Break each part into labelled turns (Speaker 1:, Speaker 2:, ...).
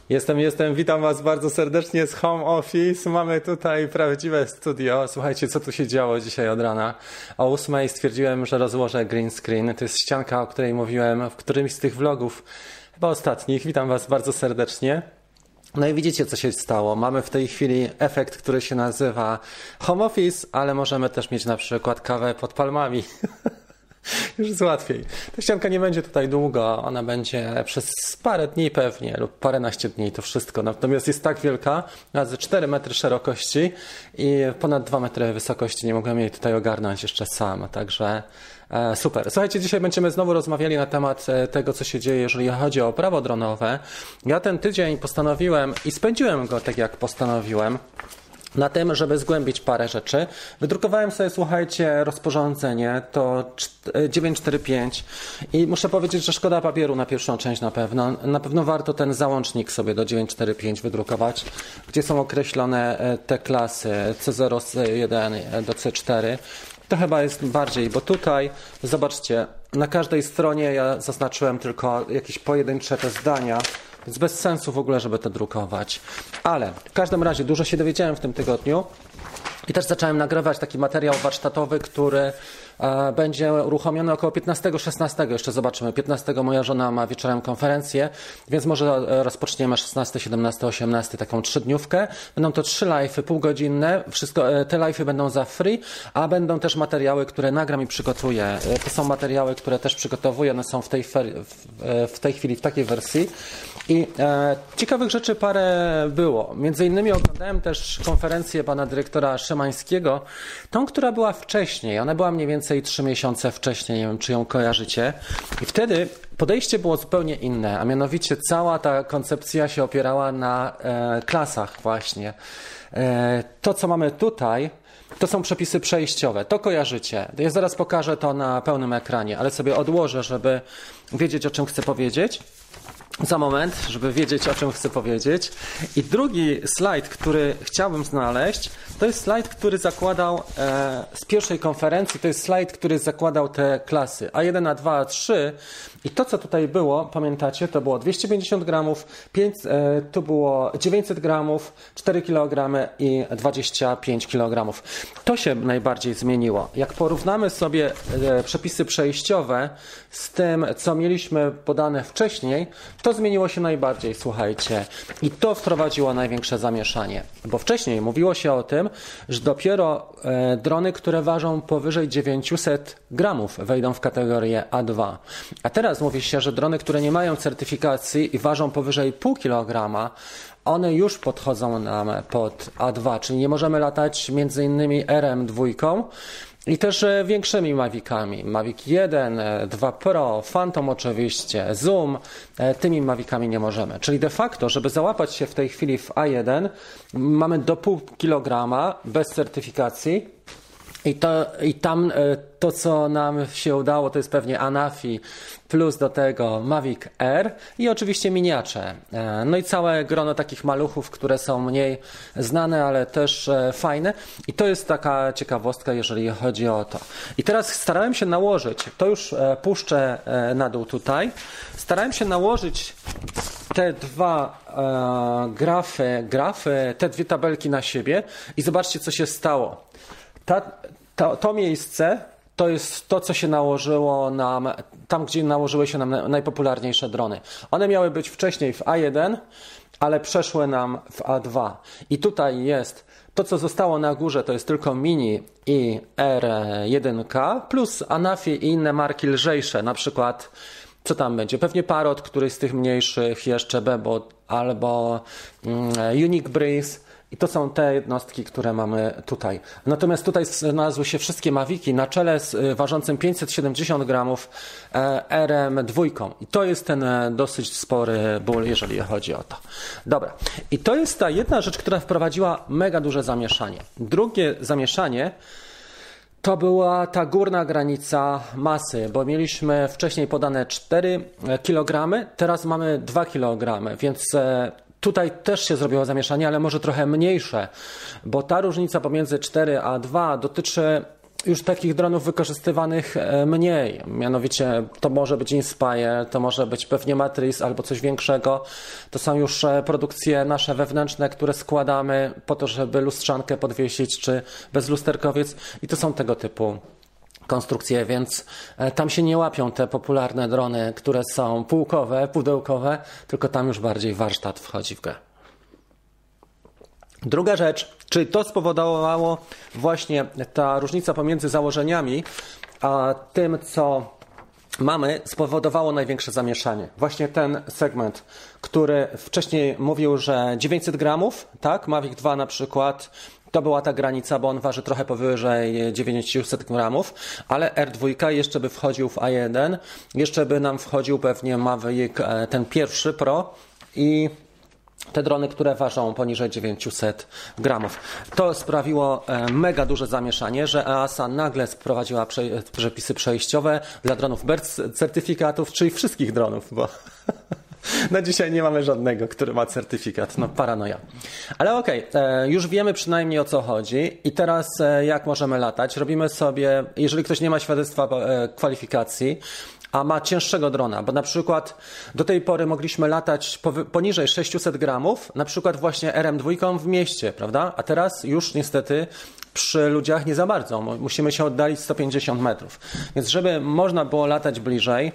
Speaker 1: Jestem. Witam Was bardzo serdecznie z Home Office. Mamy tutaj prawdziwe studio. Słuchajcie, co tu się działo dzisiaj od rana. O 8:00 stwierdziłem, że rozłożę green screen. To jest ścianka, o której mówiłem w którymś z tych vlogów, chyba ostatnich. Witam Was bardzo serdecznie. No i widzicie, co się stało. Mamy w tej chwili efekt, który się nazywa Home Office, ale możemy też mieć na przykład kawę pod palmami. Już jest łatwiej. Ta ścianka nie będzie tutaj długo, ona będzie przez parę dni pewnie lub paręnaście dni, to wszystko. Natomiast jest tak wielka, razy 4 metry szerokości i ponad 2 metry wysokości. Nie mogłem jej tutaj ogarnąć jeszcze sam, także super. Słuchajcie, dzisiaj będziemy znowu rozmawiali na temat tego, co się dzieje, jeżeli chodzi o prawo dronowe. Ja ten tydzień postanowiłem i spędziłem go tak, jak postanowiłem, na tym, żeby zgłębić parę rzeczy. Wydrukowałem sobie, słuchajcie, rozporządzenie, to 945 i muszę powiedzieć, że szkoda papieru na pierwszą część na pewno. Na pewno warto ten załącznik sobie do 945 wydrukować, gdzie są określone te klasy C0, C1 do C4. To chyba jest bardziej, bo tutaj, zobaczcie, na każdej stronie ja zaznaczyłem tylko jakieś pojedyncze te zdania, więc bez sensu w ogóle, żeby to drukować. Ale w każdym razie dużo się dowiedziałem w tym tygodniu i też zacząłem nagrywać taki materiał warsztatowy, który będzie uruchomiony około 15-16. Jeszcze zobaczymy. 15 moja żona ma wieczorem konferencję, więc może rozpoczniemy 16, 17, 18 taką 3-dniówkę. Będą to 3 live'y półgodzinne. Te live'y będą za free, a będą też materiały, które nagram i przygotuję. To są materiały, które też przygotowuję. One są w tej chwili w takiej wersji. I ciekawych rzeczy parę było. Między innymi oglądałem też konferencję pana dyrektora Szymańskiego, tą, która była wcześniej. Ona była mniej więcej 3 miesiące wcześniej, nie wiem, czy ją kojarzycie. I wtedy podejście było zupełnie inne, a mianowicie cała ta koncepcja się opierała na klasach właśnie. To, co mamy tutaj, to są przepisy przejściowe. To kojarzycie. Ja zaraz pokażę to na pełnym ekranie, ale sobie odłożę, żeby wiedzieć, o czym chcę powiedzieć. Za moment, żeby wiedzieć, o czym chcę powiedzieć. I drugi slajd, który chciałbym znaleźć, to jest slajd, który zakładał z pierwszej konferencji, to jest slajd, który zakładał te klasy A1, A2, A3 i to, co tutaj było, pamiętacie, to było 250 gramów, tu było 900 gramów, 4 kg i 25 kg. To się najbardziej zmieniło. Jak porównamy sobie przepisy przejściowe z tym, co mieliśmy podane wcześniej, to zmieniło się najbardziej, słuchajcie. I to wprowadziło największe zamieszanie. Bo wcześniej mówiło się o tym, że dopiero drony, które ważą powyżej 900 gramów wejdą w kategorię A2. A teraz mówi się, że drony, które nie mają certyfikacji i ważą powyżej 0,5 kg, one już podchodzą nam pod A2, czyli nie możemy latać między innymi RM2 i też większymi Mavicami. Mavic 1, 2 Pro, Phantom oczywiście, Zoom, tymi Mavicami nie możemy. Czyli de facto, żeby załapać się w tej chwili w A1, mamy do 0,5 kg bez certyfikacji. I tam to, co nam się udało, to jest pewnie Anafi, plus do tego Mavic Air i oczywiście miniacze. No i całe grono takich maluchów, które są mniej znane, ale też fajne. I to jest taka ciekawostka, jeżeli chodzi o to. I teraz starałem się nałożyć, to już puszczę na dół tutaj, starałem się nałożyć te dwa grafy, te dwie tabelki na siebie i zobaczcie, co się stało. To miejsce to jest to, co się nałożyło nam, tam gdzie nałożyły się nam najpopularniejsze drony. One miały być wcześniej w A1, ale przeszły nam w A2. I tutaj jest to, co zostało na górze, to jest tylko Mini i R1K plus Anafi i inne marki lżejsze, na przykład co tam będzie? Pewnie Parrot, któryś z tych mniejszych, jeszcze Bebot albo Unique Breeze. I to są te jednostki, które mamy tutaj. Natomiast tutaj znalazły się wszystkie Maviki na czele z ważącym 570 gramów RM2. I to jest ten dosyć spory ból, jeżeli chodzi o to. Dobra. I to jest ta jedna rzecz, która wprowadziła mega duże zamieszanie. Drugie zamieszanie to była ta górna granica masy, bo mieliśmy wcześniej podane 4 kg, teraz mamy 2 kg, więc tutaj też się zrobiło zamieszanie, ale może trochę mniejsze, bo ta różnica pomiędzy 4 a 2 dotyczy już takich dronów wykorzystywanych mniej. Mianowicie to może być Inspire, to może być pewnie Matrice albo coś większego. To są już produkcje nasze wewnętrzne, które składamy po to, żeby lustrzankę podwiesić, czy bezlusterkowiec. I to są tego typu konstrukcje, więc tam się nie łapią te popularne drony, które są półkowe, pudełkowe, tylko tam już bardziej warsztat wchodzi w grę. Druga rzecz, czyli to spowodowało właśnie ta różnica pomiędzy założeniami a tym, co mamy, spowodowało największe zamieszanie. Właśnie ten segment, który wcześniej mówił, że 900 gramów, tak, Mavic 2 na przykład, to była ta granica, bo on waży trochę powyżej 900 gramów, ale R2 jeszcze by wchodził w A1, jeszcze by nam wchodził pewnie Mavic ten pierwszy Pro i te drony, które ważą poniżej 900 gramów. To sprawiło mega duże zamieszanie, że EASA nagle wprowadziła przepisy przejściowe dla dronów bez certyfikatów, czyli wszystkich dronów, bo na dzisiaj nie mamy żadnego, który ma certyfikat. No paranoja. Ale okej, już wiemy przynajmniej o co chodzi i teraz jak możemy latać. Robimy sobie, jeżeli ktoś nie ma świadectwa kwalifikacji, a ma cięższego drona, bo na przykład do tej pory mogliśmy latać poniżej 600 gramów, na przykład właśnie RM2 w mieście, prawda? A teraz już niestety przy ludziach nie za bardzo. Musimy się oddalić 150 metrów. Więc żeby można było latać bliżej,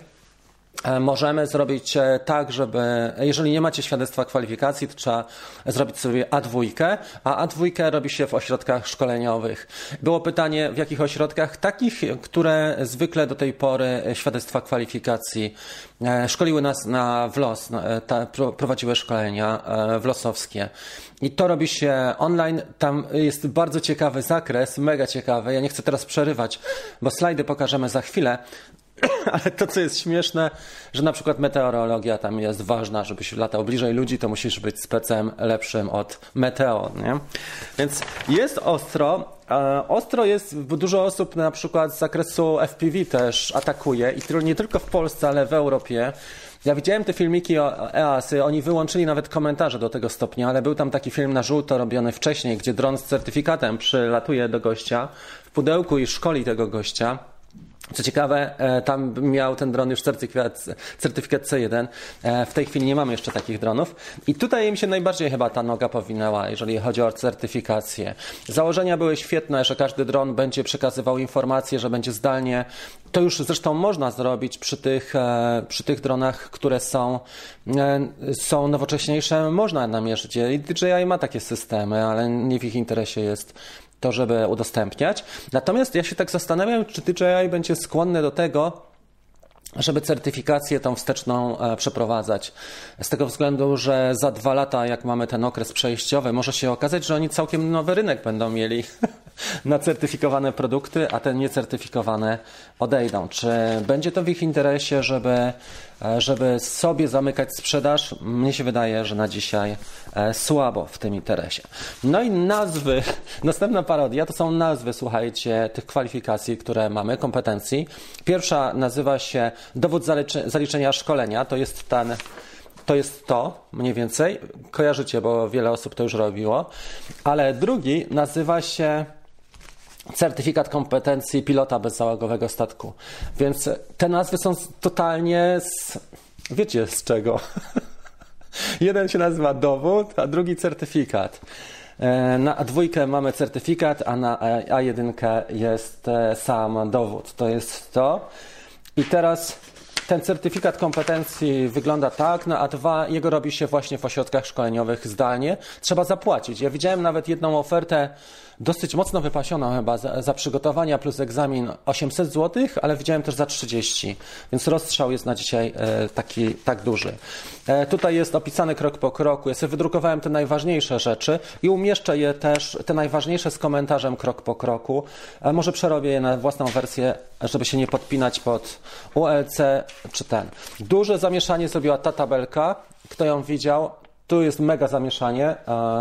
Speaker 1: możemy zrobić tak, żeby, jeżeli nie macie świadectwa kwalifikacji, to trzeba zrobić sobie A2, a A2 robi się w ośrodkach szkoleniowych. Było pytanie, w jakich ośrodkach? Takich, które zwykle do tej pory świadectwa kwalifikacji szkoliły nas na WLOS, prowadziły szkolenia wlosowskie. I to robi się online, tam jest bardzo ciekawy zakres, mega ciekawy. Ja nie chcę teraz przerywać, bo slajdy pokażemy za chwilę. Ale to, co jest śmieszne, że na przykład meteorologia tam jest ważna, żebyś latał bliżej ludzi, to musisz być specem lepszym od meteo, nie? Więc jest ostro. Ostro jest, bo dużo osób na przykład z zakresu FPV też atakuje i nie tylko w Polsce, ale w Europie. Ja widziałem te filmiki o EASY, oni wyłączyli nawet komentarze do tego stopnia, ale był tam taki film na żółto robiony wcześniej, gdzie dron z certyfikatem przylatuje do gościa w pudełku i szkoli tego gościa. Co ciekawe, tam miał ten dron już certyfikat C1. W tej chwili nie mamy jeszcze takich dronów. I tutaj mi się najbardziej chyba ta noga powinęła, jeżeli chodzi o certyfikację. Założenia były świetne, że każdy dron będzie przekazywał informacje, że będzie zdalnie. To już zresztą można zrobić przy tych dronach, które są nowocześniejsze. Można namierzyć je. I DJI ma takie systemy, ale nie w ich interesie jest to, żeby udostępniać. Natomiast ja się tak zastanawiam, czy DJI będzie skłonny do tego, żeby certyfikację tą wsteczną przeprowadzać. Z tego względu, że za 2 lata, jak mamy ten okres przejściowy, może się okazać, że oni całkiem nowy rynek będą mieli na certyfikowane produkty, a te niecertyfikowane odejdą. Czy będzie to w ich interesie, żeby sobie zamykać sprzedaż? Mnie się wydaje, że na dzisiaj słabo w tym interesie. No i nazwy, następna parodia, to są nazwy, słuchajcie, tych kwalifikacji, które mamy, kompetencji. Pierwsza nazywa się dowód zaliczenia szkolenia, to jest to, mniej więcej. Kojarzycie, bo wiele osób to już robiło. Ale drugi nazywa się certyfikat kompetencji pilota bezzałogowego statku. Więc te nazwy są totalnie wiecie z czego. Jeden się nazywa dowód, a drugi certyfikat. Na A2 mamy certyfikat, a na A1 jest sam dowód. To jest to. I teraz ten certyfikat kompetencji wygląda tak, na A2 jego robi się właśnie w ośrodkach szkoleniowych zdalnie. Trzeba zapłacić. Ja widziałem nawet jedną ofertę dosyć mocno wypasioną chyba za przygotowania plus egzamin 800 zł, ale widziałem też za 30, więc rozstrzał jest na dzisiaj tak duży. Tutaj jest opisany krok po kroku. Ja sobie wydrukowałem te najważniejsze rzeczy i umieszczę je też, te najważniejsze z komentarzem krok po kroku. Może przerobię je na własną wersję, żeby się nie podpinać pod ULC czy ten. Duże zamieszanie zrobiła ta tabelka. Kto ją widział? Tu jest mega zamieszanie.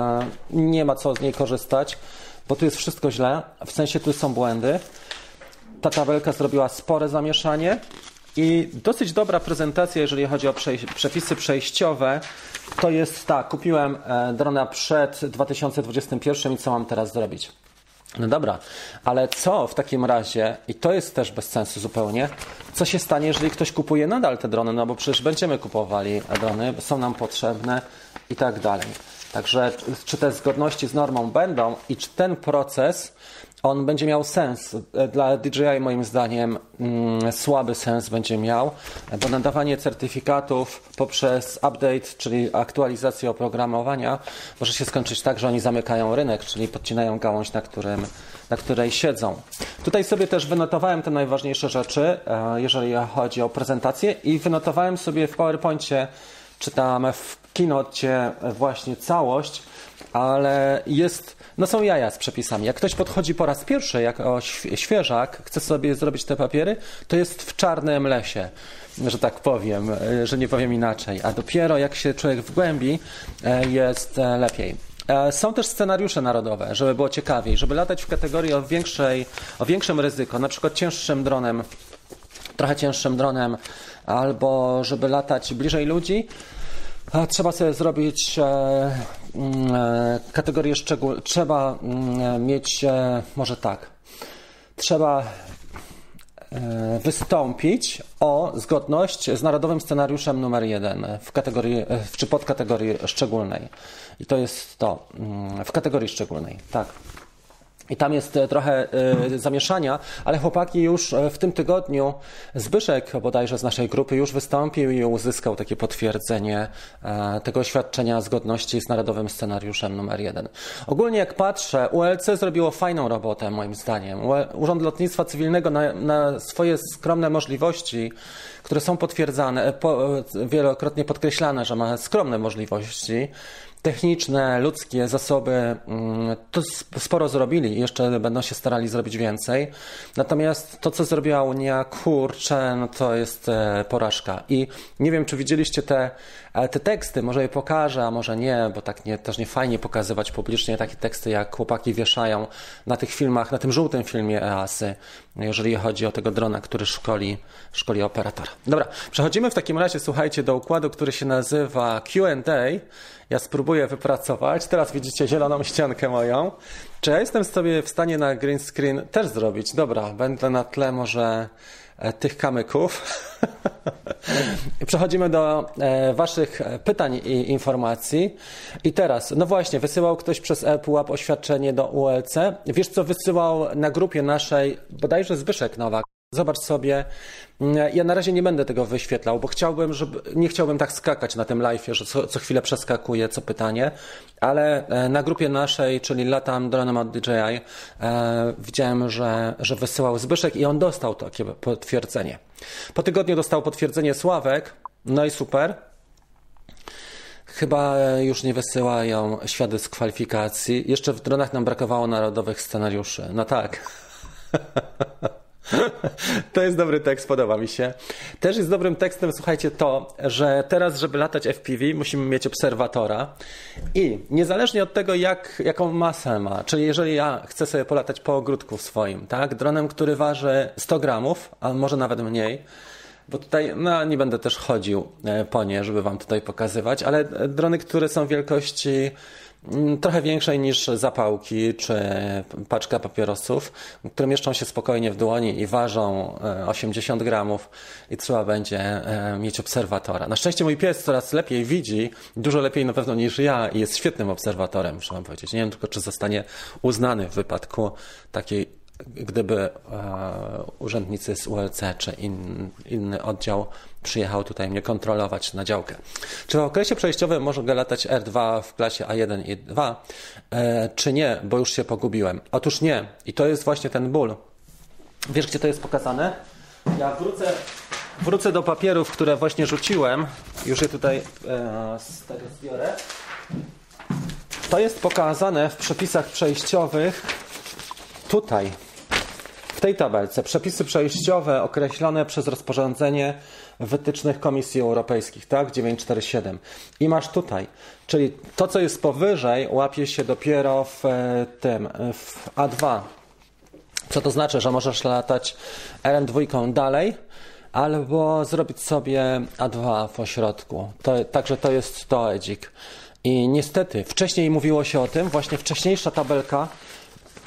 Speaker 1: Nie ma co z niej korzystać, bo tu jest wszystko źle. W sensie tu są błędy. Ta tabelka zrobiła spore zamieszanie i dosyć dobra prezentacja, jeżeli chodzi o przepisy przejściowe. To jest tak, kupiłem drona przed 2021 i co mam teraz zrobić? No dobra, ale co w takim razie, i to jest też bez sensu zupełnie, co się stanie, jeżeli ktoś kupuje nadal te drony, no bo przecież będziemy kupowali drony, są nam potrzebne i tak dalej. Także czy te zgodności z normą będą i czy ten proces, on będzie miał sens? Dla DJI moim zdaniem słaby sens będzie miał, bo nadawanie certyfikatów poprzez update, czyli aktualizację oprogramowania, może się skończyć tak, że oni zamykają rynek, czyli podcinają gałąź, na której siedzą. Tutaj sobie też wynotowałem te najważniejsze rzeczy, jeżeli chodzi o prezentację i wynotowałem sobie w PowerPoincie, czy tam w Keynote właśnie całość, ale są jaja z przepisami. Jak ktoś podchodzi po raz pierwszy, jako świeżak, chce sobie zrobić te papiery, to jest w czarnym lesie, że tak powiem, że nie powiem inaczej. A dopiero jak się człowiek wgłębi, jest lepiej. Są też scenariusze narodowe, żeby było ciekawiej, żeby latać w kategorii o większym ryzyko, na przykład trochę cięższym dronem, albo żeby latać bliżej ludzi. Trzeba sobie zrobić kategorię szczególną. Trzeba mieć, może tak, trzeba wystąpić o zgodność z narodowym scenariuszem numer 1 w kategorii, czy podkategorii szczególnej. I to jest to, w kategorii szczególnej, tak. I tam jest trochę zamieszania, ale chłopaki już w tym tygodniu, Zbyszek bodajże z naszej grupy już wystąpił i uzyskał takie potwierdzenie tego oświadczenia zgodności z narodowym scenariuszem numer 1. Ogólnie jak patrzę, ULC zrobiło fajną robotę moim zdaniem. Urząd Lotnictwa Cywilnego na swoje skromne możliwości, które są potwierdzane, wielokrotnie podkreślane, że ma skromne możliwości, techniczne, ludzkie zasoby, to sporo zrobili i jeszcze będą się starali zrobić więcej. Natomiast to, co zrobiła Unia, kurczę, no to jest porażka. I nie wiem, czy widzieliście te teksty, może je pokażę, a może nie, bo tak też nie fajnie pokazywać publicznie takie teksty, jak chłopaki wieszają na tych filmach, na tym żółtym filmie EASY, jeżeli chodzi o tego drona, który szkoli operatora. Dobra, przechodzimy w takim razie, słuchajcie, do układu, który się nazywa Q&A. Ja spróbuję wypracować. Teraz widzicie zieloną ściankę moją. Czy ja jestem sobie w stanie na green screen też zrobić? Dobra, będę na tle może tych kamyków. Przechodzimy do waszych pytań i informacji. I teraz, no właśnie, wysyłał ktoś przez ePUAP oświadczenie do ULC. Wiesz, co wysyłał na grupie naszej, bodajże Zbyszek Nowak. Zobacz sobie, ja na razie nie będę tego wyświetlał, bo nie chciałbym tak skakać na tym live'ie, że co chwilę przeskakuję co pytanie, ale na grupie naszej, czyli Latam dronem od DJI, widziałem, że wysyłał Zbyszek i on dostał takie potwierdzenie. Po tygodniu dostał potwierdzenie Sławek, no i super. Chyba już nie wysyłają świadectw kwalifikacji. Jeszcze w dronach nam brakowało narodowych scenariuszy. No tak. To jest dobry tekst, podoba mi się. Też jest dobrym tekstem, słuchajcie, to, że teraz, żeby latać FPV, musimy mieć obserwatora i niezależnie od tego, jaką masę ma, czyli jeżeli ja chcę sobie polatać po ogródku swoim, tak, dronem, który waży 100 gramów, a może nawet mniej, bo tutaj, nie będę też chodził po nie, żeby wam tutaj pokazywać, ale drony, które są wielkości trochę większej niż zapałki czy paczka papierosów, które mieszczą się spokojnie w dłoni i ważą 80 gramów i trzeba będzie mieć obserwatora. Na szczęście mój pies coraz lepiej widzi, dużo lepiej na pewno niż ja i jest świetnym obserwatorem, muszę wam powiedzieć. Nie wiem tylko, czy zostanie uznany w wypadku takiej, gdyby urzędnicy z ULC czy inny oddział przyjechał tutaj mnie kontrolować na działkę. Czy w okresie przejściowym mogę latać R2 w klasie A1 i 2, czy nie, bo już się pogubiłem? Otóż nie. I to jest właśnie ten ból. Wiesz, gdzie to jest pokazane? Ja wrócę do papierów, które właśnie rzuciłem. Już je tutaj z tego zbiorę. To jest pokazane w przepisach przejściowych tutaj. W tej tabelce przepisy przejściowe określone przez rozporządzenie wytycznych Komisji Europejskich, tak? 947. I masz tutaj, czyli to, co jest powyżej, łapie się dopiero w A2. Co to znaczy, że możesz latać RM2 dalej, albo zrobić sobie A2 w ośrodku. Także to jest to edzik. I niestety, wcześniej mówiło się o tym, właśnie wcześniejsza tabelka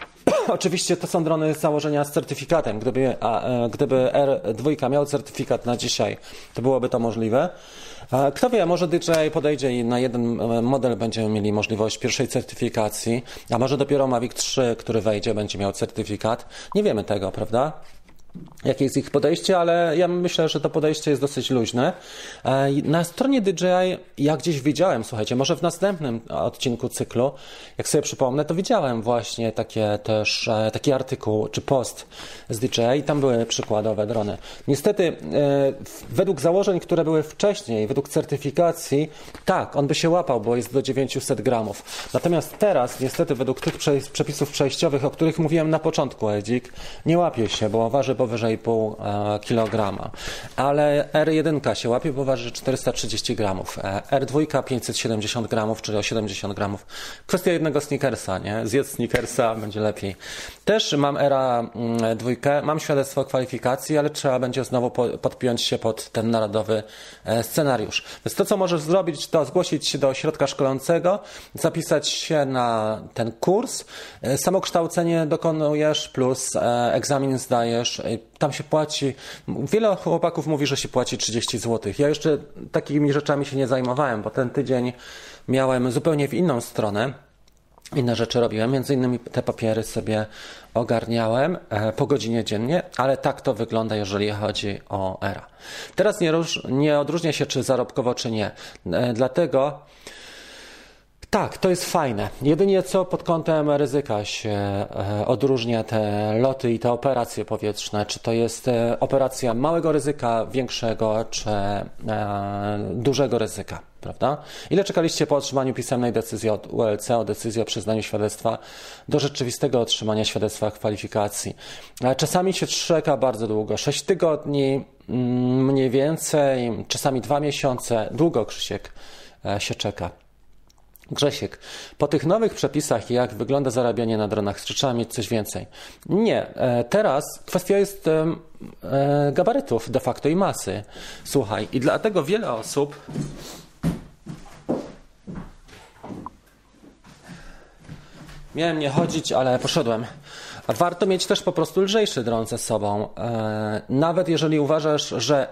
Speaker 1: Oczywiście to są drony z założenia z certyfikatem. Gdyby R2 miał certyfikat na dzisiaj, to byłoby to możliwe. Kto wie, może DJI podejdzie i na jeden model będziemy mieli możliwość pierwszej certyfikacji, a może dopiero Mavic 3, który wejdzie, będzie miał certyfikat. Nie wiemy tego, prawda? Jakie jest ich podejście, ale ja myślę, że to podejście jest dosyć luźne. Na stronie DJI, ja gdzieś widziałem, słuchajcie, może w następnym odcinku cyklu, jak sobie przypomnę, to widziałem właśnie taki artykuł czy post z DJI, tam były przykładowe drony. Niestety, według założeń, które były wcześniej, według certyfikacji, tak, on by się łapał, bo jest do 900 gramów. Natomiast teraz, niestety, według tych przepisów przejściowych, o których mówiłem na początku, Edzik, nie łapie się, bo waży powyżej pół kilograma. Ale R1 się łapie, bo waży 430 gramów. R2 570 gramów, czyli o 70 gramów. Kwestia jednego sneakersa, nie? Zjedz sneakersa, będzie lepiej. Też mam R2, mam świadectwo kwalifikacji, ale trzeba będzie znowu podpiąć się pod ten narodowy scenariusz. Więc to, co możesz zrobić, to zgłosić się do ośrodka szkolącego, zapisać się na ten kurs, samokształcenie dokonujesz plus egzamin zdajesz. Tam się płaci, wiele chłopaków mówi, że się płaci 30 zł. Ja jeszcze takimi rzeczami się nie zajmowałem, bo ten tydzień miałem zupełnie w inną stronę. Inne rzeczy robiłem, między innymi te papiery sobie ogarniałem po godzinie dziennie, ale tak to wygląda, jeżeli chodzi o ERA. Teraz nie odróżnia się, czy zarobkowo, czy nie. Dlatego tak, to jest fajne. Jedynie co pod kątem ryzyka się odróżnia te loty i te operacje powietrzne. Czy to jest operacja małego ryzyka, większego, czy dużego ryzyka, prawda? Ile czekaliście po otrzymaniu pisemnej decyzji od ULC o decyzji o przyznaniu świadectwa do rzeczywistego otrzymania świadectwa kwalifikacji? Czasami się czeka bardzo długo, 6 tygodni mniej więcej, czasami 2 miesiące. Długo, Krzysiek, się czeka. Grzesiek, po tych nowych przepisach, jak wygląda zarabianie na dronach, czy trzeba mieć coś więcej? Nie. Teraz kwestia jest gabarytów de facto i masy. Słuchaj, i dlatego wiele osób miałem nie chodzić, ale poszedłem. Warto mieć też po prostu lżejszy dron ze sobą. Nawet jeżeli uważasz, że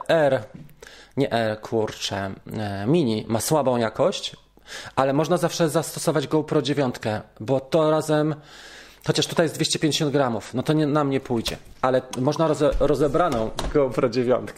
Speaker 1: Mini ma słabą jakość, ale można zawsze zastosować GoPro 9, bo to razem, chociaż tutaj jest 250 gramów, no to nam nie pójdzie. Ale można rozebraną GoPro 9,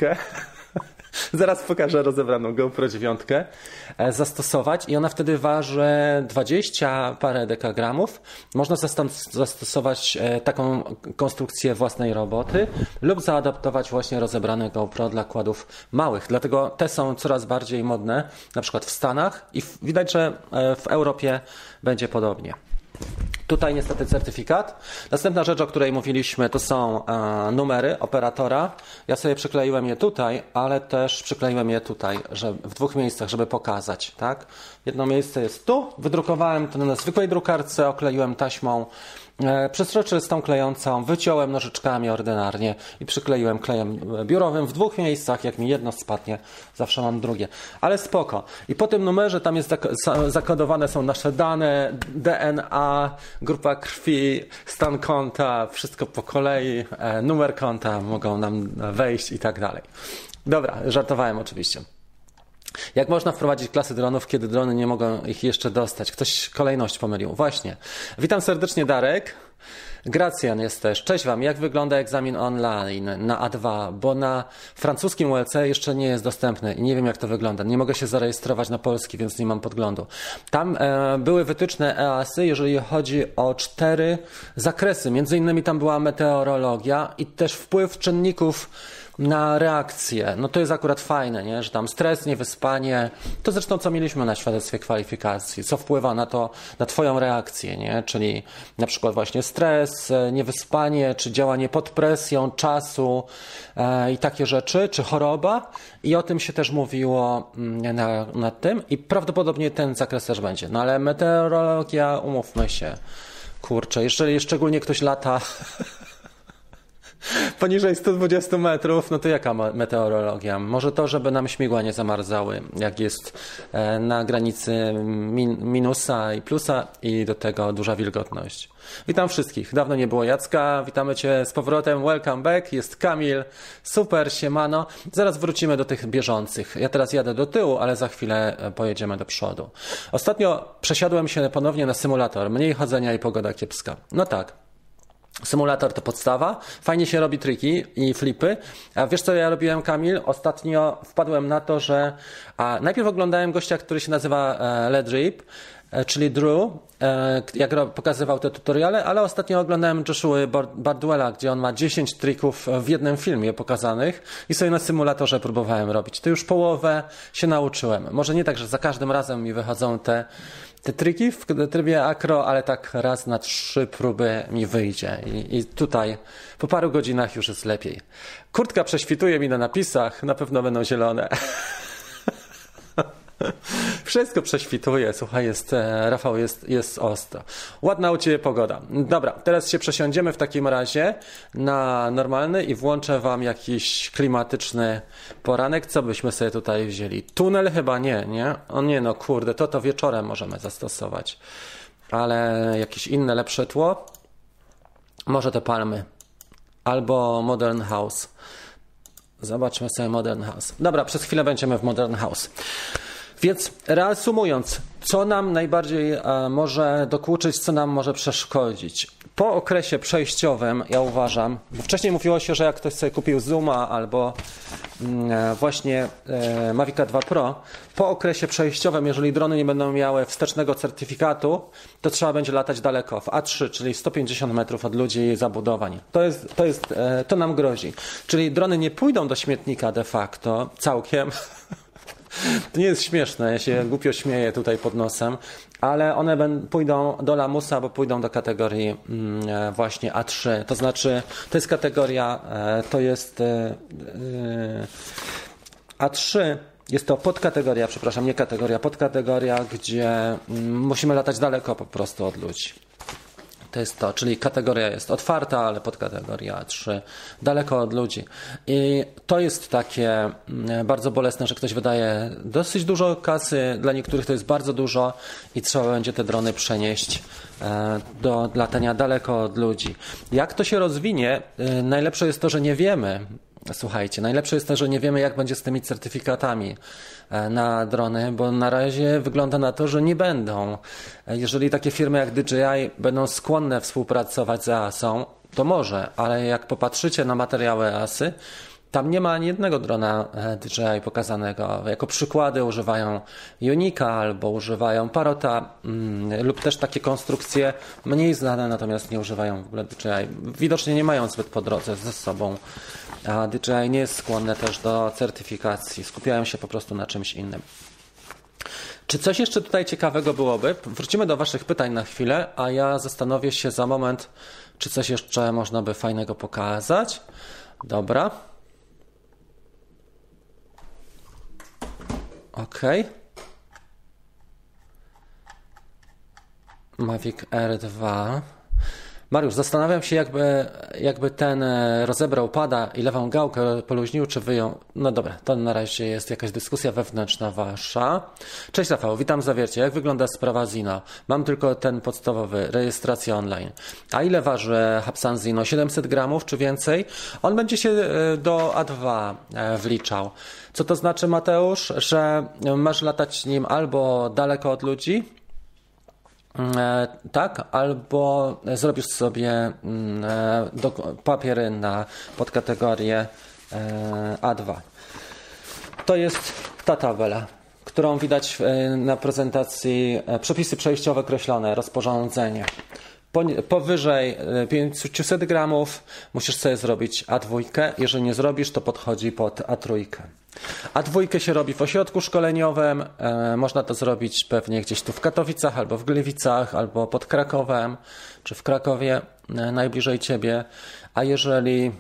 Speaker 1: zaraz pokażę rozebraną GoPro 9, zastosować i ona wtedy waży 20 parę dekagramów. Można zastosować taką konstrukcję własnej roboty lub zaadaptować właśnie rozebrane GoPro dla kładów małych. Dlatego te są coraz bardziej modne, na przykład w Stanach i widać, że w Europie będzie podobnie. Tutaj niestety certyfikat. Następna rzecz, o której mówiliśmy, to są numery operatora. Ja sobie przykleiłem je tutaj, ale też przykleiłem je tutaj, w 2 miejscach, żeby pokazać. Tak? Jedno miejsce jest tu, wydrukowałem to na zwykłej drukarce, okleiłem taśmą przezroczystą klejącą, wyciąłem nożyczkami ordynarnie i przykleiłem klejem biurowym w 2 miejscach. Jak mi jedno spadnie, zawsze mam drugie. Ale spoko. I po tym numerze tam jest zakodowane są nasze dane, DNA, grupa krwi, stan konta, wszystko po kolei, numer konta, mogą nam wejść i tak dalej. Dobra, żartowałem oczywiście. Jak można wprowadzić klasy dronów, kiedy drony nie mogą ich jeszcze dostać? Ktoś kolejność pomylił. Właśnie. Witam serdecznie, Darek. Gracjan jest też. Cześć Wam. Jak wygląda egzamin online na A2? Bo na francuskim ULC jeszcze nie jest dostępny i nie wiem, jak to wygląda. Nie mogę się zarejestrować na polski, więc nie mam podglądu. Tam były wytyczne EASY, jeżeli chodzi o 4 zakresy. Między innymi tam była meteorologia i też wpływ czynników na reakcję. No to jest akurat fajne, nie? Że tam stres, niewyspanie, to zresztą co mieliśmy na świadectwie kwalifikacji, co wpływa na to, na Twoją reakcję, nie? Czyli na przykład właśnie stres, niewyspanie, czy działanie pod presją czasu i takie rzeczy, czy choroba i o tym się też mówiło na tym i prawdopodobnie ten zakres też będzie. No ale meteorologia, umówmy się, kurczę, jeżeli szczególnie ktoś lata Poniżej 120 metrów, no to jaka meteorologia? Może to, żeby nam śmigła nie zamarzały, jak jest na granicy minusa i plusa i do tego duża wilgotność. Witam wszystkich. Dawno nie było Jacka. Witamy Cię z powrotem. Welcome back. Jest Kamil. Super, siemano. Zaraz wrócimy do tych bieżących. Ja teraz jadę do tyłu, ale za chwilę pojedziemy do przodu. Ostatnio przesiadłem się ponownie na symulator. Mniej chodzenia i pogoda kiepska. No tak. Symulator to podstawa, fajnie się robi triki i flipy. A wiesz co ja robiłem, Kamil? Ostatnio wpadłem na to, że najpierw oglądałem gościa, który się nazywa Ledrip, czyli Drew, jak pokazywał te tutoriale, ale ostatnio oglądałem Joshua Bardwella, gdzie on ma 10 trików w jednym filmie pokazanych i sobie na symulatorze próbowałem robić. To już połowę się nauczyłem. Może nie tak, że za każdym razem mi wychodzą te triki w trybie akro, ale tak raz na 3 próby mi wyjdzie. I tutaj po paru godzinach już jest lepiej. Kurtka prześwituje mi na napisach, na pewno będą zielone. Wszystko prześwituje, słuchaj, Rafał, jest ostro. Ładna u Ciebie pogoda. Dobra, teraz się przesiądziemy w takim razie na normalny i włączę Wam jakiś klimatyczny poranek. Co byśmy sobie tutaj wzięli? Tunel chyba nie? O nie, no kurde, to wieczorem możemy zastosować. Ale jakieś inne, lepsze tło? Może te palmy. Albo Modern House. Zobaczmy sobie Modern House. Dobra, przez chwilę będziemy w Modern House. Więc reasumując, co nam najbardziej może dokuczyć, co nam może przeszkodzić? Po okresie przejściowym, ja uważam, bo wcześniej mówiło się, że jak ktoś sobie kupił Zooma albo właśnie Mavica 2 Pro, po okresie przejściowym, jeżeli drony nie będą miały wstecznego certyfikatu, to trzeba będzie latać daleko, w A3, czyli 150 metrów od ludzi i zabudowań. To nam grozi. Czyli drony nie pójdą do śmietnika de facto, całkiem. To nie jest śmieszne, ja się głupio śmieję tutaj pod nosem, ale one pójdą do lamusa, bo pójdą do kategorii właśnie A3. To znaczy, to jest kategoria, to jest A3, jest to podkategoria, przepraszam, nie kategoria, podkategoria, gdzie musimy latać daleko po prostu od ludzi. To jest to, czyli kategoria jest otwarta, ale podkategoria 3 daleko od ludzi. I to jest takie bardzo bolesne, że ktoś wydaje dosyć dużo kasy, dla niektórych to jest bardzo dużo i trzeba będzie te drony przenieść do latania daleko od ludzi. Jak to się rozwinie, najlepsze jest to, że nie wiemy. Słuchajcie, najlepsze jest to, że nie wiemy, jak będzie z tymi certyfikatami na drony, bo na razie wygląda na to, że nie będą. Jeżeli takie firmy jak DJI będą skłonne współpracować z EASą, to może, ale jak popatrzycie na materiały EASy, tam nie ma ani jednego drona DJI pokazanego. Jako przykłady używają Unika albo używają Parrota lub też takie konstrukcje mniej znane, natomiast nie używają w ogóle DJI. Widocznie nie mają zbyt po drodze ze sobą. A DJI nie jest skłonne też do certyfikacji. Skupiają się po prostu na czymś innym. Czy coś jeszcze tutaj ciekawego byłoby? Wrócimy do Waszych pytań na chwilę, a ja zastanowię się za moment, czy coś jeszcze można by fajnego pokazać. Dobra. OK. Mavic R2. Mariusz, zastanawiam się, jakby ten rozebrał pada i lewą gałkę poluźnił, czy wyjął. No dobra, to na razie jest jakaś dyskusja wewnętrzna wasza. Cześć Rafał, witam w zawiercie. Jak wygląda sprawa Zino? Mam tylko ten podstawowy, rejestracja online. A ile waży Hapsan Zino? 700 gramów czy więcej? On będzie się do A2 wliczał. Co to znaczy, Mateusz? Że masz latać nim albo daleko od ludzi, tak, albo zrobisz sobie papiery na podkategorię A2. To jest ta tabela, którą widać na prezentacji, przepisy przejściowe kreślone, rozporządzenie. Powyżej 500 gramów musisz sobie zrobić A2. Jeżeli nie zrobisz, to podchodzi pod A3. A2 się robi w ośrodku szkoleniowym. Można to zrobić pewnie gdzieś tu w Katowicach, albo w Gliwicach, albo pod Krakowem, czy w Krakowie najbliżej Ciebie. A jeżeli...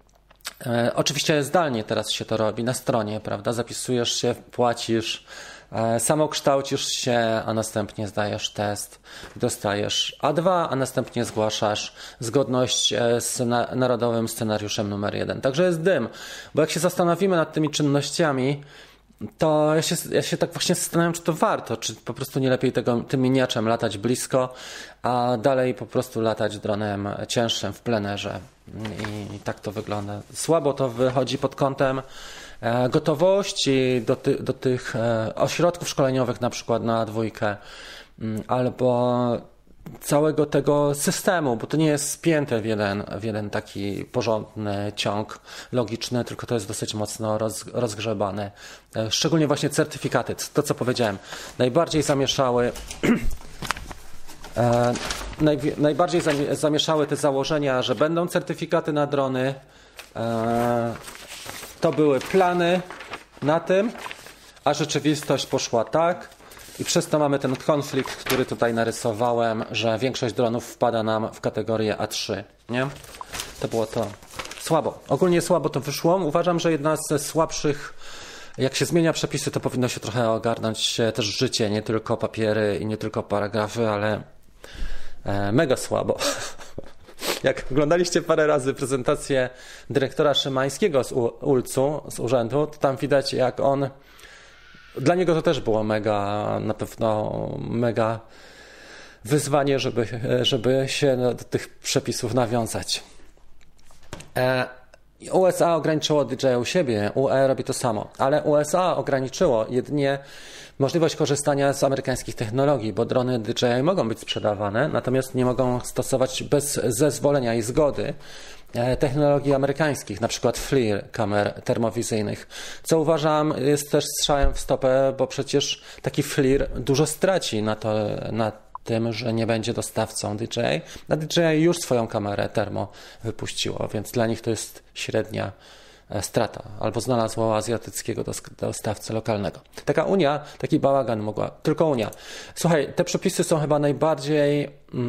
Speaker 1: Oczywiście zdalnie teraz się to robi, na stronie, prawda? Zapisujesz się, płacisz Samokształcisz się, a następnie zdajesz test, dostajesz A2, a następnie zgłaszasz zgodność z narodowym scenariuszem numer 1. Także jest dym, bo jak się zastanowimy nad tymi czynnościami, to ja się tak właśnie zastanawiam, czy to warto, czy po prostu nie lepiej tym miniaczem latać blisko, a dalej po prostu latać dronem cięższym w plenerze. I tak to wygląda. Słabo to wychodzi pod kątem gotowości do tych ośrodków szkoleniowych, na przykład na dwójkę, albo całego tego systemu, bo to nie jest spięte w jeden taki porządny ciąg logiczny, tylko to jest dosyć mocno rozgrzebane. Szczególnie właśnie certyfikaty, to co powiedziałem, najbardziej zamieszały te założenia, że będą certyfikaty na drony. To były plany na tym, a rzeczywistość poszła tak. I przez to mamy ten konflikt, który tutaj narysowałem, że większość dronów wpada nam w kategorię A3, nie? To było to słabo. Ogólnie słabo to wyszło. Uważam, że jedna ze słabszych, jak się zmienia przepisy, to powinno się trochę ogarnąć też życie, nie tylko papiery i nie tylko paragrafy, ale mega słabo. Jak oglądaliście parę razy prezentację dyrektora Szymańskiego z ULC-u, z urzędu, to tam widać, jak on... Dla niego to też było na pewno mega wyzwanie, żeby się do tych przepisów nawiązać. USA ograniczyło DJI u siebie, UE robi to samo, ale USA ograniczyło jedynie możliwość korzystania z amerykańskich technologii, bo drony DJI mogą być sprzedawane, natomiast nie mogą stosować bez zezwolenia i zgody technologii amerykańskich, na przykład FLIR, kamer termowizyjnych, co uważam jest też strzałem w stopę, bo przecież taki FLIR dużo straci na tym, że nie będzie dostawcą DJI. A DJI już swoją kamerę termo wypuściło, więc dla nich to jest średnia strata. Albo znalazło azjatyckiego dostawcę lokalnego. Taka Unia, taki bałagan mogła, tylko Unia. Słuchaj, te przepisy są chyba najbardziej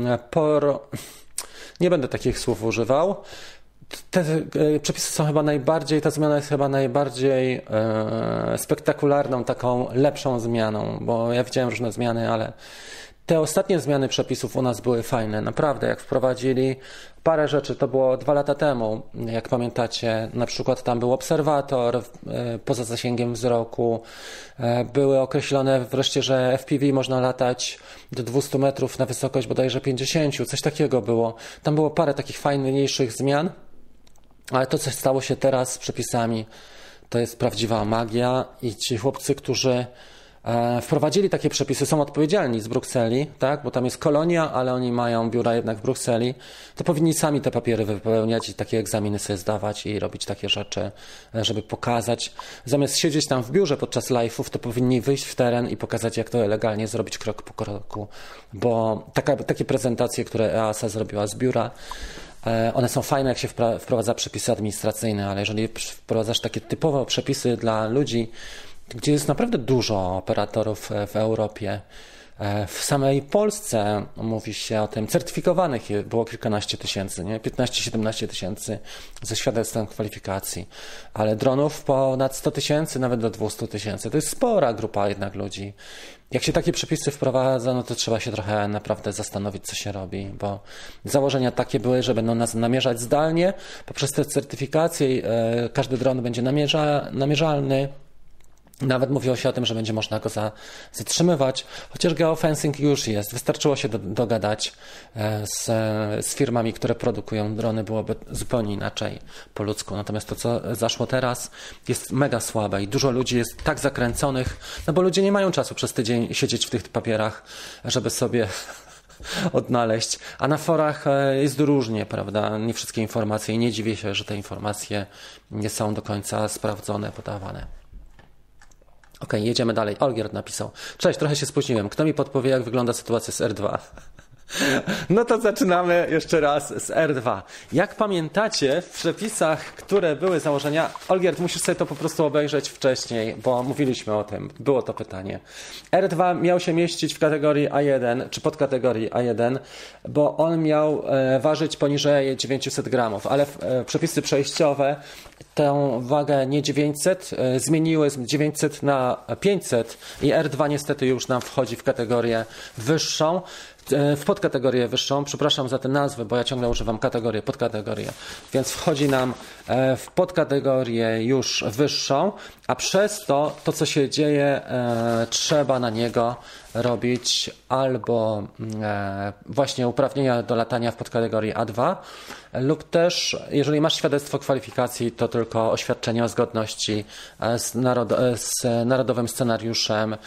Speaker 1: nie będę takich słów używał. Te przepisy są chyba ta zmiana jest chyba najbardziej spektakularną, taką lepszą zmianą, bo ja widziałem różne zmiany, ale te ostatnie zmiany przepisów u nas były fajne, naprawdę, jak wprowadzili parę rzeczy, to było 2 lata temu, jak pamiętacie, na przykład tam był obserwator poza zasięgiem wzroku, były określone wreszcie, że FPV można latać do 200 metrów na wysokość bodajże 50, coś takiego było. Tam było parę takich fajniejszych zmian, ale to, co stało się teraz z przepisami, to jest prawdziwa magia i ci chłopcy, którzy wprowadzili takie przepisy, są odpowiedzialni z Brukseli, tak? Bo tam jest kolonia, ale oni mają biura jednak w Brukseli, to powinni sami te papiery wypełniać i takie egzaminy sobie zdawać i robić takie rzeczy, żeby pokazać. Zamiast siedzieć tam w biurze podczas live'ów, to powinni wyjść w teren i pokazać, jak to legalnie zrobić krok po kroku, bo takie prezentacje, które EASA zrobiła z biura, one są fajne, jak się wprowadza przepisy administracyjne, ale jeżeli wprowadzasz takie typowe przepisy dla ludzi, gdzie jest naprawdę dużo operatorów w Europie. W samej Polsce mówi się o tym, certyfikowanych było kilkanaście tysięcy, nie? 15-17 tysięcy ze świadectwem kwalifikacji, ale dronów ponad 100 tysięcy, nawet do 200 tysięcy. To jest spora grupa jednak ludzi. Jak się takie przepisy wprowadza, no to trzeba się trochę naprawdę zastanowić, co się robi, bo założenia takie były, że będą nas namierzać zdalnie, poprzez te certyfikacje każdy dron będzie namierzalny. Nawet mówiło się o tym, że będzie można go zatrzymywać, chociaż geofencing już jest. Wystarczyło się dogadać z firmami, które produkują drony, byłoby zupełnie inaczej po ludzku. Natomiast to, co zaszło teraz, jest mega słabe i dużo ludzi jest tak zakręconych, no bo ludzie nie mają czasu przez tydzień siedzieć w tych papierach, żeby sobie odnaleźć. A na forach jest różnie, prawda? Nie wszystkie informacje i nie dziwię się, że te informacje nie są do końca sprawdzone, podawane. Okej, jedziemy dalej. Olgierd napisał. Cześć, trochę się spóźniłem. Kto mi podpowie, jak wygląda sytuacja z R2? No to zaczynamy jeszcze raz z R2. Jak pamiętacie, w przepisach, które były założenia... Olgierd, musisz sobie to po prostu obejrzeć wcześniej, bo mówiliśmy o tym. Było to pytanie. R2 miał się mieścić w kategorii A1, czy podkategorii A1, bo on miał ważyć poniżej 900 gramów, ale przepisy przejściowe tę wagę nie 900, zmieniły z 900 na 500 i R2 niestety już nam wchodzi w kategorię wyższą, w podkategorię wyższą, przepraszam za te nazwy, bo ja ciągle używam kategorii, podkategorię, więc wchodzi nam w podkategorię już wyższą, a przez to, co się dzieje, trzeba na niego robić albo właśnie uprawnienia do latania w podkategorii A2 lub też, jeżeli masz świadectwo kwalifikacji, to tylko oświadczenie o zgodności z narodowym scenariuszem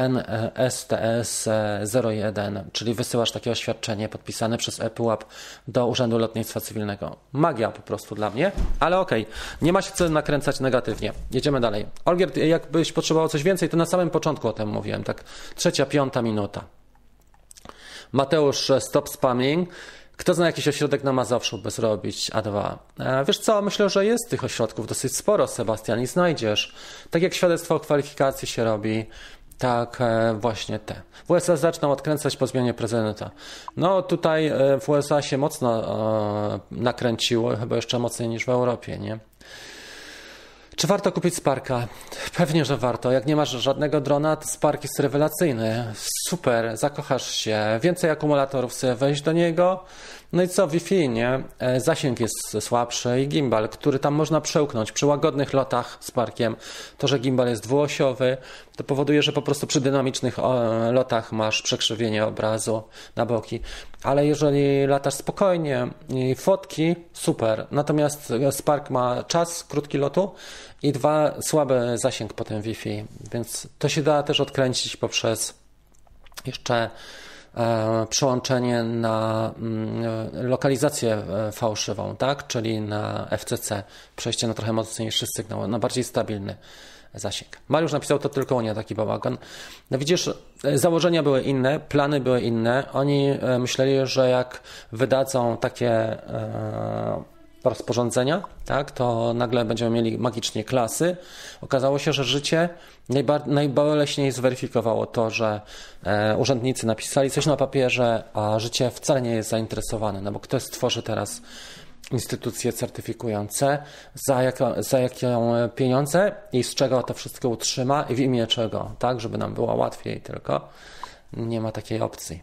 Speaker 1: NSTS 01, czyli wysyłasz takie oświadczenie podpisane przez ePUAP do Urzędu Lotnictwa Cywilnego. Magia po prostu dla mnie, ale okej, nie ma się co nakręcać negatywnie. Jedziemy dalej. Olgierd, jakbyś potrzebował coś więcej, to na samym początku o tym mówiłem, tak 3., 5. minuta. Mateusz, stop spamming. Kto zna jakiś ośrodek na Mazowszu, by zrobić A2? Wiesz co, myślę, że jest tych ośrodków dosyć sporo, Sebastian, i znajdziesz. Tak jak świadectwo o kwalifikacji się robi, tak właśnie te. W USA zaczną odkręcać po zmianie prezydenta. No tutaj w USA się mocno nakręciło, chyba jeszcze mocniej niż w Europie, nie? Czy warto kupić Sparka? Pewnie, że warto. Jak nie masz żadnego drona, to Spark jest rewelacyjny. Super, zakochasz się. Więcej akumulatorów sobie wejść do niego. No i co, Wi-Fi, nie? Zasięg jest słabszy i gimbal, który tam można przełknąć. Przy łagodnych lotach z Sparkiem, to, że gimbal jest dwuosiowy, to powoduje, że po prostu przy dynamicznych lotach masz przekrzywienie obrazu na boki. Ale jeżeli latasz spokojnie i fotki, super. Natomiast Spark ma czas krótki lotu i 2, słaby zasięg po tym Wi-Fi, więc to się da też odkręcić poprzez jeszcze przełączenie na lokalizację fałszywą, tak? Czyli na FCC, przejście na trochę mocniejszy sygnał, na bardziej stabilny zasięg. Mariusz napisał, to tylko Unia, taki bałagan. No widzisz, założenia były inne, plany były inne. Oni myśleli, że jak wydadzą takie rozporządzenia, tak, to nagle będziemy mieli magicznie klasy. Okazało się, że życie najboleśniej zweryfikowało to, że urzędnicy napisali coś na papierze, a życie wcale nie jest zainteresowane, no bo kto stworzy teraz instytucje certyfikujące, za jakie pieniądze i z czego to wszystko utrzyma i w imię czego, tak, żeby nam było łatwiej tylko. Nie ma takiej opcji.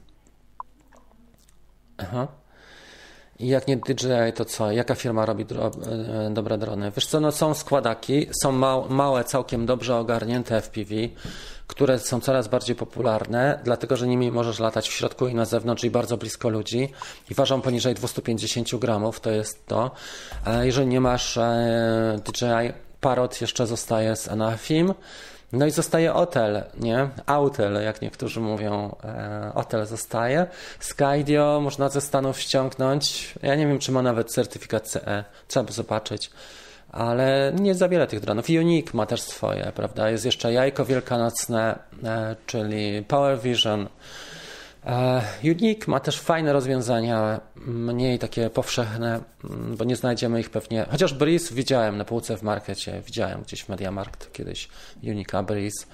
Speaker 1: Aha. I jak nie DJI, to co? Jaka firma robi dobre drony? Wiesz co, no są składaki, są małe, całkiem dobrze ogarnięte FPV, które są coraz bardziej popularne, dlatego że nimi możesz latać w środku i na zewnątrz i bardzo blisko ludzi i ważą poniżej 250 gramów, to jest to. Jeżeli nie masz DJI, Parrot jeszcze zostaje z Anafim. No i zostaje Otel, nie? Autel, jak niektórzy mówią, Otel zostaje. Skydio można ze Stanów ściągnąć. Ja nie wiem, czy ma nawet certyfikat CE. Trzeba by zobaczyć. Ale nie za wiele tych dronów. Unique ma też swoje, prawda? Jest jeszcze jajko wielkanocne, czyli Power Vision. Unique ma też fajne rozwiązania, mniej takie powszechne, bo nie znajdziemy ich pewnie. Chociaż Breeze widziałem na półce w markecie, widziałem gdzieś w MediaMarkt kiedyś Unique Breeze.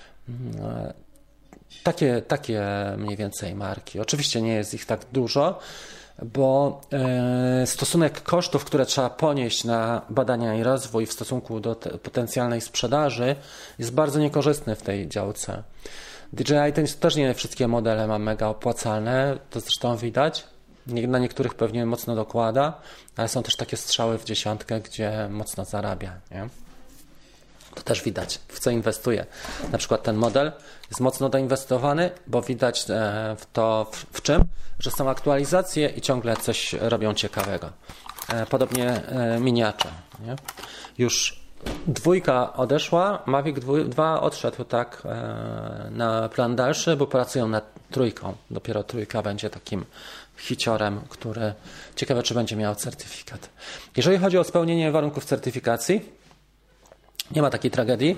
Speaker 1: Takie mniej więcej marki. Oczywiście nie jest ich tak dużo, bo stosunek kosztów, które trzeba ponieść na badania i rozwój w stosunku do potencjalnej sprzedaży jest bardzo niekorzystny w tej działce. DJI to też nie wszystkie modele ma mega opłacalne, to zresztą widać. Na niektórych pewnie mocno dokłada, ale są też takie strzały w dziesiątkę, gdzie mocno zarabia. Nie? To też widać, w co inwestuje. Na przykład ten model jest mocno doinwestowany, bo widać w to, w czym, że są aktualizacje i ciągle coś robią ciekawego. Podobnie miniacze. Nie? Już 2 odeszła, Mavic 2 odszedł tak na plan dalszy, bo pracują nad 3. Dopiero 3 będzie takim hiciorem, który ciekawe, czy będzie miał certyfikat. Jeżeli chodzi o spełnienie warunków certyfikacji, nie ma takiej tragedii.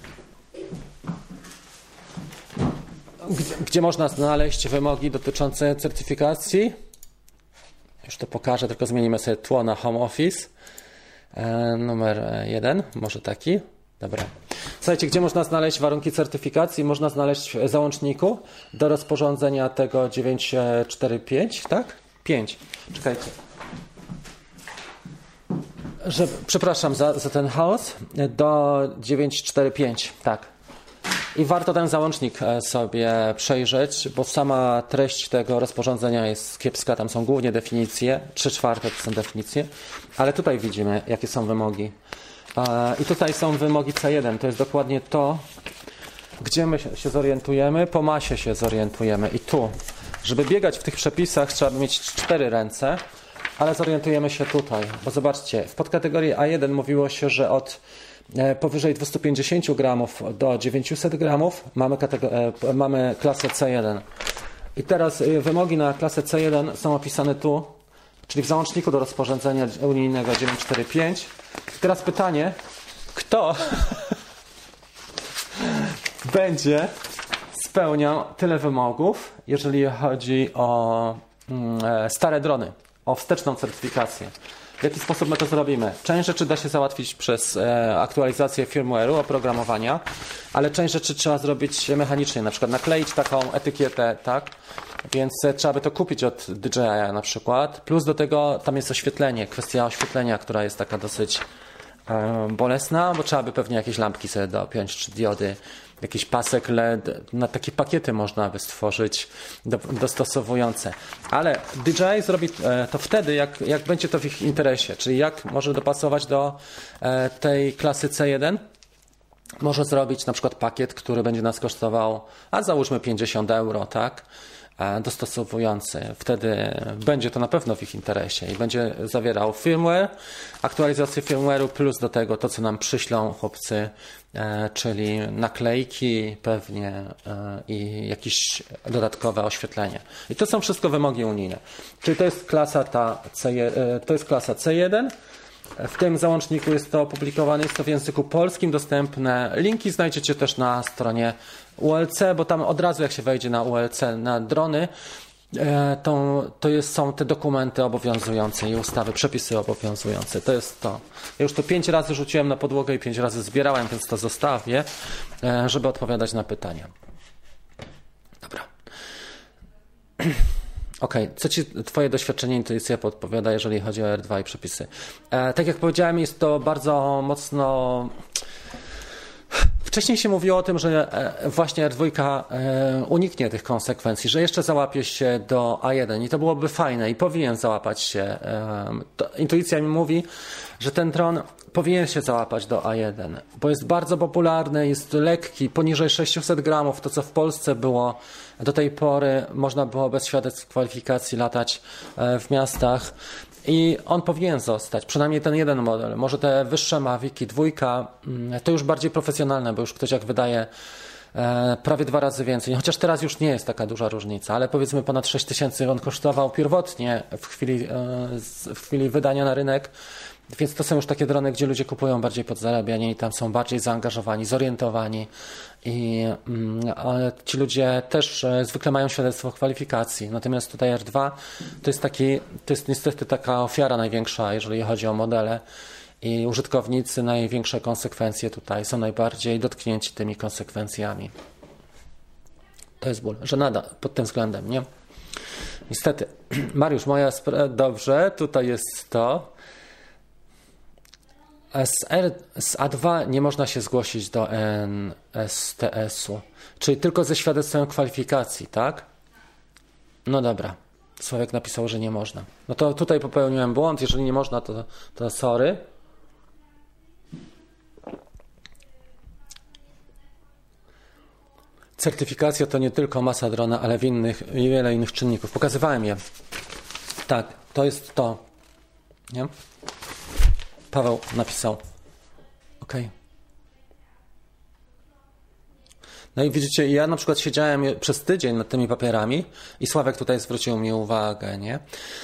Speaker 1: Gdzie można znaleźć wymogi dotyczące certyfikacji? Już to pokażę, tylko zmienimy sobie tło na Home Office. Numer 1, może taki. Dobra. Słuchajcie, gdzie można znaleźć warunki certyfikacji? Można znaleźć w załączniku do rozporządzenia tego 945, tak? 5. Czekajcie. Przepraszam za ten chaos, do 9.4.5, tak. I warto ten załącznik sobie przejrzeć, bo sama treść tego rozporządzenia jest kiepska. Tam są głównie definicje, 3/4 to są definicje, ale tutaj widzimy, jakie są wymogi. I tutaj są wymogi C1, to jest dokładnie to, gdzie my się zorientujemy, po masie się zorientujemy. I tu, żeby biegać w tych przepisach, trzeba mieć 4 ręce, ale zorientujemy się tutaj, bo zobaczcie, w podkategorii A1 mówiło się, że od powyżej 250 gramów do 900 gramów mamy klasę C1. I teraz wymogi na klasę C1 są opisane tu, czyli w załączniku do rozporządzenia unijnego 945. I teraz pytanie, kto będzie spełniał tyle wymogów, jeżeli chodzi o stare drony, o wsteczną certyfikację. W jaki sposób my to zrobimy? Część rzeczy da się załatwić przez aktualizację firmware'u, oprogramowania, ale część rzeczy trzeba zrobić mechanicznie, na przykład nakleić taką etykietę, tak? Więc trzeba by to kupić od DJI na przykład. Plus do tego tam jest oświetlenie, kwestia oświetlenia, która jest taka dosyć bolesna, bo trzeba by pewnie jakieś lampki sobie dopiąć, czy diody, jakiś pasek LED, na takie pakiety można by stworzyć dostosowujące. Ale DJI zrobi to wtedy, jak będzie to w ich interesie, czyli jak może dopasować do tej klasy C1. Może zrobić na przykład pakiet, który będzie nas kosztował, a załóżmy 50 euro, tak? Dostosowujący. Wtedy będzie to na pewno w ich interesie i będzie zawierał firmware, aktualizację firmware'u plus do tego to, co nam przyślą chłopcy, czyli naklejki pewnie i jakieś dodatkowe oświetlenie. I to są wszystko wymogi unijne. Czyli to jest klasa klasa C1. W tym załączniku jest to opublikowane, jest to w języku polskim dostępne. Linki znajdziecie też na stronie ULC, bo tam od razu jak się wejdzie na ULC, na drony, są te dokumenty obowiązujące i ustawy, przepisy obowiązujące. To jest to. Ja już to 5 razy rzuciłem na podłogę i 5 razy zbierałem, więc to zostawię, żeby odpowiadać na pytania. Dobra. Okej, co Ci Twoje doświadczenie, intuicja podpowiada, jeżeli chodzi o R2 i przepisy? Tak jak powiedziałem, jest to bardzo mocno... Wcześniej się mówiło o tym, że właśnie R2 uniknie tych konsekwencji, że jeszcze załapie się do A1 i to byłoby fajne i powinien załapać się. Intuicja mi mówi, że ten dron powinien się załapać do A1, bo jest bardzo popularny, jest lekki, poniżej 600 gramów, to co w Polsce było do tej pory, można było bez świadectw kwalifikacji latać w miastach. I on powinien zostać, przynajmniej ten jeden model. Może te wyższe Maviki, 2, to już bardziej profesjonalne, bo już ktoś jak wydaje prawie 2 razy więcej. Chociaż teraz już nie jest taka duża różnica, ale powiedzmy ponad 6 tysięcy on kosztował pierwotnie w chwili wydania na rynek. Więc to są już takie drony, gdzie ludzie kupują bardziej pod zarabianie i tam są bardziej zaangażowani, zorientowani i ci ludzie też zwykle mają świadectwo kwalifikacji. Natomiast tutaj R2 to jest niestety taka ofiara największa, jeżeli chodzi o modele i użytkownicy największe konsekwencje tutaj są najbardziej dotknięci tymi konsekwencjami. To jest ból, żenada pod tym względem, nie? Niestety. Mariusz, dobrze, tutaj jest to. Z A2 nie można się zgłosić do NSTS-u, czyli tylko ze świadectwem kwalifikacji, tak? No dobra, Sławek napisał, że nie można. No to tutaj popełniłem błąd, jeżeli nie można, to sorry. Certyfikacja to nie tylko masa drona, ale wiele innych czynników. Pokazywałem je. Tak, to jest to. Nie? Paweł napisał. OK. No i widzicie, ja na przykład siedziałem przez tydzień nad tymi papierami i Sławek tutaj zwrócił mi uwagę, nie?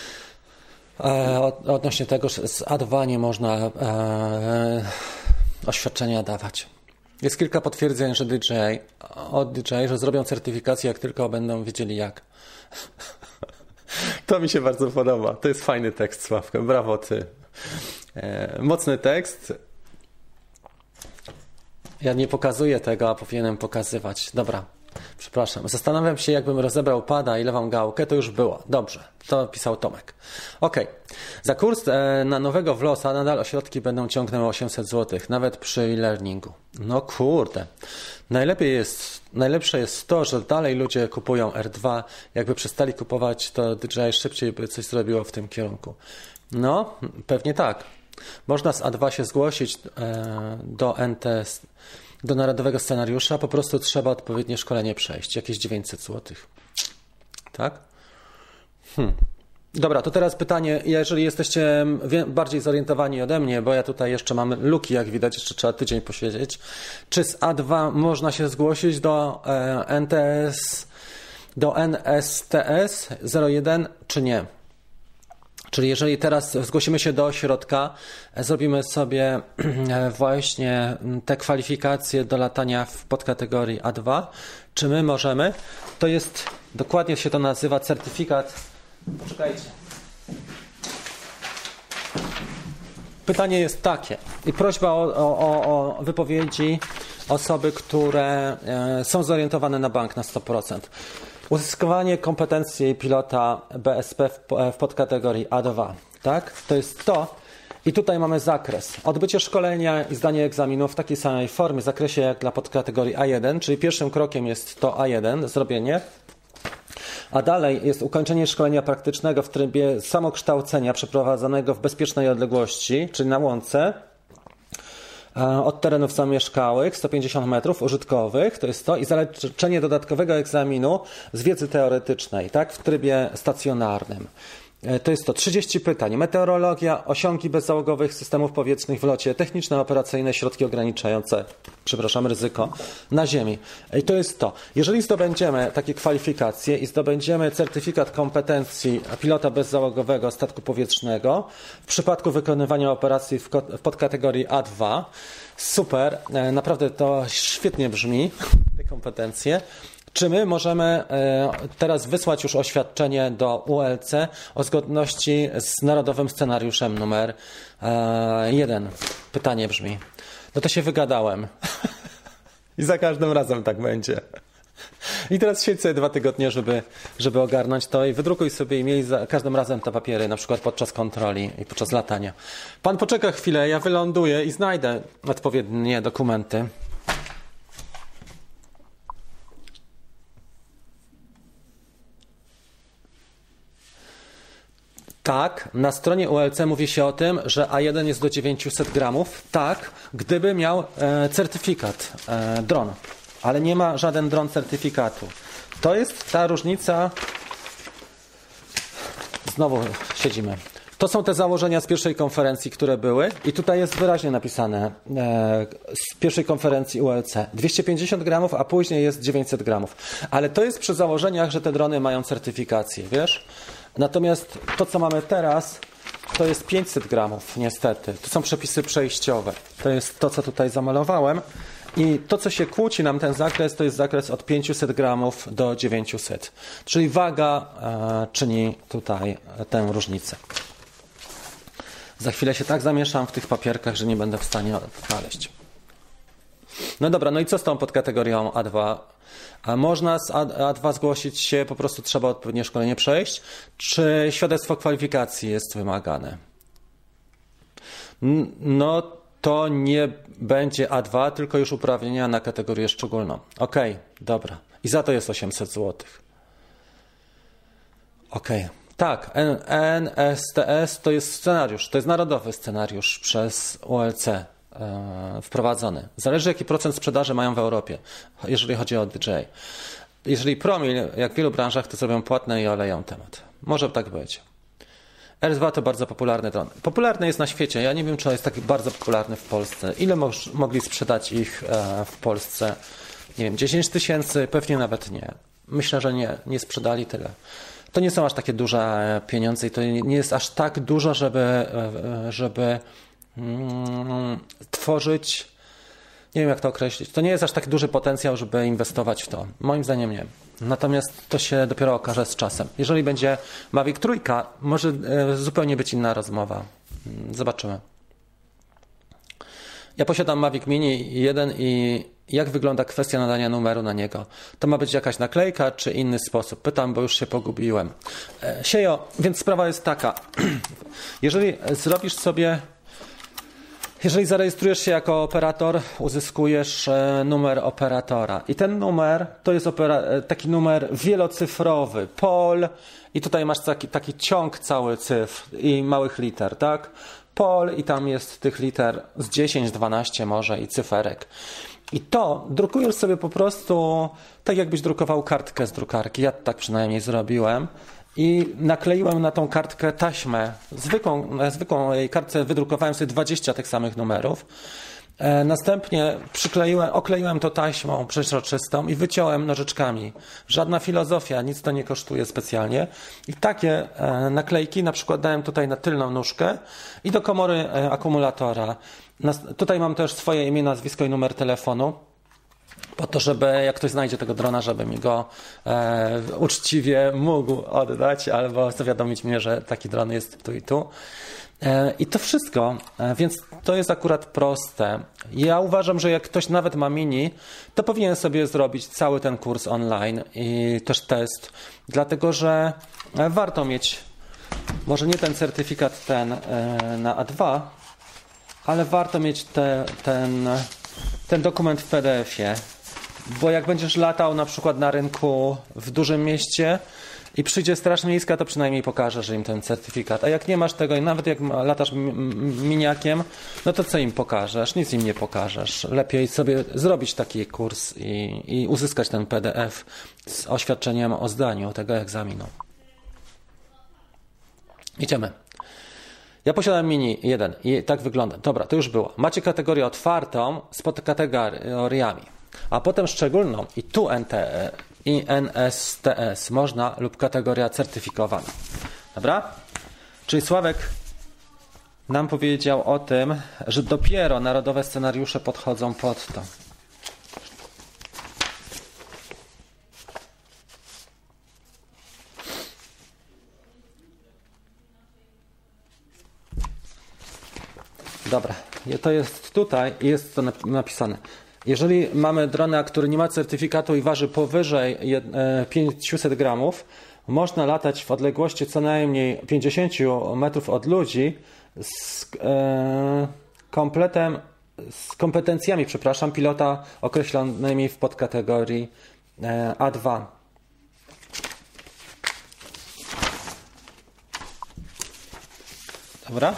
Speaker 1: Odnośnie tego, że z A2 nie można oświadczenia dawać. Jest kilka potwierdzeń, że DJI, że zrobią certyfikację, jak tylko będą wiedzieli jak. To mi się bardzo podoba. To jest fajny tekst, Sławko. Brawo ty. Mocny tekst. Ja nie pokazuję tego, a powinienem pokazywać. Dobra. Przepraszam. Zastanawiam się, jakbym rozebrał pada i lewą gałkę, to już było. Dobrze, to pisał Tomek. Okej. Za kurs na nowego WLOS-a nadal ośrodki będą ciągnęły 800 zł, nawet przy e-learningu. No kurde. Najlepsze jest to, że dalej ludzie kupują R2. Jakby przestali kupować, to DJI szybciej by coś zrobiło w tym kierunku. No, pewnie tak. Można z A2 się zgłosić do NTS, do narodowego scenariusza, po prostu trzeba odpowiednie szkolenie przejść, jakieś 900 zł. Tak? Dobra, to teraz pytanie, jeżeli jesteście bardziej zorientowani ode mnie, bo ja tutaj jeszcze mam luki, jak widać, jeszcze trzeba tydzień posiedzieć. Czy z A2 można się zgłosić do NSTS 01, czy nie? Czyli jeżeli teraz zgłosimy się do ośrodka, zrobimy sobie właśnie te kwalifikacje do latania w podkategorii A2, czy my możemy? To jest, dokładnie się to nazywa certyfikat. Poczekajcie. Pytanie jest takie i prośba o wypowiedzi osoby, które są zorientowane na bank na 100%. Uzyskiwanie kompetencji pilota BSP w podkategorii A2, tak? To jest to. I tutaj mamy zakres. Odbycie szkolenia i zdanie egzaminu w takiej samej formie, zakresie jak dla podkategorii A1, czyli pierwszym krokiem jest to A1, zrobienie. A dalej jest ukończenie szkolenia praktycznego w trybie samokształcenia przeprowadzonego w bezpiecznej odległości, czyli na łące, od terenów zamieszkałych, 150 metrów użytkowych, to jest to, i zaleczenie dodatkowego egzaminu z wiedzy teoretycznej, tak, w trybie stacjonarnym. To jest to 30 pytań. Meteorologia, osiągi bezzałogowych systemów powietrznych w locie, techniczne, operacyjne, środki ograniczające, ryzyko na ziemi. I to jest to. Jeżeli zdobędziemy takie kwalifikacje i zdobędziemy certyfikat kompetencji pilota bezzałogowego statku powietrznego w przypadku wykonywania operacji w podkategorii A2, super, naprawdę to świetnie brzmi, te kompetencje. Czy my możemy teraz wysłać już oświadczenie do ULC o zgodności z narodowym scenariuszem numer 1? Pytanie brzmi. No to się wygadałem. I za każdym razem tak będzie. I teraz siedź sobie 2 tygodnie, żeby ogarnąć to i wydrukuj sobie i miej za każdym razem te papiery, na przykład podczas kontroli i podczas latania. Pan poczeka chwilę, ja wyląduję i znajdę odpowiednie dokumenty. Tak, na stronie ULC mówi się o tym, że A1 jest do 900 gramów. Tak, gdyby miał certyfikat dron, ale nie ma żaden dron certyfikatu. To jest ta różnica. Znowu siedzimy. To są te założenia z pierwszej konferencji, które były i tutaj jest wyraźnie napisane z pierwszej konferencji ULC 250 gramów, a później jest 900 gramów. Ale to jest przy założeniach, że te drony mają certyfikację, wiesz? Natomiast to, co mamy teraz, to jest 500 gramów, niestety. To są przepisy przejściowe. To jest to, co tutaj zamalowałem. I to, co się kłóci nam ten zakres, to jest zakres od 500 gramów do 900. Czyli waga czyni tutaj tę różnicę. Za chwilę się tak zamieszam w tych papierkach, że nie będę w stanie znaleźć. No dobra, no i co z tą podkategorią A2? A można z A2 zgłosić się, po prostu trzeba odpowiednie szkolenie przejść, czy świadectwo kwalifikacji jest wymagane? No to nie będzie A2, tylko już uprawnienia na kategorię szczególną. Okej, dobra. I za to jest 800 zł. Okej. Tak, NSTS to jest scenariusz, to jest narodowy scenariusz przez ULC wprowadzony. Zależy, jaki procent sprzedaży mają w Europie, jeżeli chodzi o DJI. Jeżeli promil, jak w wielu branżach, to zrobią płatne i oleją temat. Może tak być. R2 to bardzo popularny dron. Popularny jest na świecie. Ja nie wiem, czy on jest taki bardzo popularny w Polsce. Ile mogli sprzedać ich w Polsce? Nie wiem, 10 000? Pewnie nawet nie. Myślę, że nie sprzedali tyle. To nie są aż takie duże pieniądze i to nie jest aż tak dużo, żeby tworzyć, nie wiem jak to określić, to nie jest aż tak duży potencjał, żeby inwestować w to. Moim zdaniem nie. Natomiast to się dopiero okaże z czasem. Jeżeli będzie Mavic 3, może zupełnie być inna rozmowa. Zobaczymy. Ja posiadam Mavic Mini 1 i jak wygląda kwestia nadania numeru na niego? To ma być jakaś naklejka, czy inny sposób? Pytam, bo już się pogubiłem. Siejo, więc sprawa jest taka. Jeżeli zarejestrujesz się jako operator, uzyskujesz numer operatora. I ten numer to jest taki numer wielocyfrowy, POL, i tutaj masz taki ciąg cały cyfr i małych liter, tak? POL i tam jest tych liter z 10, 12 może i cyferek. I to drukujesz sobie po prostu tak, jakbyś drukował kartkę z drukarki. Ja tak przynajmniej zrobiłem. I nakleiłem na tą kartkę taśmę. Na zwykłą kartce wydrukowałem sobie 20 tych samych numerów. Następnie okleiłem to taśmą przeźroczystą i wyciąłem nożyczkami. Żadna filozofia, nic to nie kosztuje specjalnie. I takie naklejki na przykład dałem tutaj na tylną nóżkę i do komory akumulatora. Tutaj mam też swoje imię, nazwisko i numer telefonu. Po to, żeby jak ktoś znajdzie tego drona, żeby mi go uczciwie mógł oddać albo zawiadomić mnie, że taki dron jest tu i tu. I to wszystko, więc to jest akurat proste. Ja uważam, że jak ktoś nawet ma mini, to powinien sobie zrobić cały ten kurs online i też test, dlatego że warto mieć, może nie ten certyfikat na A2, ale warto mieć ten dokument w PDF-ie, bo jak będziesz latał na przykład na rynku w dużym mieście i przyjdzie Straż Miejska, to przynajmniej pokażesz im ten certyfikat. A jak nie masz tego i nawet jak latasz miniakiem, no to co im pokażesz? Nic im nie pokażesz. Lepiej sobie zrobić taki kurs i uzyskać ten PDF z oświadczeniem o zdaniu tego egzaminu. Idziemy. Ja posiadam Mini 1 i tak wygląda. Dobra, to już było. Macie kategorię otwartą z podkategoriami, a potem szczególną i tu NTE i NSTS można lub kategoria certyfikowana. Dobra? Czyli Sławek nam powiedział o tym, że dopiero narodowe scenariusze podchodzą pod to. Dobra, to jest tutaj i jest to napisane. Jeżeli mamy drona, który nie ma certyfikatu i waży powyżej 500 gramów, można latać w odległości co najmniej 50 metrów od ludzi z kompetencjami, pilota określonymi w podkategorii A2. Dobra?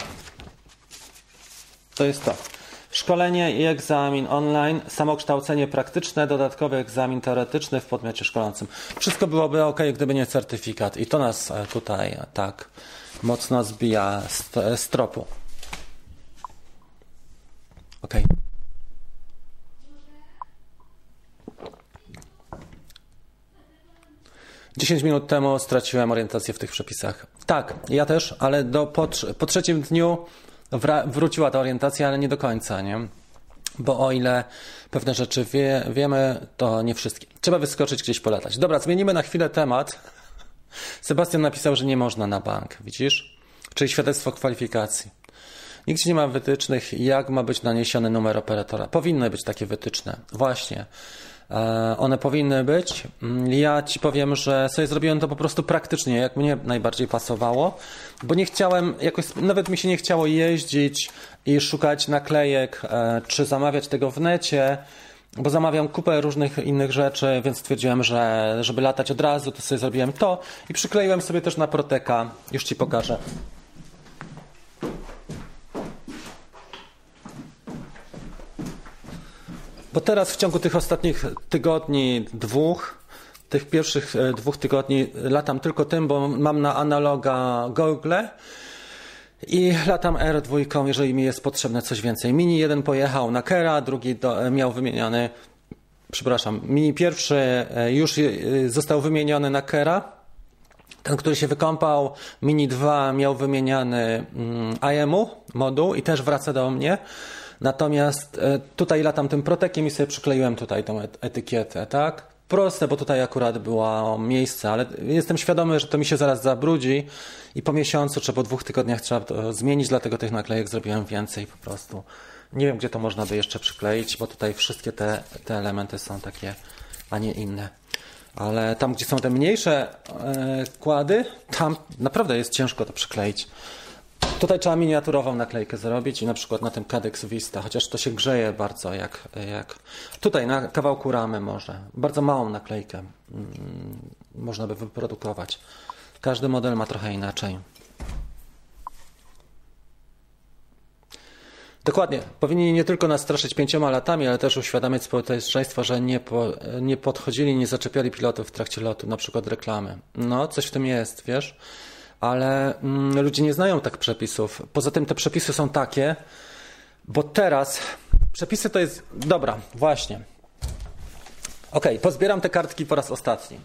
Speaker 1: To jest to. Szkolenie i egzamin online, samokształcenie praktyczne, dodatkowy egzamin teoretyczny w podmiocie szkolącym. Wszystko byłoby ok, gdyby nie certyfikat. I to nas tutaj tak mocno zbija z tropu. Ok. Dziesięć minut temu straciłem orientację w tych przepisach. Tak, ja też, ale po trzecim dniu wróciła ta orientacja, ale nie do końca, nie? Bo o ile pewne rzeczy wiemy, to nie wszystkie. Trzeba wyskoczyć gdzieś polatać. Dobra, zmienimy na chwilę temat. Sebastian napisał, że nie można na bank, widzisz? Czyli świadectwo kwalifikacji. Nigdzie nie ma wytycznych, jak ma być naniesiony numer operatora. Powinny być takie wytyczne. Właśnie. One powinny być. Ja ci powiem, że sobie zrobiłem to po prostu praktycznie, jak mnie najbardziej pasowało, bo nie chciałem, nawet mi się nie chciało jeździć i szukać naklejek, czy zamawiać tego w necie, bo zamawiam kupę różnych innych rzeczy, więc stwierdziłem, że żeby latać od razu, to sobie zrobiłem to i przykleiłem sobie też na Proteka. Już ci pokażę. Bo teraz w ciągu tych ostatnich tygodni, tych pierwszych 2 tygodni latam tylko tym, bo mam na analoga Google i latam R2, jeżeli mi jest potrzebne coś więcej. Mini 1 pojechał na Kera, drugi miał wymieniony, Mini pierwszy już został wymieniony na Kera. Ten, który się wykąpał, Mini 2 miał wymieniany IM-u, moduł i też wraca do mnie. Natomiast tutaj latam tym Protekiem i sobie przykleiłem tutaj tą etykietę, tak? proste, bo tutaj akurat było miejsce, ale jestem świadomy, że to mi się zaraz zabrudzi i po miesiącu czy po 2 tygodniach trzeba to zmienić, dlatego tych naklejek zrobiłem więcej po prostu. Nie wiem, gdzie to można by jeszcze przykleić, bo tutaj wszystkie te elementy są takie, a nie inne. Ale tam, gdzie są te mniejsze kłady, tam naprawdę jest ciężko to przykleić. Tutaj trzeba miniaturową naklejkę zrobić i na przykład na tym Cadex Vista, chociaż to się grzeje bardzo, jak tutaj na kawałku ramy może. Bardzo małą naklejkę można by wyprodukować. Każdy model ma trochę inaczej. Dokładnie. Powinni nie tylko nas straszyć 5 latami, ale też uświadamiać społeczeństwo, że nie podchodzili, nie zaczepiali pilotów w trakcie lotu, na przykład reklamy. No, coś w tym jest, wiesz? Ale ludzie nie znają tak przepisów. Poza tym te przepisy są takie, bo teraz przepisy to jest... Dobra, właśnie. Okej, pozbieram te kartki po raz ostatni.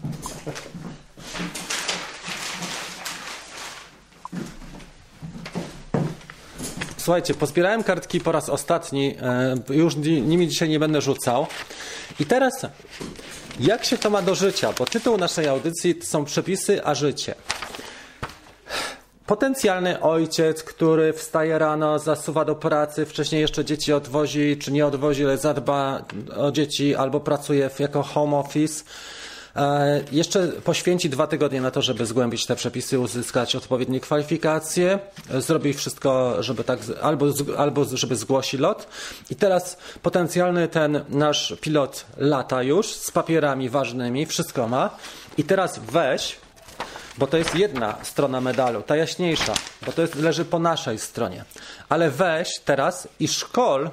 Speaker 1: Słuchajcie, pozbierałem kartki po raz ostatni, już nimi dzisiaj nie będę rzucał. I teraz, jak się to ma do życia? Bo tytuł naszej audycji to są przepisy, a życie. Potencjalny ojciec, który wstaje rano, zasuwa do pracy, wcześniej jeszcze dzieci odwozi, czy nie odwozi, ale zadba o dzieci, albo pracuje jako home office. Jeszcze poświęci 2 tygodnie na to, żeby zgłębić te przepisy, uzyskać odpowiednie kwalifikacje, zrobi wszystko, żeby tak, albo żeby zgłosi lot. I teraz potencjalny ten nasz pilot lata już z papierami ważnymi, wszystko ma. I teraz weź, bo to jest jedna strona medalu, ta jaśniejsza, bo to leży po naszej stronie. Ale weź teraz i szkól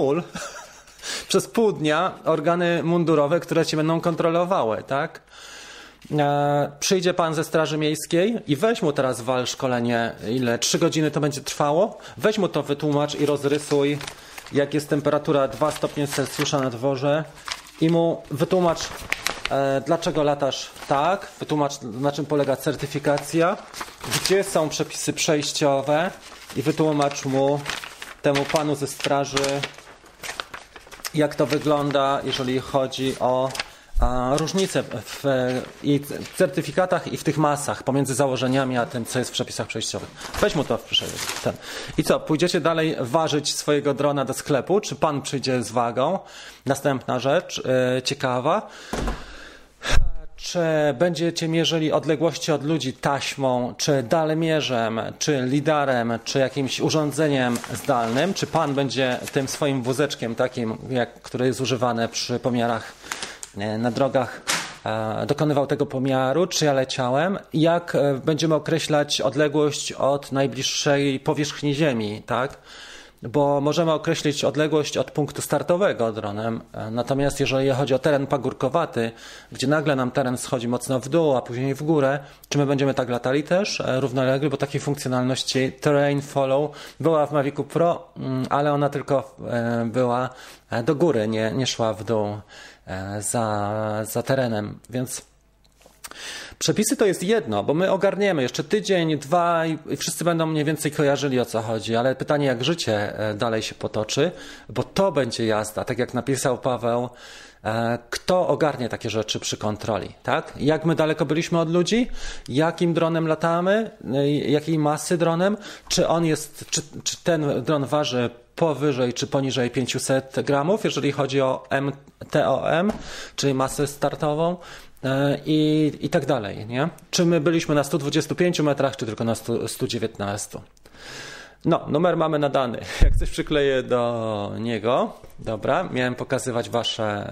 Speaker 1: przez pół dnia organy mundurowe, które cię będą kontrolowały, tak? Przyjdzie pan ze Straży Miejskiej i weź mu teraz wal szkolenie, ile? 3 godziny to będzie trwało? Weź mu to wytłumacz i rozrysuj, jak jest temperatura 2 stopnie Celsjusza na dworze i mu wytłumacz, dlaczego latasz tak, wytłumacz, na czym polega certyfikacja, gdzie są przepisy przejściowe i wytłumacz mu, temu panu ze straży, jak to wygląda, jeżeli chodzi o różnice w certyfikatach i w tych masach pomiędzy założeniami a tym, co jest w przepisach przejściowych. Weź mu to ten. I co, pójdziecie dalej ważyć swojego drona do sklepu, czy pan przyjdzie z wagą? Następna rzecz, ciekawa. Czy będziecie mierzyli odległości od ludzi taśmą, czy dalmierzem, czy lidarem, czy jakimś urządzeniem zdalnym? Czy pan będzie tym swoim wózeczkiem takim, które jest używane przy pomiarach na drogach, dokonywał tego pomiaru, czy ja leciałem? Jak będziemy określać odległość od najbliższej powierzchni Ziemi, tak? Bo możemy określić odległość od punktu startowego dronem, natomiast jeżeli chodzi o teren pagórkowaty, gdzie nagle nam teren schodzi mocno w dół, a później w górę, czy my będziemy tak latali też równolegle, bo takiej funkcjonalności Terrain Follow była w Mavicu Pro, ale ona tylko była do góry, nie szła w dół za terenem, więc przepisy to jest jedno, bo my ogarniemy jeszcze tydzień, 2 i wszyscy będą mniej więcej kojarzyli, o co chodzi, ale pytanie, jak życie dalej się potoczy, bo to będzie jazda, tak jak napisał Paweł, kto ogarnie takie rzeczy przy kontroli, tak? Jak my daleko byliśmy od ludzi, jakim dronem latamy, jakiej masy dronem, czy on jest, czy ten dron waży powyżej czy poniżej 500 gramów, jeżeli chodzi o TOM, czyli masę startową, i tak dalej, nie? Czy my byliśmy na 125 metrach, czy tylko na 119? No, numer mamy nadany. Jak coś przykleję do niego. Dobra, miałem pokazywać wasze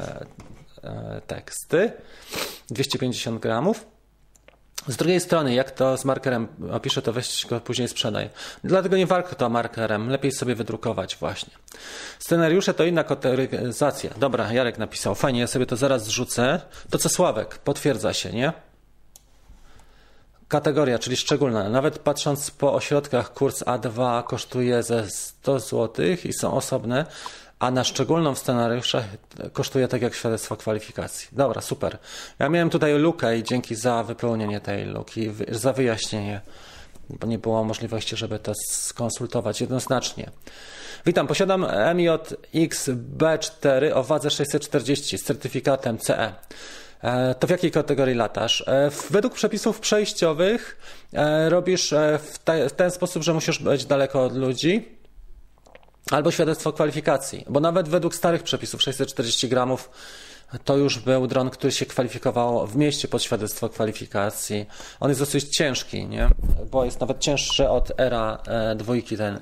Speaker 1: teksty. 250 gramów. Z drugiej strony, jak to z markerem opiszę, to weź go później sprzedaj. Dlatego nie warto markerem, lepiej sobie wydrukować właśnie. Scenariusze to inna kategoryzacja. Dobra, Jarek napisał, fajnie, ja sobie to zaraz zrzucę. To co Sławek, potwierdza się, nie? Kategoria, czyli szczególna. Nawet patrząc po ośrodkach, kurs A2 kosztuje ze 100 zł i są osobne, a na szczególną w scenariuszach kosztuje tak jak świadectwo kwalifikacji. Dobra, super. Ja miałem tutaj lukę i dzięki za wypełnienie tej luki, za wyjaśnienie, bo nie było możliwości, żeby to skonsultować jednoznacznie. Witam, posiadam MJX B4 o wadze 640 z certyfikatem CE. To w jakiej kategorii latasz? Według przepisów przejściowych robisz w ten sposób, że musisz być daleko od ludzi, albo świadectwo kwalifikacji, bo nawet według starych przepisów 640 gramów to już był dron, który się kwalifikował w mieście pod świadectwo kwalifikacji. On jest dosyć ciężki, nie? Bo jest nawet cięższy od Era dwójki, ten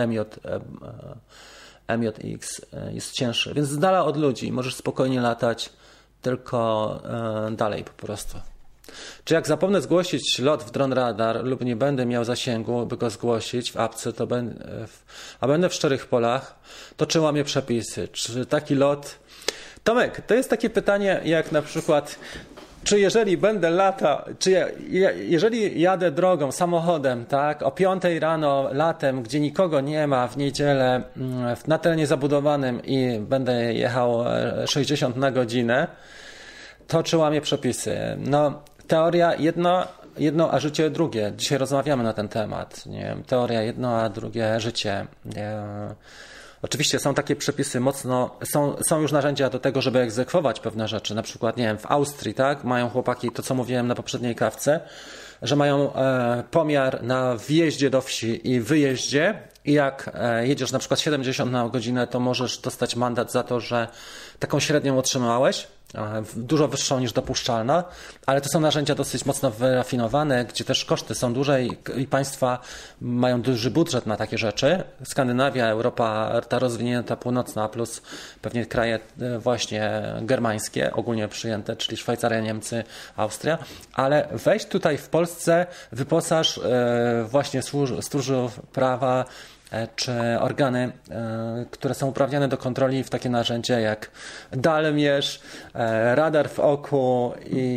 Speaker 1: MJX jest cięższy, więc z dala od ludzi możesz spokojnie latać, tylko dalej po prostu. Czy jak zapomnę zgłosić lot w dron radar lub nie będę miał zasięgu, by go zgłosić w apce, a będę w szczerych polach, to czy łamię przepisy? Czy taki lot... Tomek, to jest takie pytanie jak na przykład, czy jeżeli będę latał, jeżeli jadę drogą, samochodem, tak, o 5 rano latem, gdzie nikogo nie ma w niedzielę na terenie zabudowanym i będę jechał 60 na godzinę, to czy łamię przepisy? No, teoria jedno, a życie drugie. Dzisiaj rozmawiamy na ten temat. Nie wiem, teoria jedno, a drugie życie. Oczywiście są takie przepisy są już narzędzia do tego, żeby egzekwować pewne rzeczy. Na przykład, nie wiem, w Austrii, tak, mają chłopaki, to co mówiłem na poprzedniej kawce, że mają pomiar na wjeździe do wsi i wyjeździe i jak jedziesz na przykład 70 na godzinę, to możesz dostać mandat za to, że taką średnią otrzymałeś, dużo wyższą niż dopuszczalna, ale to są narzędzia dosyć mocno wyrafinowane, gdzie też koszty są duże i państwa mają duży budżet na takie rzeczy. Skandynawia, Europa, ta rozwinięta północna, plus pewnie kraje właśnie germańskie, ogólnie przyjęte, czyli Szwajcaria, Niemcy, Austria, ale weź tutaj w Polsce, wyposaż właśnie stróżów prawa, czy organy, które są uprawnione do kontroli w takie narzędzie jak dalmierz, radar w oku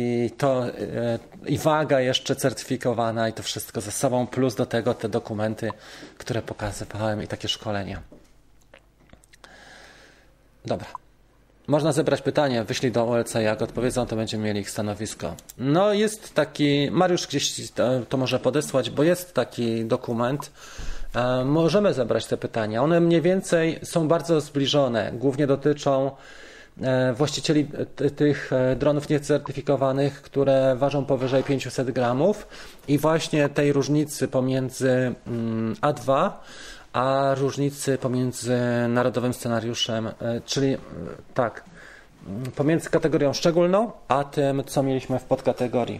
Speaker 1: i waga jeszcze certyfikowana i to wszystko ze sobą, plus do tego te dokumenty, które pokazywałem i takie szkolenia. Dobra. Można zebrać pytanie, wyślij do OLC, jak odpowiedzą, to będziemy mieli ich stanowisko. No jest taki, Mariusz gdzieś to może podesłać, bo jest taki dokument. Możemy zebrać te pytania. One mniej więcej są bardzo zbliżone. Głównie dotyczą właścicieli tych dronów niecertyfikowanych, które ważą powyżej 500 gramów i właśnie tej różnicy pomiędzy A2 a różnicy pomiędzy narodowym scenariuszem, czyli tak, pomiędzy kategorią szczególną, a tym, co mieliśmy w podkategorii.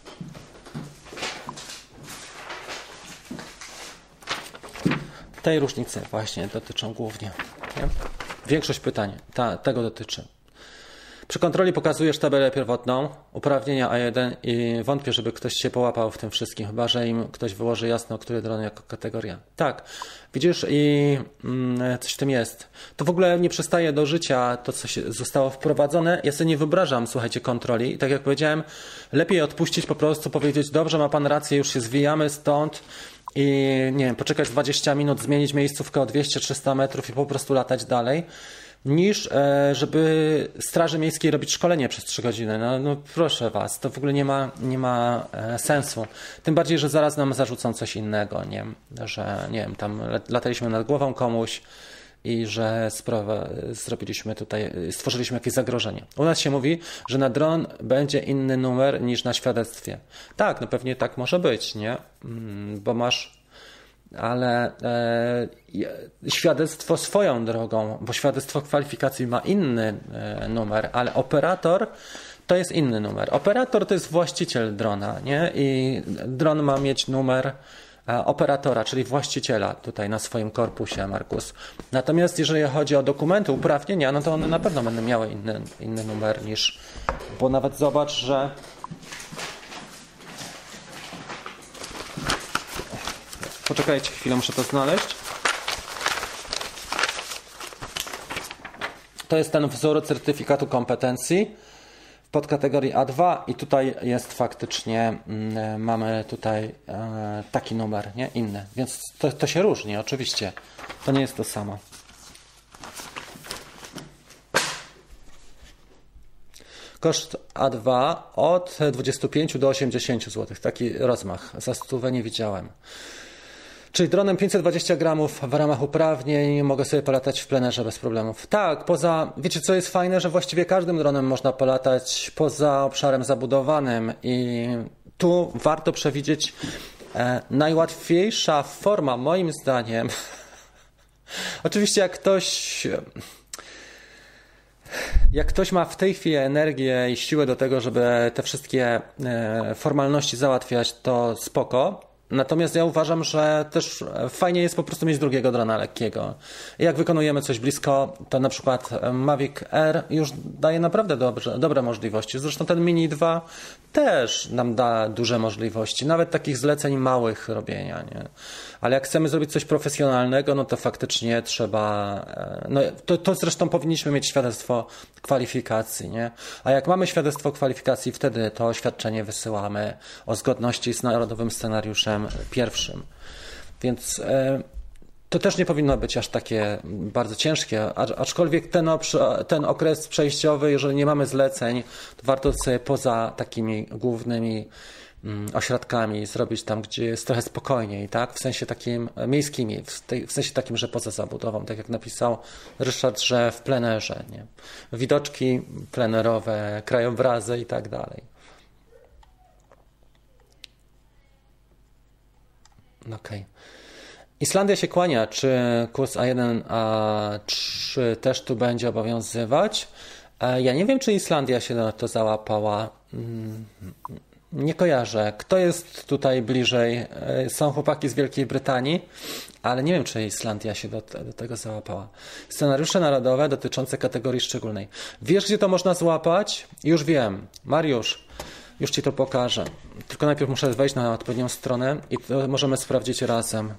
Speaker 1: Tej różnicy właśnie dotyczą głównie. Nie? Większość pytań tego dotyczy. Przy kontroli pokazujesz tabelę pierwotną, uprawnienia A1 i wątpię, żeby ktoś się połapał w tym wszystkim, chyba że im ktoś wyłoży jasno, który dron jako kategoria. Tak, widzisz i coś w tym jest. To w ogóle nie przystaje do życia to, co się zostało wprowadzone. Ja sobie nie wyobrażam, słuchajcie, kontroli. I tak jak powiedziałem, lepiej odpuścić, po prostu powiedzieć, dobrze, ma pan rację, już się zwijamy stąd i nie wiem, poczekać 20 minut, zmienić miejscówkę o 200-300 metrów i po prostu latać dalej, niż żeby Straży Miejskiej robić szkolenie przez 3 godziny. No proszę was, to w ogóle nie ma sensu. Tym bardziej, że zaraz nam zarzucą coś innego, nie? Że nie wiem, tam lataliśmy nad głową komuś i że stworzyliśmy jakieś zagrożenie. U nas się mówi, że na dron będzie inny numer niż na świadectwie. Tak, no pewnie tak może być, nie? Bo masz ale świadectwo swoją drogą, bo świadectwo kwalifikacji ma inny numer, ale operator to jest inny numer. Operator to jest właściciel drona, nie? I dron ma mieć numer operatora, czyli właściciela tutaj na swoim korpusie, Markus. Natomiast jeżeli chodzi o dokumenty, uprawnienia, no to one na pewno będą miały inny numer niż, bo nawet zobacz, że poczekajcie chwilę, muszę to znaleźć. To jest ten wzór certyfikatu kompetencji w podkategorii A2 i tutaj jest faktycznie, mamy tutaj taki numer, nie? Inny. Więc to się różni, oczywiście. To nie jest to samo. Koszt A2 od 25 do 80 zł. Taki rozmach. Za 100 nie widziałem. Czyli dronem 520 gramów w ramach uprawnień mogę sobie polatać w plenerze bez problemów. Tak, wiecie co jest fajne, że właściwie każdym dronem można polatać poza obszarem zabudowanym i tu warto przewidzieć najłatwiejsza forma moim zdaniem. Oczywiście jak ktoś ma w tej chwili energię i siłę do tego, żeby te wszystkie formalności załatwiać, to spoko. Natomiast ja uważam, że też fajnie jest po prostu mieć drugiego drona lekkiego. I jak wykonujemy coś blisko, to na przykład Mavic Air już daje naprawdę dobre możliwości. Zresztą ten Mini 2 też nam da duże możliwości, nawet takich zleceń małych robienia, nie? Ale jak chcemy zrobić coś profesjonalnego, no to faktycznie trzeba, no to zresztą powinniśmy mieć świadectwo kwalifikacji, nie? A jak mamy świadectwo kwalifikacji, wtedy to oświadczenie wysyłamy o zgodności z narodowym scenariuszem pierwszym. Więc to też nie powinno być aż takie bardzo ciężkie, aczkolwiek ten okres przejściowy, jeżeli nie mamy zleceń, to warto sobie poza takimi głównymi ośrodkami zrobić tam, gdzie jest trochę spokojniej, tak? W sensie takim miejskimi, w sensie takim, że poza zabudową, tak jak napisał Ryszard, że w plenerze, nie? Widoczki plenerowe, krajobrazy i tak dalej. Okej. Islandia się kłania. Czy kurs A1, A3 też tu będzie obowiązywać? Ja nie wiem, czy Islandia się na to załapała. Nie kojarzę. Kto jest tutaj bliżej? Są chłopaki z Wielkiej Brytanii, ale nie wiem, czy Islandia się do tego załapała. Scenariusze narodowe dotyczące kategorii szczególnej. Wiesz, gdzie to można złapać? Już wiem. Mariusz, już Ci to pokażę. Tylko najpierw muszę wejść na odpowiednią stronę i to możemy sprawdzić razem.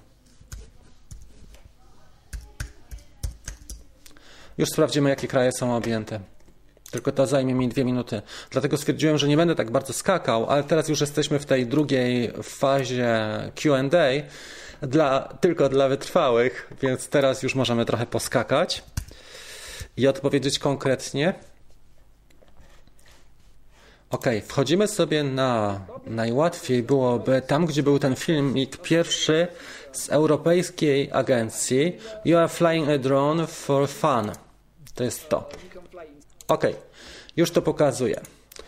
Speaker 1: Już sprawdzimy, jakie kraje są objęte. Tylko to zajmie mi 2 minuty. Dlatego stwierdziłem, że nie będę tak bardzo skakał, ale teraz już jesteśmy w tej drugiej fazie Q&A, tylko dla wytrwałych, więc teraz już możemy trochę poskakać i odpowiedzieć konkretnie. Wchodzimy sobie najłatwiej byłoby tam, gdzie był ten filmik pierwszy z europejskiej agencji You are flying a drone for fun. To jest to. Już to pokazuję.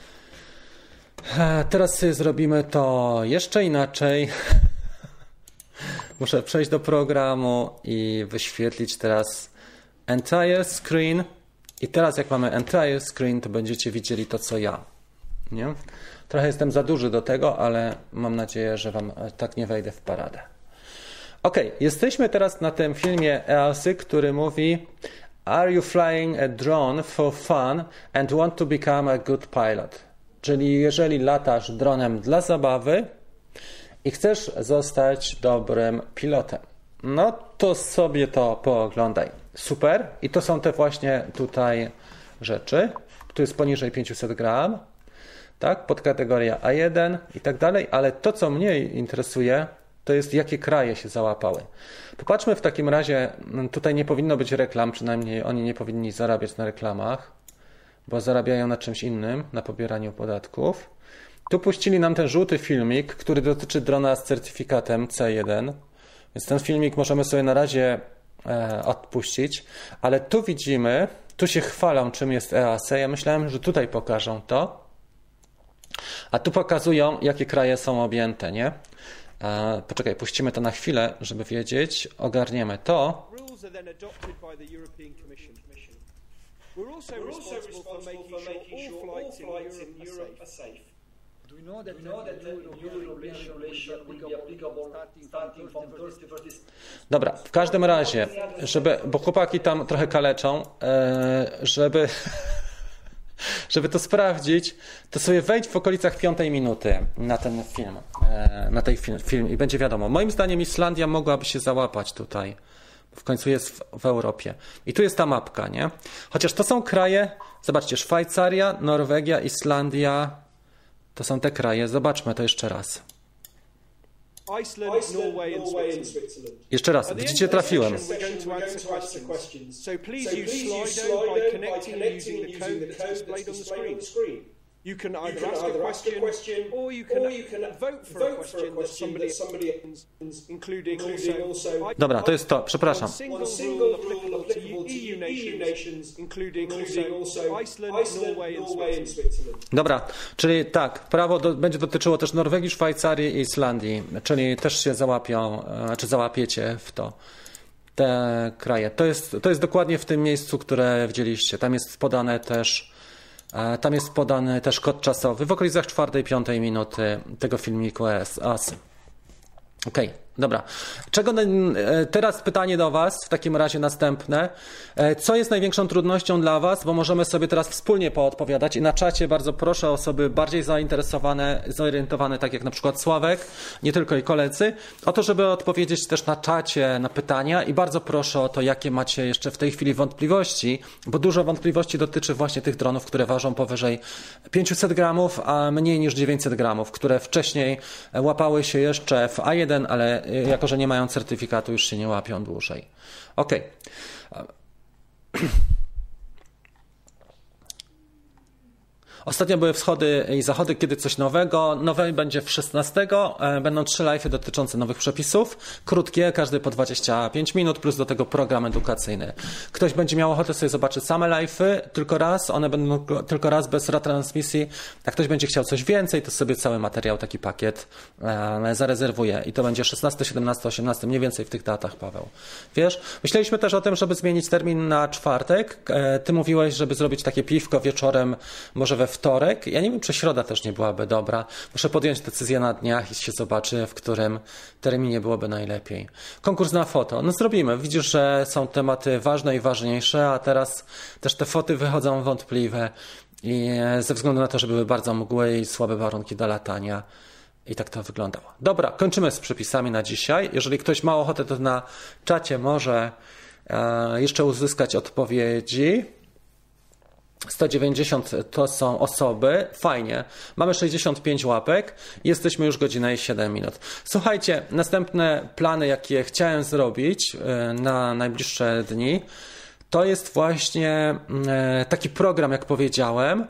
Speaker 1: Teraz sobie zrobimy to jeszcze inaczej. Muszę przejść do programu i wyświetlić teraz entire screen. I teraz jak mamy entire screen, to będziecie widzieli to, co ja. Nie? Trochę jestem za duży do tego, ale mam nadzieję, że Wam tak nie wejdę w paradę. Jesteśmy teraz na tym filmie EASY, który mówi Are you flying a drone for fun and want to become a good pilot? Czyli jeżeli latasz dronem dla zabawy i chcesz zostać dobrym pilotem. No to sobie to pooglądaj. Super. I to są te właśnie tutaj rzeczy. Tu jest poniżej 500 gram. Tak? Podkategoria A1 i tak dalej. Ale to, co mnie interesuje, to jest, jakie kraje się załapały. Popatrzmy w takim razie, tutaj nie powinno być reklam, przynajmniej oni nie powinni zarabiać na reklamach, bo zarabiają na czymś innym, na pobieraniu podatków. Tu puścili nam ten żółty filmik, który dotyczy drona z certyfikatem C1, więc ten filmik możemy sobie na razie odpuścić, ale tu widzimy, tu się chwalą, czym jest EASA. Ja myślałem, że tutaj pokażą to, a tu pokazują, jakie kraje są objęte, nie? Poczekaj, puścimy to na chwilę, żeby wiedzieć. Ogarniemy to. Dobra, w każdym razie, bo chłopaki tam trochę kaleczą, żeby to sprawdzić, to sobie wejdź w okolicach 5 minuty na ten film, na tej film i będzie wiadomo. Moim zdaniem Islandia mogłaby się załapać tutaj. W końcu jest w Europie. I tu jest ta mapka, nie? Chociaż to są kraje, zobaczcie, Szwajcaria, Norwegia, Islandia, to są te kraje. Zobaczmy to jeszcze raz.
Speaker 2: Iceland, Norway and Switzerland.
Speaker 1: Jeszcze raz, widzicie, trafiłem.
Speaker 2: So please use Slido by connecting and using the code that's displayed on the screen. You can either ask a question or you can vote for a question that somebody including also.
Speaker 1: Dobra, to jest to, przepraszam.
Speaker 2: One single rule applicable to EU nations, including also Iceland, Norway and Switzerland.
Speaker 1: Dobra, czyli tak, prawo będzie dotyczyło też Norwegii, Szwajcarii i Islandii, czyli też się załapią, czy załapiecie w to. Te kraje. To jest dokładnie w tym miejscu, które widzieliście. Tam jest podany też kod czasowy w okolicach 4-5 minuty tego filmiku ASY. Okej, dobra. Teraz pytanie do Was, w takim razie następne. Co jest największą trudnością dla Was? Bo możemy sobie teraz wspólnie poodpowiadać i na czacie bardzo proszę o osoby bardziej zainteresowane, zorientowane, tak jak na przykład Sławek, nie tylko i koledzy, o to, żeby odpowiedzieć też na czacie na pytania i bardzo proszę o to, jakie macie jeszcze w tej chwili wątpliwości, bo dużo wątpliwości dotyczy właśnie tych dronów, które ważą powyżej 500 gramów, a mniej niż 900 gramów, które wcześniej łapały się jeszcze w A1, ale jako że nie mają certyfikatu, już się nie łapią dłużej. Okej. Ostatnio były wschody i zachody, kiedy coś nowego. Nowe będzie w 16. Będą 3 live'y dotyczące nowych przepisów. Krótkie, każdy po 25 minut, plus do tego program edukacyjny. Ktoś będzie miał ochotę sobie zobaczyć same live'y tylko raz. One będą tylko raz bez retransmisji. Jak ktoś będzie chciał coś więcej, to sobie cały materiał, taki pakiet zarezerwuje. I to będzie 16, 17, 18, mniej więcej w tych datach, Paweł. Wiesz? Myśleliśmy też o tym, żeby zmienić termin na czwartek. Ty mówiłeś, żeby zrobić takie piwko wieczorem, może we wtorek. Ja nie wiem, czy środa też nie byłaby dobra. Muszę podjąć decyzję na dniach i się zobaczy, w którym terminie byłoby najlepiej. Konkurs na foto. No zrobimy. Widzisz, że są tematy ważne i ważniejsze, a teraz też te foty wychodzą wątpliwe i ze względu na to, że były bardzo mgłe i słabe warunki do latania. I tak to wyglądało. Dobra, kończymy z przepisami na dzisiaj. Jeżeli ktoś ma ochotę, to na czacie może jeszcze uzyskać odpowiedzi. 190 to są osoby. Fajnie. Mamy 65 łapek. Jesteśmy już godzinę i 7 minut. Słuchajcie, następne plany, jakie chciałem zrobić na najbliższe dni, to jest właśnie taki program, jak powiedziałem.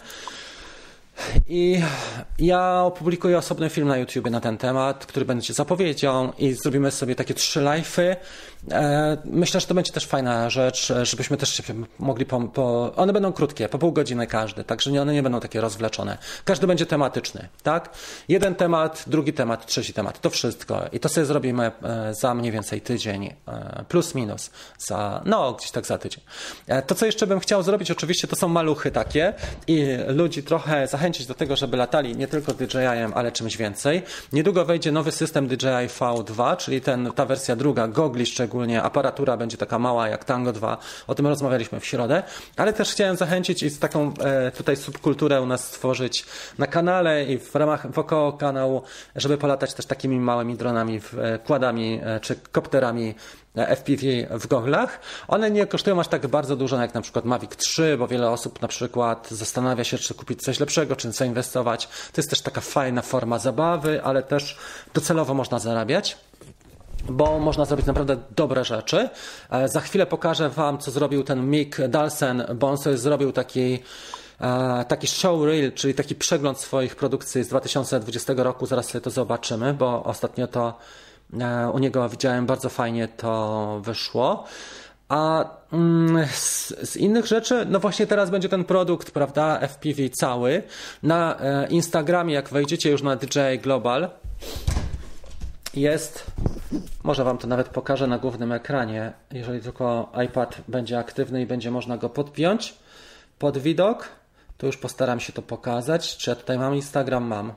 Speaker 1: I ja opublikuję osobny film na YouTubie na ten temat, który będzie zapowiedzią i zrobimy sobie takie 3 live'y. Myślę, że to będzie też fajna rzecz, żebyśmy też się mogli one będą krótkie, po pół godziny każdy, także one nie będą takie rozwleczone. Każdy będzie tematyczny, tak? Jeden temat, drugi temat, trzeci temat, to wszystko. I to sobie zrobimy za mniej więcej tydzień, plus minus, gdzieś tak za tydzień. To, co jeszcze bym chciał zrobić, oczywiście to są maluchy takie i ludzi trochę zachęcić do tego, żeby latali nie tylko DJI-em, ale czymś więcej. Niedługo wejdzie nowy system DJI V2, czyli ta wersja druga, gogli szczególnie, aparatura będzie taka mała jak Tango 2, o tym rozmawialiśmy w środę, ale też chciałem zachęcić i z taką tutaj subkulturę u nas stworzyć na kanale i wokoło kanału, żeby polatać też takimi małymi dronami, kładami czy kopterami FPV w goglach. One nie kosztują aż tak bardzo dużo jak na przykład Mavic 3, bo wiele osób na przykład zastanawia się, czy kupić coś lepszego, czy zainwestować. To jest też taka fajna forma zabawy, ale też docelowo można zarabiać, bo można zrobić naprawdę dobre rzeczy. Za chwilę pokażę Wam, co zrobił ten Mick Dalsen, bo on sobie zrobił taki show reel, czyli taki przegląd swoich produkcji z 2020 roku. Zaraz sobie to zobaczymy, bo ostatnio to u niego widziałem, bardzo fajnie to wyszło. A z innych rzeczy, no właśnie teraz będzie ten produkt, prawda, FPV cały. Na Instagramie, jak wejdziecie już na DJI Global, jest, może Wam to nawet pokażę na głównym ekranie, jeżeli tylko iPad będzie aktywny i będzie można go podpiąć pod widok, to już postaram się to pokazać. Czy ja tutaj mam Instagram? Mam.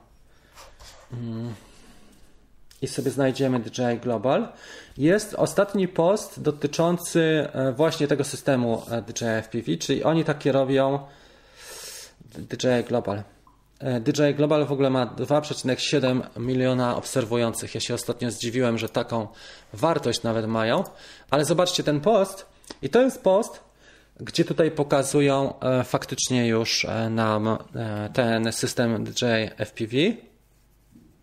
Speaker 1: I sobie znajdziemy DJI Global. Jest ostatni post dotyczący właśnie tego systemu DJI FPV, czyli oni takie robią DJI Global. DJI Global w ogóle ma 2,7 miliona obserwujących. Ja się ostatnio zdziwiłem, że taką wartość nawet mają. Ale zobaczcie ten post i to jest post, gdzie tutaj pokazują faktycznie już nam ten system DJI FPV.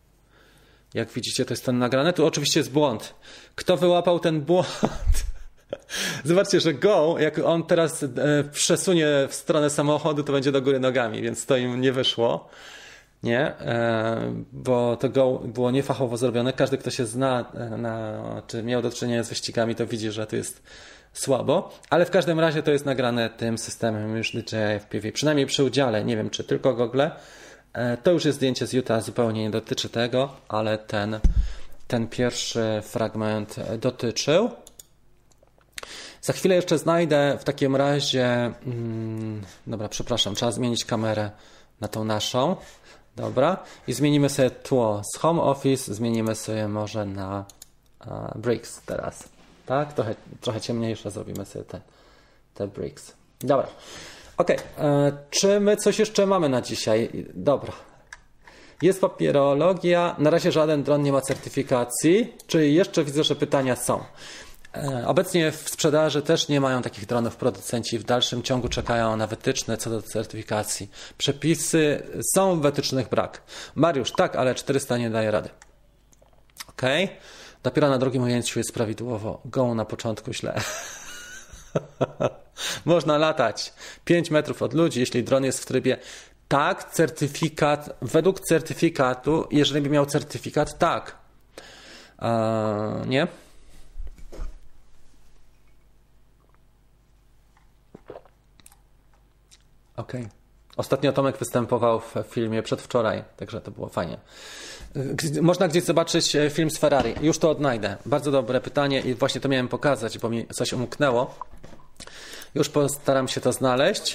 Speaker 1: Jak widzicie, to jest ten nagrane. Tu oczywiście jest błąd. Kto wyłapał ten błąd? Zobaczcie, że Go, jak on teraz przesunie w stronę samochodu, to będzie do góry nogami, więc to im nie wyszło. Nie, bo to Go było niefachowo zrobione. Każdy, kto się zna, czy miał do czynienia z wyścigami, to widzi, że to jest słabo. Ale w każdym razie to jest nagrane tym systemem już DJI FPV. Przynajmniej przy udziale, nie wiem czy tylko gogle. To już jest zdjęcie z Utah, zupełnie nie dotyczy tego, ale ten pierwszy fragment dotyczył. Za chwilę jeszcze znajdę w takim razie... Dobra, przepraszam, trzeba zmienić kamerę na tą naszą. Dobra, i zmienimy sobie tło z Home Office, zmienimy sobie może na Bricks teraz. Tak, trochę ciemniejsze zrobimy sobie te Bricks. Dobra, okej. Czy my coś jeszcze mamy na dzisiaj? Dobra. Jest papierologia, na razie żaden dron nie ma certyfikacji, czyli jeszcze widzę, że pytania są. Obecnie w sprzedaży też nie mają takich dronów producenci. W dalszym ciągu czekają na wytyczne co do certyfikacji. Przepisy są, wytycznych brak. Mariusz, tak, ale 400 nie daje rady. Okej. Dopiero na drugim ujęciu jest prawidłowo. Go na początku źle. Można latać 5 metrów od ludzi, jeśli dron jest w trybie tak, certyfikat, według certyfikatu, jeżeli by miał certyfikat, tak. Nie? Okej. Ostatnio Tomek występował w filmie przedwczoraj, także to było fajnie. Można gdzieś zobaczyć film z Ferrari. Już to odnajdę. Bardzo dobre pytanie i właśnie to miałem pokazać, bo mi coś umknęło. Już postaram się to znaleźć.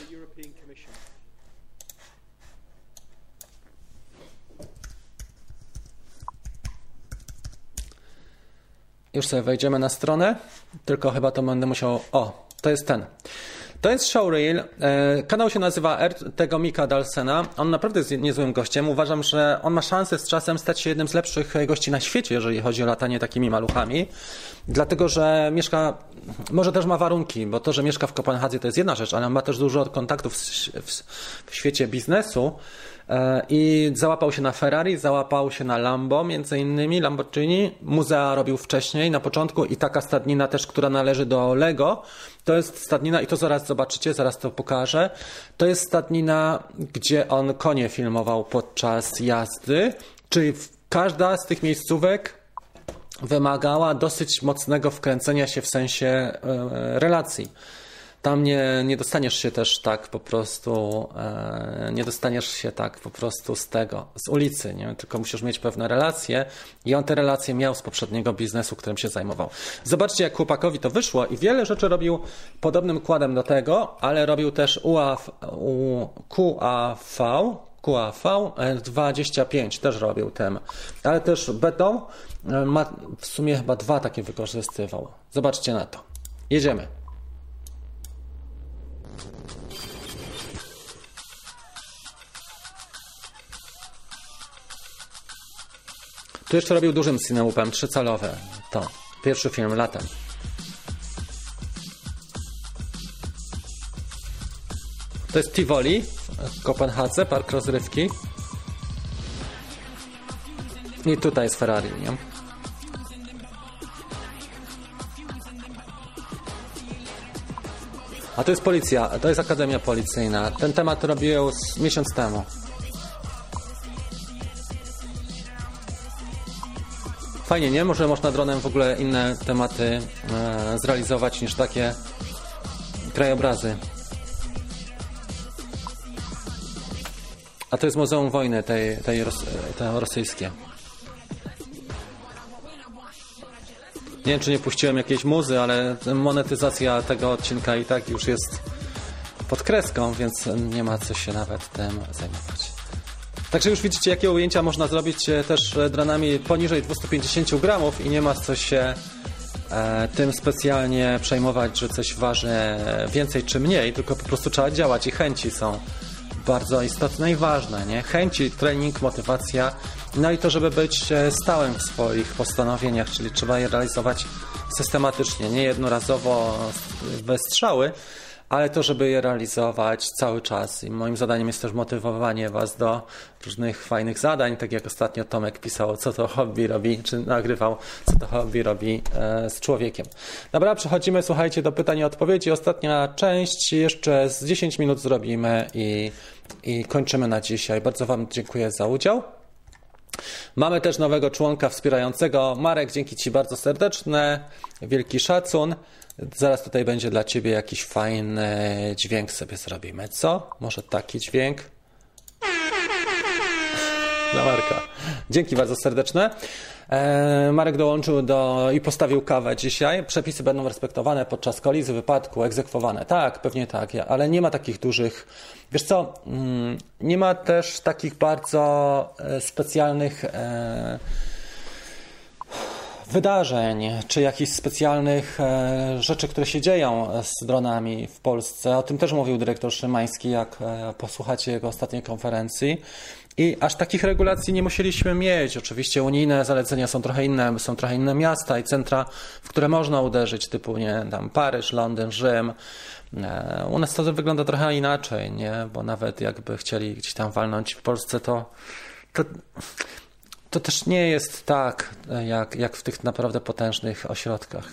Speaker 1: Już sobie wejdziemy na stronę, tylko chyba to będę musiał... O, to jest ten. To jest Showreel. Kanał się nazywa tego Mika Dalsena. On naprawdę jest niezłym gościem. Uważam, że on ma szansę z czasem stać się jednym z lepszych gości na świecie, jeżeli chodzi o latanie takimi maluchami. Dlatego, że mieszka, może też ma warunki, bo to, że mieszka w Kopenhadze to jest jedna rzecz, ale ma też dużo kontaktów w świecie biznesu. I załapał się na Ferrari, załapał się na Lambo, między innymi Lamborghini. Muzea robił wcześniej, na początku i taka stadnina też, która należy do Lego. To jest stadnina i to zaraz zobaczycie, zaraz to pokażę. To jest stadnina, gdzie on konie filmował podczas jazdy, czyli każda z tych miejscówek wymagała dosyć mocnego wkręcenia się w sensie relacji. Tam nie dostaniesz się też tak po prostu, nie dostaniesz się tak po prostu z ulicy, nie? Tylko musisz mieć pewne relacje i on te relacje miał z poprzedniego biznesu, którym się zajmował. Zobaczcie, jak chłopakowi to wyszło i wiele rzeczy robił podobnym kładem do tego, ale robił też QAV 25 też robił tym, ale też beton ma w sumie chyba 2 takie wykorzystywał. Zobaczcie na to. Jedziemy. Tu jeszcze robił dużym cinełupem, 3-calowe. To pierwszy film latem. To jest Tivoli w Kopenhadze, park rozrywki. I tutaj jest Ferrari, nie? A to jest policja, to jest Akademia Policyjna. Ten temat robił miesiąc temu. Fajnie, nie? Może można dronem w ogóle inne tematy zrealizować niż takie krajobrazy. A to jest Muzeum Wojny, te rosyjskie. Nie wiem, czy nie puściłem jakiejś muzy, ale monetyzacja tego odcinka i tak już jest pod kreską, więc nie ma co się nawet tym zajmować. Także już widzicie, jakie ujęcia można zrobić też dronami poniżej 250 gramów i nie ma co się tym specjalnie przejmować, że coś waży więcej czy mniej, tylko po prostu trzeba działać i chęci są bardzo istotne i ważne, nie? Chęci, trening, motywacja, no i to, żeby być stałym w swoich postanowieniach, czyli trzeba je realizować systematycznie, nie jednorazowo bez strzały, ale to, żeby je realizować cały czas. I moim zadaniem jest też motywowanie was do różnych fajnych zadań, tak jak ostatnio Tomek pisał, co to hobby robi, czy nagrywał, co to hobby robi z człowiekiem. Dobra, przechodzimy, słuchajcie, do pytań i odpowiedzi. Ostatnia część, jeszcze z 10 minut zrobimy i kończymy na dzisiaj. Bardzo wam dziękuję za udział. Mamy też nowego członka wspierającego. Marek, dzięki ci bardzo serdeczne. Wielki szacun. Zaraz tutaj będzie dla ciebie jakiś fajny dźwięk sobie zrobimy. Co? Może taki dźwięk? Dla Marka. Dzięki bardzo serdeczne. Marek dołączył i postawił kawę dzisiaj. Przepisy będą respektowane podczas kolizji, wypadku, egzekwowane. Tak, pewnie tak, ale nie ma takich dużych... Wiesz co, nie ma też takich bardzo specjalnych wydarzeń, czy jakichś specjalnych rzeczy, które się dzieją z dronami w Polsce. O tym też mówił dyrektor Szymański, jak posłuchacie jego ostatniej konferencji. I aż takich regulacji nie musieliśmy mieć. Oczywiście unijne zalecenia są trochę inne miasta i centra, w które można uderzyć, typu tam Paryż, Londyn, Rzym. U nas to wygląda trochę inaczej, nie? Bo nawet jakby chcieli gdzieś tam walnąć w Polsce, to też nie jest tak, jak w tych naprawdę potężnych ośrodkach.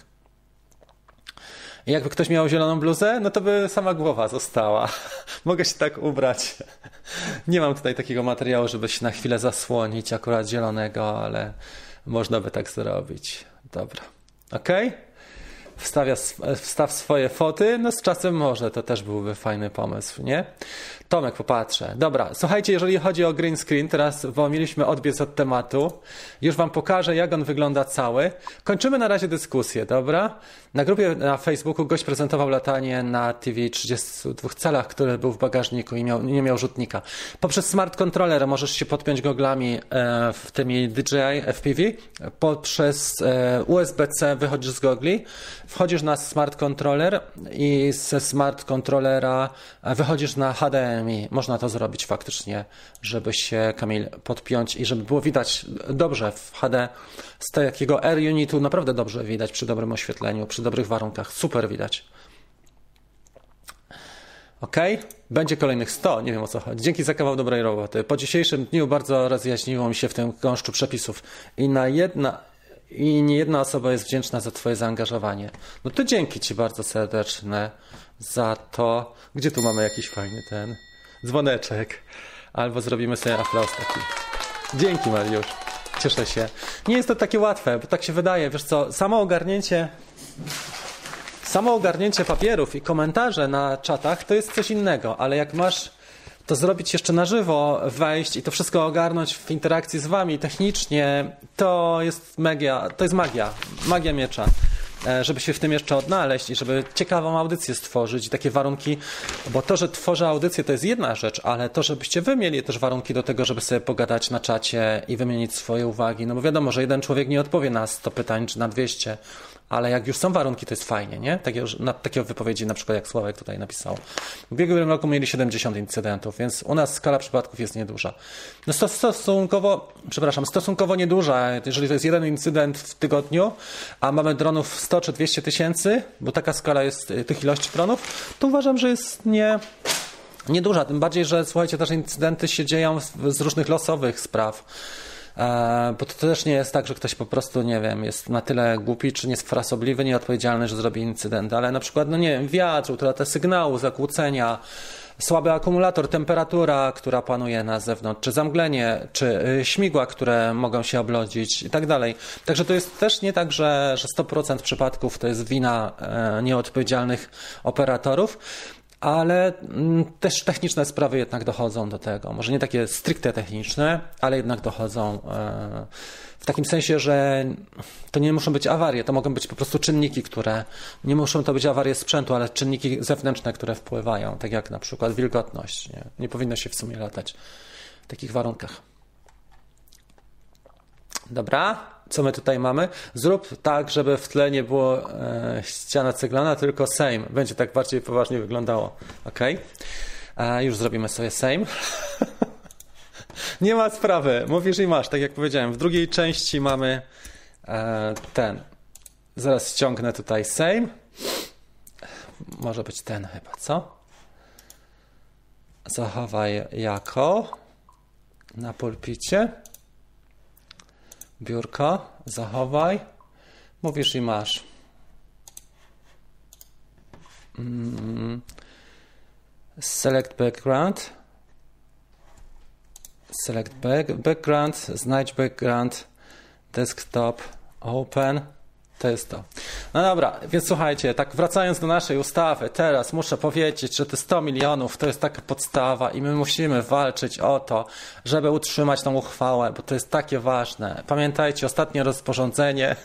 Speaker 1: I jakby ktoś miał zieloną bluzę, no to by sama głowa została. Mogę się tak ubrać. Nie mam tutaj takiego materiału, żeby się na chwilę zasłonić akurat zielonego, ale można by tak zrobić. Dobra. Okej? Wstaw swoje foty, no z czasem może, to też byłby fajny pomysł, nie? Tomek, popatrzę. Dobra, słuchajcie, jeżeli chodzi o green screen, teraz, bo mieliśmy odbiec od tematu, już wam pokażę, jak on wygląda cały. Kończymy na razie dyskusję, dobra? Na grupie na Facebooku gość prezentował latanie na TV 32 calach, który był w bagażniku i nie miał rzutnika. Poprzez smart controller możesz się podpiąć goglami w tymi DJI FPV, poprzez USB-C wychodzisz z gogli, wchodzisz na smart controller i ze smart controllera wychodzisz na HDMI. Można to zrobić faktycznie, żeby się, Kamil, podpiąć i żeby było widać dobrze w HD. Z takiego R-Unitu naprawdę dobrze widać przy dobrym oświetleniu, przy dobrych warunkach. Super widać. Ok? Będzie kolejnych 100, nie wiem o co chodzi. Dzięki za kawał dobrej roboty. Po dzisiejszym dniu bardzo rozjaśniło mi się w tym gąszczu przepisów i nie jedna osoba jest wdzięczna za twoje zaangażowanie. No to dzięki ci bardzo serdeczne za to. Gdzie tu mamy jakiś fajny dzwoneczek? Albo zrobimy sobie aplauz taki. Dzięki, Mariusz. Cieszę się. Nie jest to takie łatwe, bo tak się wydaje. Wiesz co, samo ogarnięcie papierów i komentarze na czatach to jest coś innego, ale jak masz to zrobić jeszcze na żywo, wejść i to wszystko ogarnąć w interakcji z wami technicznie, to jest magia miecza. Żeby się w tym jeszcze odnaleźć i żeby ciekawą audycję stworzyć i takie warunki, bo to, że tworzę audycję, to jest jedna rzecz, ale to, żebyście wy mieli też warunki do tego, żeby sobie pogadać na czacie i wymienić swoje uwagi, no bo wiadomo, że jeden człowiek nie odpowie na 100 pytań czy na 200, ale jak już są warunki, to jest fajnie, nie? Takie wypowiedzi, na przykład jak Sławek tutaj napisał. W ubiegłym roku mieli 70 incydentów, więc u nas skala przypadków jest nieduża. No stosunkowo nieduża, jeżeli to jest jeden incydent w tygodniu, a mamy dronów 100 czy 200 tysięcy, bo taka skala jest tych ilości dronów, to uważam, że jest nieduża. Tym bardziej, że słuchajcie, też incydenty się dzieją z różnych losowych spraw. Bo to też nie jest tak, że ktoś po prostu, nie wiem, jest na tyle głupi, czy niefrasobliwy, nieodpowiedzialny, że zrobi incydent, ale na przykład, no nie wiem, wiatr, utratę sygnału, zakłócenia, słaby akumulator, temperatura, która panuje na zewnątrz, czy zamglenie, czy śmigła, które mogą się oblodzić i tak dalej. Także to jest też nie tak, że 100% przypadków to jest wina nieodpowiedzialnych operatorów, ale też techniczne sprawy jednak dochodzą do tego. Może nie takie stricte techniczne, ale jednak dochodzą w takim sensie, że to nie muszą być awarie, to mogą być po prostu czynniki, nie muszą to być awarie sprzętu, ale czynniki zewnętrzne, które wpływają, tak jak na przykład wilgotność. Nie powinno się w sumie latać w takich warunkach. Dobra, co my tutaj mamy? Zrób tak, żeby w tle nie było ściana ceglana, tylko Sejm. Będzie tak bardziej poważnie wyglądało. Ok? Już zrobimy sobie Sejm. Nie ma sprawy. Mówisz i masz, tak jak powiedziałem. W drugiej części mamy Zaraz ściągnę tutaj Sejm. może być ten chyba, co? Zachowaj jako na pulpicie. Biurko, zachowaj. Mówisz i masz. Select background. Select background. Znajdź background. Desktop. Open. To jest to. No dobra, więc słuchajcie, tak wracając do naszej ustawy, teraz muszę powiedzieć, że te 100 milionów to jest taka podstawa i my musimy walczyć o to, żeby utrzymać tą uchwałę, bo to jest takie ważne. Pamiętajcie, ostatnie rozporządzenie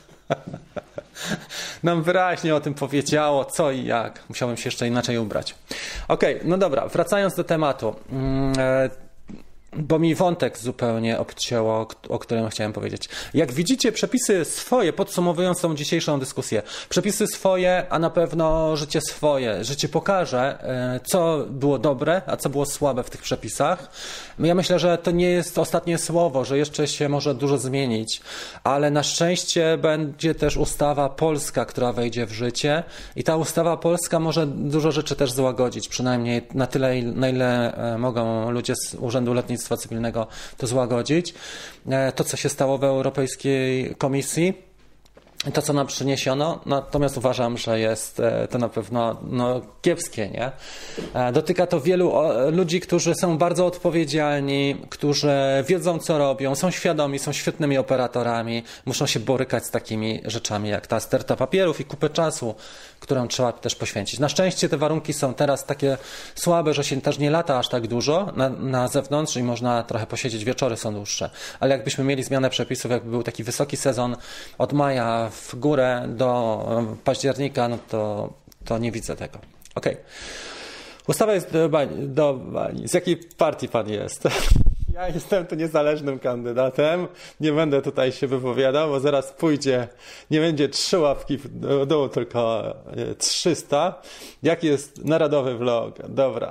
Speaker 1: nam wyraźnie o tym powiedziało, co i jak. Musiałbym się jeszcze inaczej ubrać. Okej, no dobra, wracając do tematu. Bo mi wątek zupełnie obcięło, o którym chciałem powiedzieć. Jak widzicie, przepisy swoje, podsumowując tą dzisiejszą dyskusję, przepisy swoje, a na pewno życie swoje. Życie pokaże, co było dobre, a co było słabe w tych przepisach. Ja myślę, że to nie jest ostatnie słowo, że jeszcze się może dużo zmienić, ale na szczęście będzie też ustawa polska, która wejdzie w życie i ta ustawa polska może dużo rzeczy też złagodzić, przynajmniej na tyle, na ile mogą ludzie z Urzędu Lotnictwa Cywilnego to złagodzić. To, co się stało w Europejskiej Komisji, to, co nam przyniesiono, natomiast uważam, że jest to na pewno kiepskie, nie? Dotyka to wielu ludzi, którzy są bardzo odpowiedzialni, którzy wiedzą, co robią, są świadomi, są świetnymi operatorami, muszą się borykać z takimi rzeczami, jak ta sterta papierów i kupę czasu, którą trzeba też poświęcić. Na szczęście te warunki są teraz takie słabe, że się też nie lata aż tak dużo na zewnątrz i można trochę posiedzieć, wieczory są dłuższe. Ale jakbyśmy mieli zmianę przepisów, jakby był taki wysoki sezon od maja w górę do października, no to nie widzę tego. Okej. Ustawa jest do bani. Z jakiej partii pan jest? Ja jestem tu niezależnym kandydatem. Nie będę tutaj się wypowiadał, bo zaraz pójdzie, nie będzie 3 łapki w dół, tylko 300. Jaki jest narodowy vlog? Dobra.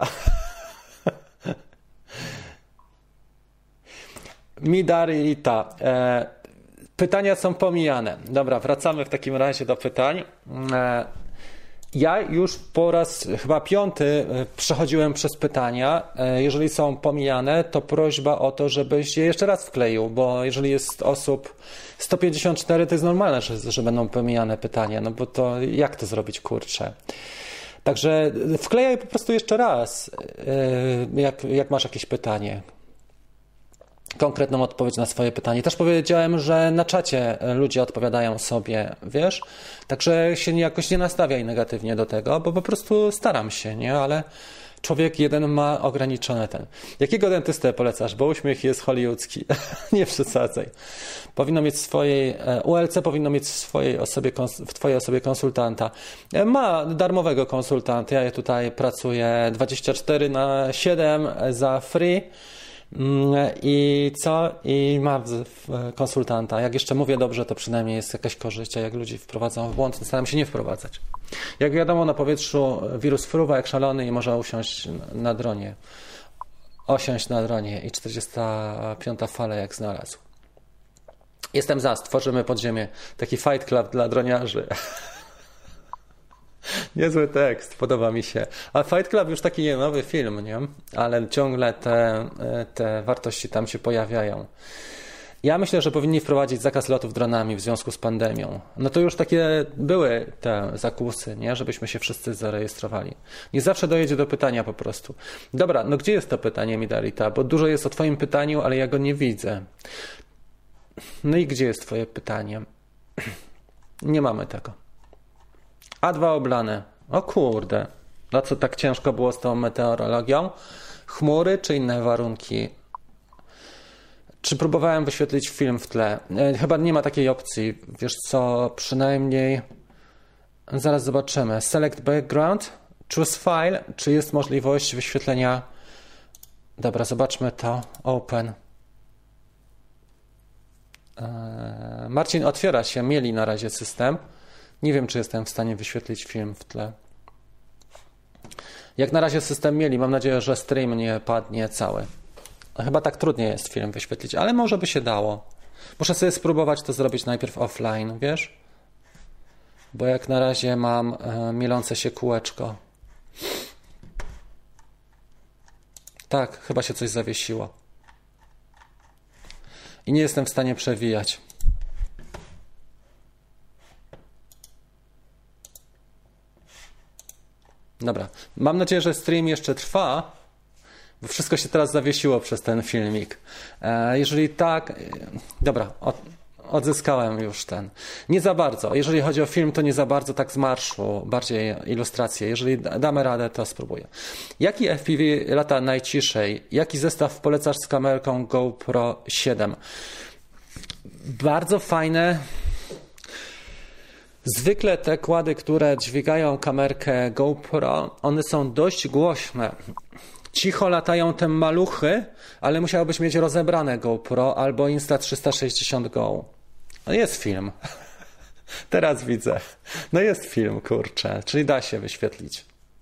Speaker 1: Midarita. Pytania są pomijane. Dobra, wracamy w takim razie do pytań. Ja już po raz chyba 5 przechodziłem przez pytania. Jeżeli są pomijane, to prośba o to, żebyś je jeszcze raz wkleił, bo jeżeli jest osób 154, to jest normalne, że będą pomijane pytania, no bo to jak to zrobić, kurczę. Także wklejaj po prostu jeszcze raz, jak masz jakieś pytanie. Konkretną odpowiedź na swoje pytanie. Też powiedziałem, że na czacie ludzie odpowiadają sobie, wiesz? Także się jakoś nie nastawiaj negatywnie do tego, bo po prostu staram się, nie? Ale człowiek jeden ma ograniczone ten. Jakiego dentystę polecasz? Bo uśmiech jest hollywoodzki. Nie przesadzaj. Powinno mieć ULC powinno mieć w twojej osobie konsultanta. Ma darmowego konsultanta. Ja tutaj pracuję 24/7 za free. I co? I ma konsultanta. Jak jeszcze mówię dobrze, to przynajmniej jest jakaś korzyść, a jak ludzi wprowadzą w błąd, to staram się nie wprowadzać. Jak wiadomo, na powietrzu wirus fruwa jak szalony i może osiąść na dronie i 45. fala jak znalazł. Jestem za, stworzymy podziemie. Taki fight club dla droniarzy. Niezły tekst, podoba mi się. A Fight Club już taki nowy film, nie? Ale ciągle te wartości tam się pojawiają. Ja myślę, że powinni wprowadzić zakaz lotów dronami w związku z pandemią. No to już takie były te zakusy, nie? Żebyśmy się wszyscy zarejestrowali. Nie zawsze dojedzie do pytania po prostu. Dobra, no gdzie jest to pytanie, Midarita? Bo dużo jest o twoim pytaniu, ale ja go nie widzę. No i gdzie jest twoje pytanie? Nie mamy tego. A2 oblane. O kurde. No co tak ciężko było z tą meteorologią? Chmury czy inne warunki? Czy próbowałem wyświetlić film w tle? Chyba nie ma takiej opcji. Wiesz co, przynajmniej zaraz zobaczymy. Select background, choose file. Czy jest możliwość wyświetlenia? Dobra, zobaczmy to. Open. Marcin, otwiera się. Mieli na razie system. Nie wiem, czy jestem w stanie wyświetlić film w tle. Jak na razie system mieli. Mam nadzieję, że stream nie padnie cały. Chyba tak trudniej jest film wyświetlić, ale może by się dało. Muszę sobie spróbować to zrobić najpierw offline, wiesz? bo jak na razie mam mielące się kółeczko. Tak, chyba się coś zawiesiło. I nie jestem w stanie przewijać. Dobra, mam nadzieję, że stream jeszcze trwa, bo wszystko się teraz zawiesiło przez ten filmik. Jeżeli tak, dobra, odzyskałem już ten. Nie za bardzo. Jeżeli chodzi o film, to nie za bardzo, tak z marszu, bardziej ilustracje. Jeżeli damy radę, to spróbuję. Jaki FPV lata najciszej? Jaki zestaw polecasz z kamerką GoPro 7? Bardzo fajne. Zwykle te kłady, które dźwigają kamerkę GoPro, one są dość głośne. Cicho latają te maluchy, ale musiałbyś mieć rozebrane GoPro albo Insta360 Go. No jest film. Teraz widzę. No jest film, kurczę. Czyli da się wyświetlić.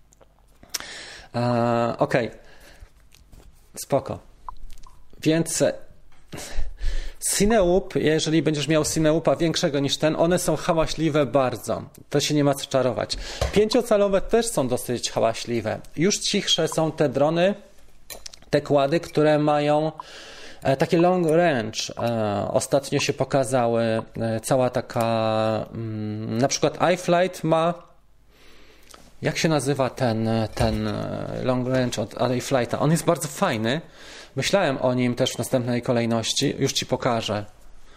Speaker 1: Okej. Spoko. Więc Cineloop, jeżeli będziesz miał Cineloopa większego niż ten, one są hałaśliwe bardzo. To się nie ma co czarować. 5-calowe też są dosyć hałaśliwe. Już cichsze są te drony, te kłady, które mają takie long range. Ostatnio się pokazały cała taka, na przykład iFlight ma, jak się nazywa ten long range od iFlighta? On jest bardzo fajny. Myślałem o nim też w następnej kolejności. Już ci pokażę.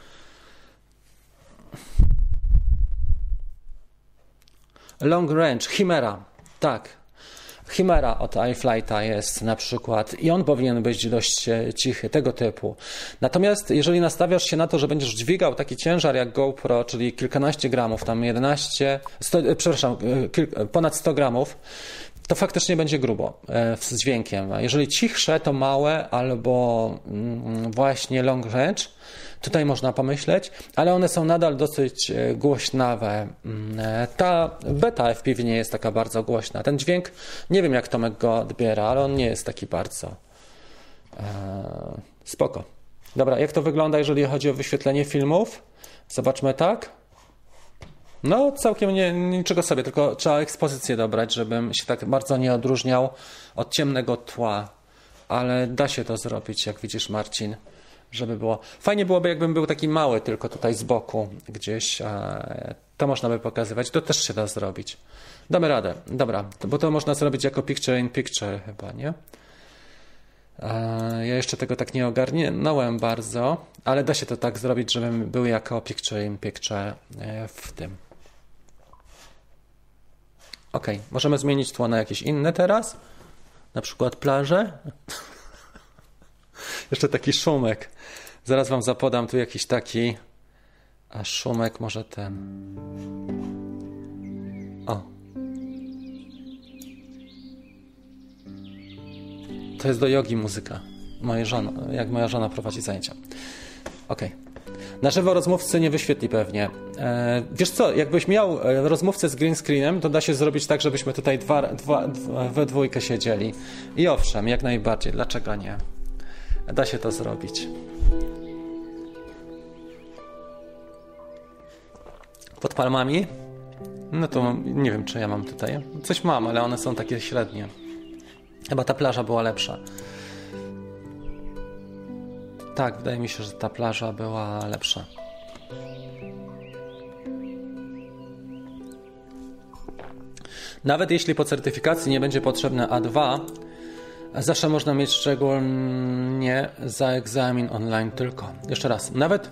Speaker 1: Long range, Chimera. Tak. Chimera od iFlighta jest na przykład i on powinien być dość cichy, tego typu. Natomiast jeżeli nastawiasz się na to, że będziesz dźwigał taki ciężar jak GoPro, czyli kilkanaście gramów, tam ponad 100 gramów, to faktycznie będzie grubo z dźwiękiem. Jeżeli cichsze, to małe albo właśnie long range, tutaj można pomyśleć, ale one są nadal dosyć głośnawe. Ta beta FPV nie jest taka bardzo głośna. Ten dźwięk, nie wiem jak Tomek go odbiera, ale on nie jest taki bardzo spoko. Dobra, jak to wygląda, jeżeli chodzi o wyświetlenie filmów? Zobaczmy tak. No całkiem niczego sobie, tylko trzeba ekspozycję dobrać, żebym się tak bardzo nie odróżniał od ciemnego tła. Ale da się to zrobić, jak widzisz, Marcin, żeby było. Fajnie byłoby, jakbym był taki mały, tylko tutaj z boku gdzieś. To można by pokazywać. To też się da zrobić. Damy radę. Dobra, bo to można zrobić jako picture in picture chyba, nie? Ja jeszcze tego tak nie ogarnąłem bardzo, ale da się to tak zrobić, żebym był jako picture in picture w tym. Ok, możemy zmienić tło na jakieś inne teraz. Na przykład plażę. Jeszcze taki szumek. Zaraz wam zapodam tu jakiś taki szumek, może ten. O. To jest do jogi muzyka. Jak moja żona prowadzi zajęcia. Ok. Na żywo rozmówcy nie wyświetli pewnie. Wiesz co, jakbyś miał rozmówcę z green screenem, to da się zrobić tak, żebyśmy tutaj we dwójkę siedzieli. I owszem, jak najbardziej. Dlaczego nie? Da się to zrobić. Pod palmami? No to nie wiem, czy ja mam tutaj. Coś mam, ale one są takie średnie. Chyba ta plaża była lepsza. Tak, wydaje mi się, że ta plaża była lepsza. Nawet jeśli po certyfikacji nie będzie potrzebne A2, zawsze można mieć szczególnie za egzamin online tylko. Jeszcze raz. Nawet...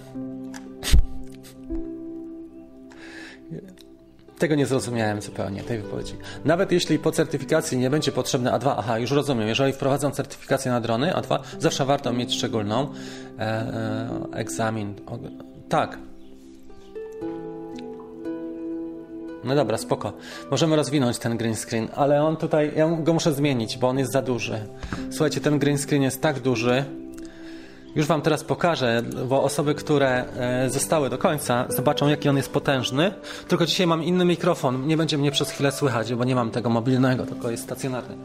Speaker 1: Tego nie zrozumiałem zupełnie, tej wypowiedzi. Nawet jeśli po certyfikacji nie będzie potrzebne A2, aha, już rozumiem, jeżeli wprowadzą certyfikację na drony A2, zawsze warto mieć szczególną egzamin. Tak. No dobra, spoko. Możemy rozwinąć ten green screen, ale on tutaj, ja go muszę zmienić, bo on jest za duży. Słuchajcie, ten green screen jest tak duży. Już wam teraz pokażę, bo osoby, które zostały do końca, zobaczą, jaki on jest potężny. Tylko dzisiaj mam inny mikrofon. Nie będzie mnie przez chwilę słychać, bo nie mam tego mobilnego, tylko jest stacjonarny.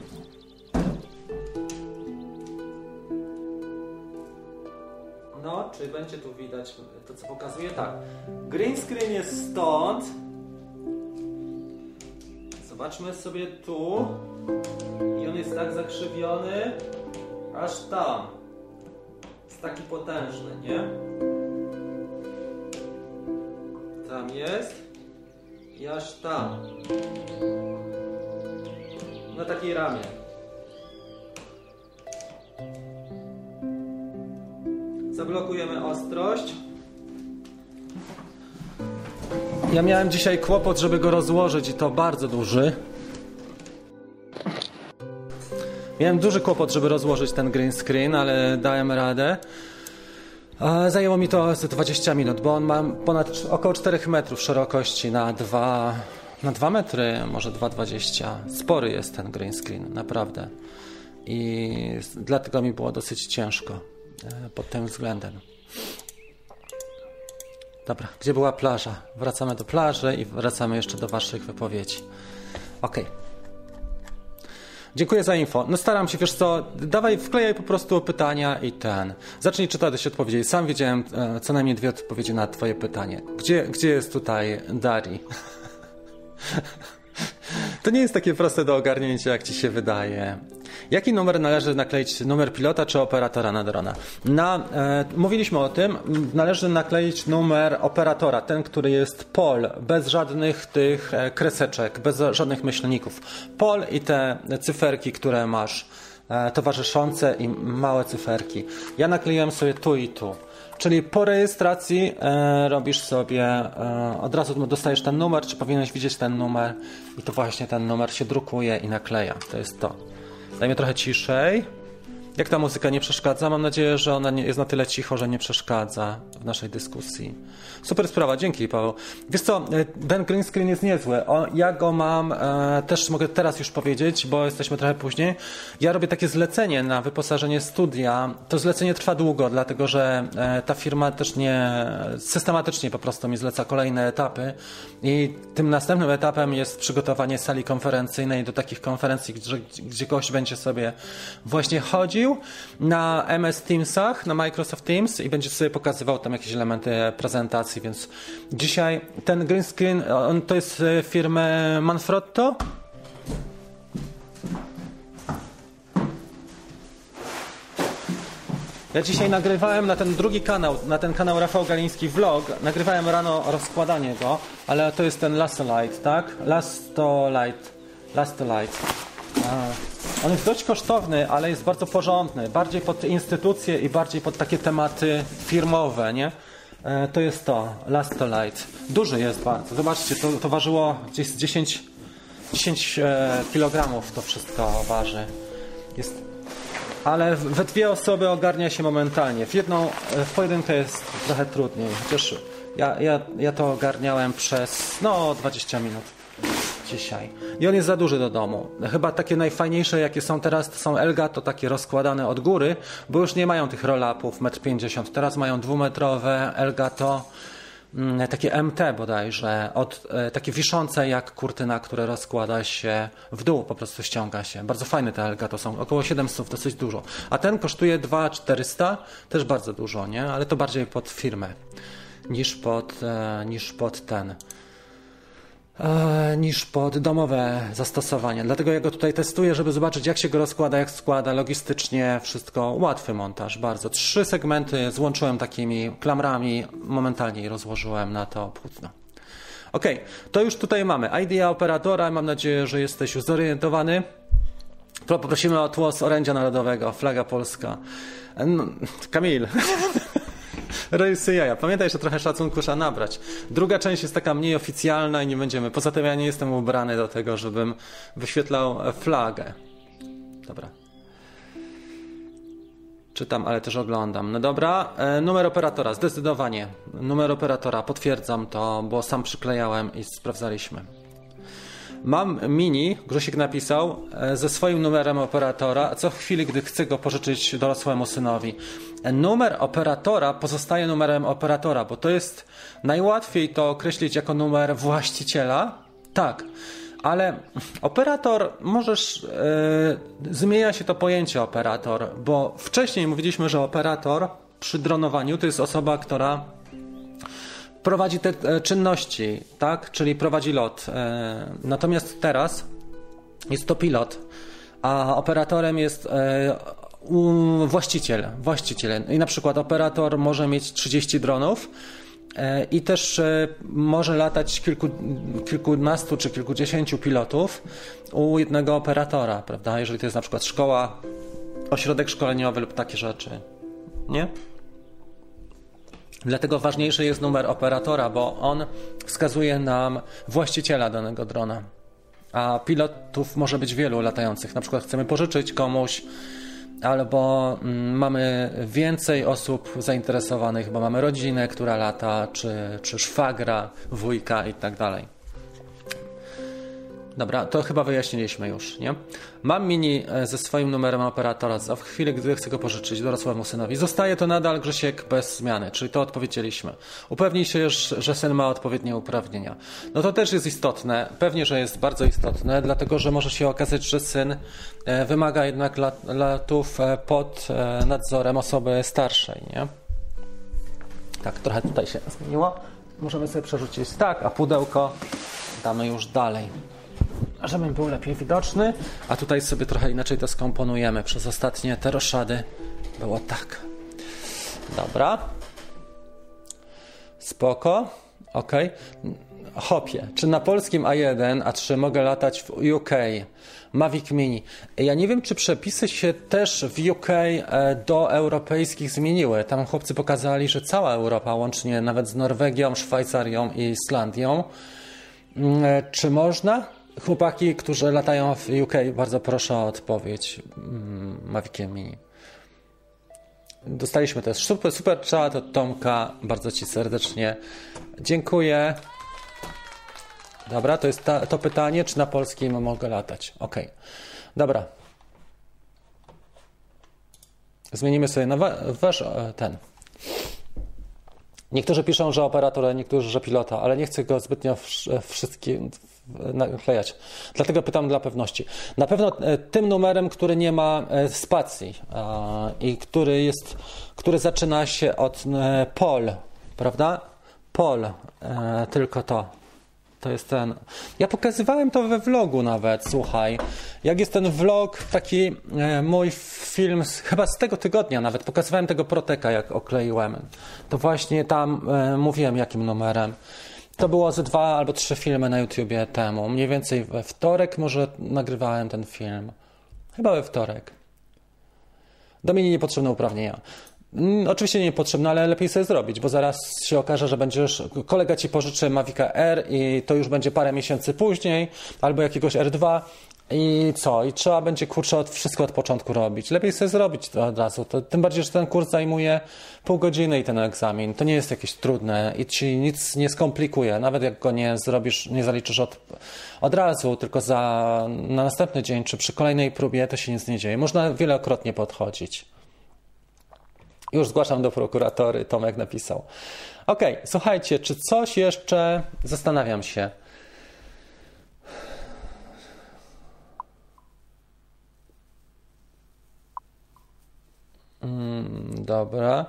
Speaker 1: No, czy będzie tu widać to, co pokazuje? Tak. Green screen jest stąd. Zobaczmy sobie tu. I on jest tak zakrzywiony, aż tam. Jest taki potężny, nie? Tam jest. I aż tam. Na takiej ramie. Zablokujemy ostrość. Ja miałem dzisiaj kłopot, żeby go rozłożyć i to bardzo duży. Miałem duży kłopot, żeby rozłożyć ten green screen, ale dałem radę. Zajęło mi to 20 minut, bo on ma około 4 metrów szerokości na 2 metry, może 2,20. Spory jest ten green screen, naprawdę. I dlatego mi było dosyć ciężko pod tym względem. Dobra, gdzie była plaża? Wracamy do plaży i wracamy jeszcze do waszych wypowiedzi. Okej. Dziękuję za info. No staram się, wiesz co, wklejaj po prostu pytania i zacznij czytać odpowiedzi. Sam wiedziałem co najmniej 2 odpowiedzi na twoje pytanie. Gdzie jest tutaj Dari? To nie jest takie proste do ogarnięcia, jak ci się wydaje. Jaki numer należy nakleić? Numer pilota czy operatora na drona? Mówiliśmy o tym. Należy nakleić numer operatora, ten, który jest POL, bez żadnych tych kreseczek, bez żadnych myślników. POL i te cyferki, które masz towarzyszące i małe cyferki. Ja nakleiłem sobie tu i tu. Czyli po rejestracji robisz sobie, od razu dostajesz ten numer, czy powinieneś widzieć ten numer i to właśnie ten numer się drukuje i nakleja. To jest to. Dajmy trochę ciszej. Jak ta muzyka nie przeszkadza? Mam nadzieję, że ona jest na tyle cicho, że nie przeszkadza w naszej dyskusji. Super sprawa, dzięki Paweł. Wiesz co, ten green screen jest niezły. Ja go mam, też mogę teraz już powiedzieć, bo jesteśmy trochę później. Ja robię takie zlecenie na wyposażenie studia. To zlecenie trwa długo, dlatego że ta firma też nie systematycznie po prostu mi zleca kolejne etapy i tym następnym etapem jest przygotowanie sali konferencyjnej do takich konferencji, gdzie gość będzie sobie właśnie chodził na MS Teamsach, na Microsoft Teams i będzie sobie pokazywał tam jakieś elementy prezentacji, więc dzisiaj ten green screen, to jest firmy Manfrotto. Ja dzisiaj nagrywałem na ten drugi kanał, na ten kanał Rafał Galiński Vlog, nagrywałem rano rozkładanie go, ale to jest ten Lastolite, tak? Lastolite. On jest dość kosztowny, ale jest bardzo porządny. Bardziej pod instytucje i bardziej pod takie tematy firmowe, nie? To jest to, Lastolite. Duży jest bardzo. Zobaczcie, to ważyło gdzieś 10 kg to wszystko waży. Jest, ale we 2 osoby ogarnia się momentalnie. W pojedynkę jest trochę trudniej. Chociaż ja to ogarniałem przez 20 minut. Dzisiaj. I on jest za duży do domu. Chyba takie najfajniejsze, jakie są teraz, to są Elgato, takie rozkładane od góry, bo już nie mają tych roll-upów 1,50 m. Teraz mają 2-metrowe Elgato, takie MT bodajże, takie wiszące jak kurtyna, które rozkłada się w dół, po prostu ściąga się. Bardzo fajne te Elgato są, około 700, dosyć dużo. A ten kosztuje 2,400, też bardzo dużo, nie? Ale to bardziej pod firmę niż pod domowe zastosowanie. Dlatego ja go tutaj testuję, żeby zobaczyć, jak się go rozkłada, jak składa, logistycznie wszystko. Łatwy montaż, bardzo. 3 segmenty złączyłem takimi klamrami, momentalnie je rozłożyłem na to płótno. Okej, to już tutaj mamy idea operatora, mam nadzieję, że jesteś już zorientowany. Poprosimy o tło z orędzia narodowego, flaga polska. Kamil... Rejsy jaja. Pamiętaj, że trochę szacunku trzeba nabrać. Druga część jest taka mniej oficjalna i nie będziemy. Poza tym ja nie jestem ubrany do tego, żebym wyświetlał flagę. Dobra. Czytam, ale też oglądam. No dobra. Numer operatora. Zdecydowanie. Numer operatora. Potwierdzam to, bo sam przyklejałem i sprawdzaliśmy. Mam mini, Grzesiek napisał, ze swoim numerem operatora, co w chwili, gdy chcę go pożyczyć dorosłemu synowi. Numer operatora pozostaje numerem operatora, bo to jest najłatwiej to określić jako numer właściciela. Tak, ale operator, zmienia się to pojęcie operator, bo wcześniej mówiliśmy, że operator przy dronowaniu to jest osoba, która prowadzi te czynności, tak? Czyli prowadzi lot. Natomiast teraz jest to pilot, a operatorem jest właściciel. I na przykład operator może mieć 30 dronów i też może latać kilkunastu czy kilkudziesięciu pilotów u jednego operatora, prawda? Jeżeli to jest na przykład szkoła, ośrodek szkoleniowy lub takie rzeczy, nie? Dlatego ważniejszy jest numer operatora, bo on wskazuje nam właściciela danego drona. A pilotów może być wielu latających. Na przykład chcemy pożyczyć komuś, albo mamy więcej osób zainteresowanych, bo mamy rodzinę, która lata, czy szwagra, wujka i tak dalej. Dobra, to chyba wyjaśniliśmy już, nie? Mam Mini ze swoim numerem operatora, a w chwili, gdy chcę go pożyczyć dorosłemu synowi, zostaje to nadal Grzesiek bez zmiany, czyli to odpowiedzieliśmy. Upewnij się już, że syn ma odpowiednie uprawnienia. No to też jest istotne, pewnie, że jest bardzo istotne, dlatego, że może się okazać, że syn wymaga jednak latów pod nadzorem osoby starszej, nie? Tak, trochę tutaj się zmieniło. Możemy sobie przerzucić tak, a pudełko damy już dalej, żebym był lepiej widoczny, a tutaj sobie trochę inaczej to skomponujemy. Przez ostatnie te roszady było tak. Dobra. Spoko. Ok. Hopie. Czy na polskim A1, A3 mogę latać w UK? Mavic Mini. Ja nie wiem, czy przepisy się też w UK do europejskich zmieniły. Tam chłopcy pokazali, że cała Europa, łącznie nawet z Norwegią, Szwajcarią i Islandią. Czy można? Chłopaki, którzy latają w UK, bardzo proszę o odpowiedź Maviciem Mini. Dostaliśmy też super chat od Tomka. Bardzo Ci serdecznie dziękuję. Dobra, to jest to pytanie, czy na polskim mogę latać. Ok. Dobra. Zmienimy sobie na wasz ten. Niektórzy piszą, że operatora, niektórzy, że pilota, ale nie chcę go zbytnio wszystkim naklejać. Dlatego pytam dla pewności. Na pewno tym numerem, który nie ma spacji i który zaczyna się od Pol, prawda? Pol, tylko to. To jest ten. Ja pokazywałem to we vlogu nawet, słuchaj. Jak jest ten vlog, taki mój film, chyba z tego tygodnia nawet, pokazywałem tego Proteka, jak okleiłem. To właśnie tam mówiłem, jakim numerem. To było ze 2 albo 3 filmy na YouTubie temu. Mniej więcej we wtorek może nagrywałem ten film. Chyba we wtorek. Do Mini niepotrzebne uprawnienia. Oczywiście niepotrzebne, ale lepiej sobie zrobić, bo zaraz się okaże, że kolega Ci pożyczy Mavica R i to już będzie parę miesięcy później, albo jakiegoś R2 i co? I trzeba będzie, wszystko od początku robić. Lepiej sobie zrobić to od razu. Tym bardziej, że ten kurs zajmuje pół godziny i ten egzamin. To nie jest jakieś trudne i Ci nic nie skomplikuje. Nawet jak go nie zrobisz, nie zaliczysz od razu, tylko na następny dzień, czy przy kolejnej próbie, to się nic nie dzieje. Można wielokrotnie podchodzić. Już zgłaszam do prokuratory, Tomek napisał. Okej, słuchajcie, czy coś jeszcze? Zastanawiam się. Dobra.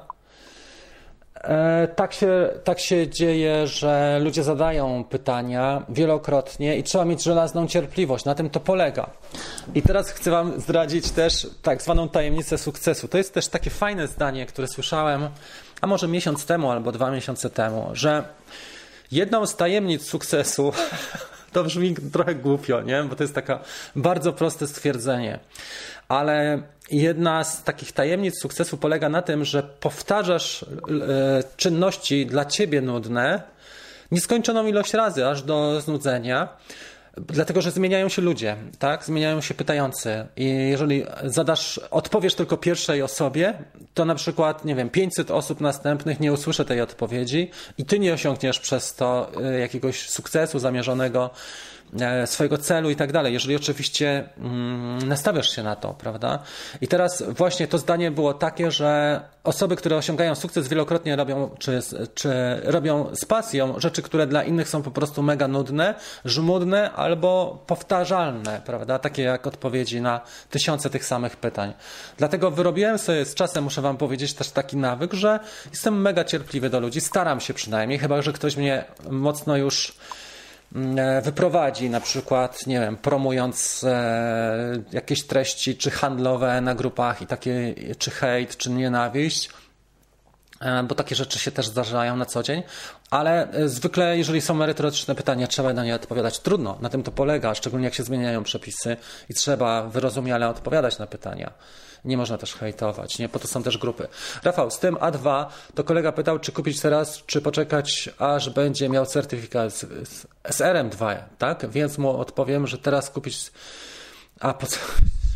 Speaker 1: Tak się dzieje, że ludzie zadają pytania wielokrotnie i trzeba mieć żelazną cierpliwość. Na tym to polega. I teraz chcę Wam zdradzić też tak zwaną tajemnicę sukcesu. To jest też takie fajne zdanie, które słyszałem, a może miesiąc temu albo 2 miesiące temu, że jedną z tajemnic sukcesu, to brzmi trochę głupio, nie? Bo to jest takie bardzo proste stwierdzenie, ale jedna z takich tajemnic sukcesu polega na tym, że powtarzasz czynności dla Ciebie nudne nieskończoną ilość razy, aż do znudzenia, dlatego, że zmieniają się ludzie, tak? Zmieniają się pytający i jeżeli odpowiesz tylko pierwszej osobie, to na przykład, 500 osób następnych nie usłyszy tej odpowiedzi i Ty nie osiągniesz przez to jakiegoś sukcesu zamierzonego swojego celu i tak dalej, jeżeli oczywiście nastawiasz się na to, prawda? I teraz właśnie to zdanie było takie, że osoby, które osiągają sukces, wielokrotnie robią, czy robią z pasją rzeczy, które dla innych są po prostu mega nudne, żmudne albo powtarzalne, prawda? Takie jak odpowiedzi na tysiące tych samych pytań. Dlatego wyrobiłem sobie z czasem, muszę wam powiedzieć, też taki nawyk, że jestem mega cierpliwy do ludzi, staram się przynajmniej, chyba że ktoś mnie mocno już wyprowadzi, na przykład, nie wiem, promując jakieś treści, czy handlowe na grupach i takie, czy hejt, czy nienawiść, bo takie rzeczy się też zdarzają na co dzień, ale zwykle, jeżeli są merytoryczne pytania, trzeba na nie odpowiadać. Trudno, na tym to polega, szczególnie jak się zmieniają przepisy i trzeba wyrozumiale odpowiadać na pytania. Nie można też hejtować, nie? Po to są też grupy. Rafał, z tym A2 to kolega pytał, czy kupić teraz, czy poczekać, aż będzie miał certyfikat z RM2, tak? Więc mu odpowiem, że teraz kupić... A po co?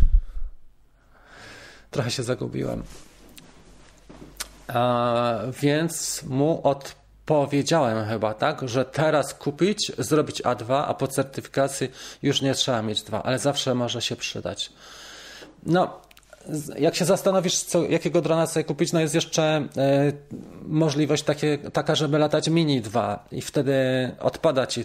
Speaker 1: Trochę się zagubiłem. Więc mu odpowiedziałem chyba, tak? Że teraz kupić, zrobić A2, a po certyfikacji już nie trzeba mieć 2, ale zawsze może się przydać. No... Jak się zastanowisz, jakiego drona sobie kupić, no jest jeszcze możliwość taka, żeby latać Mini 2 i wtedy odpada ci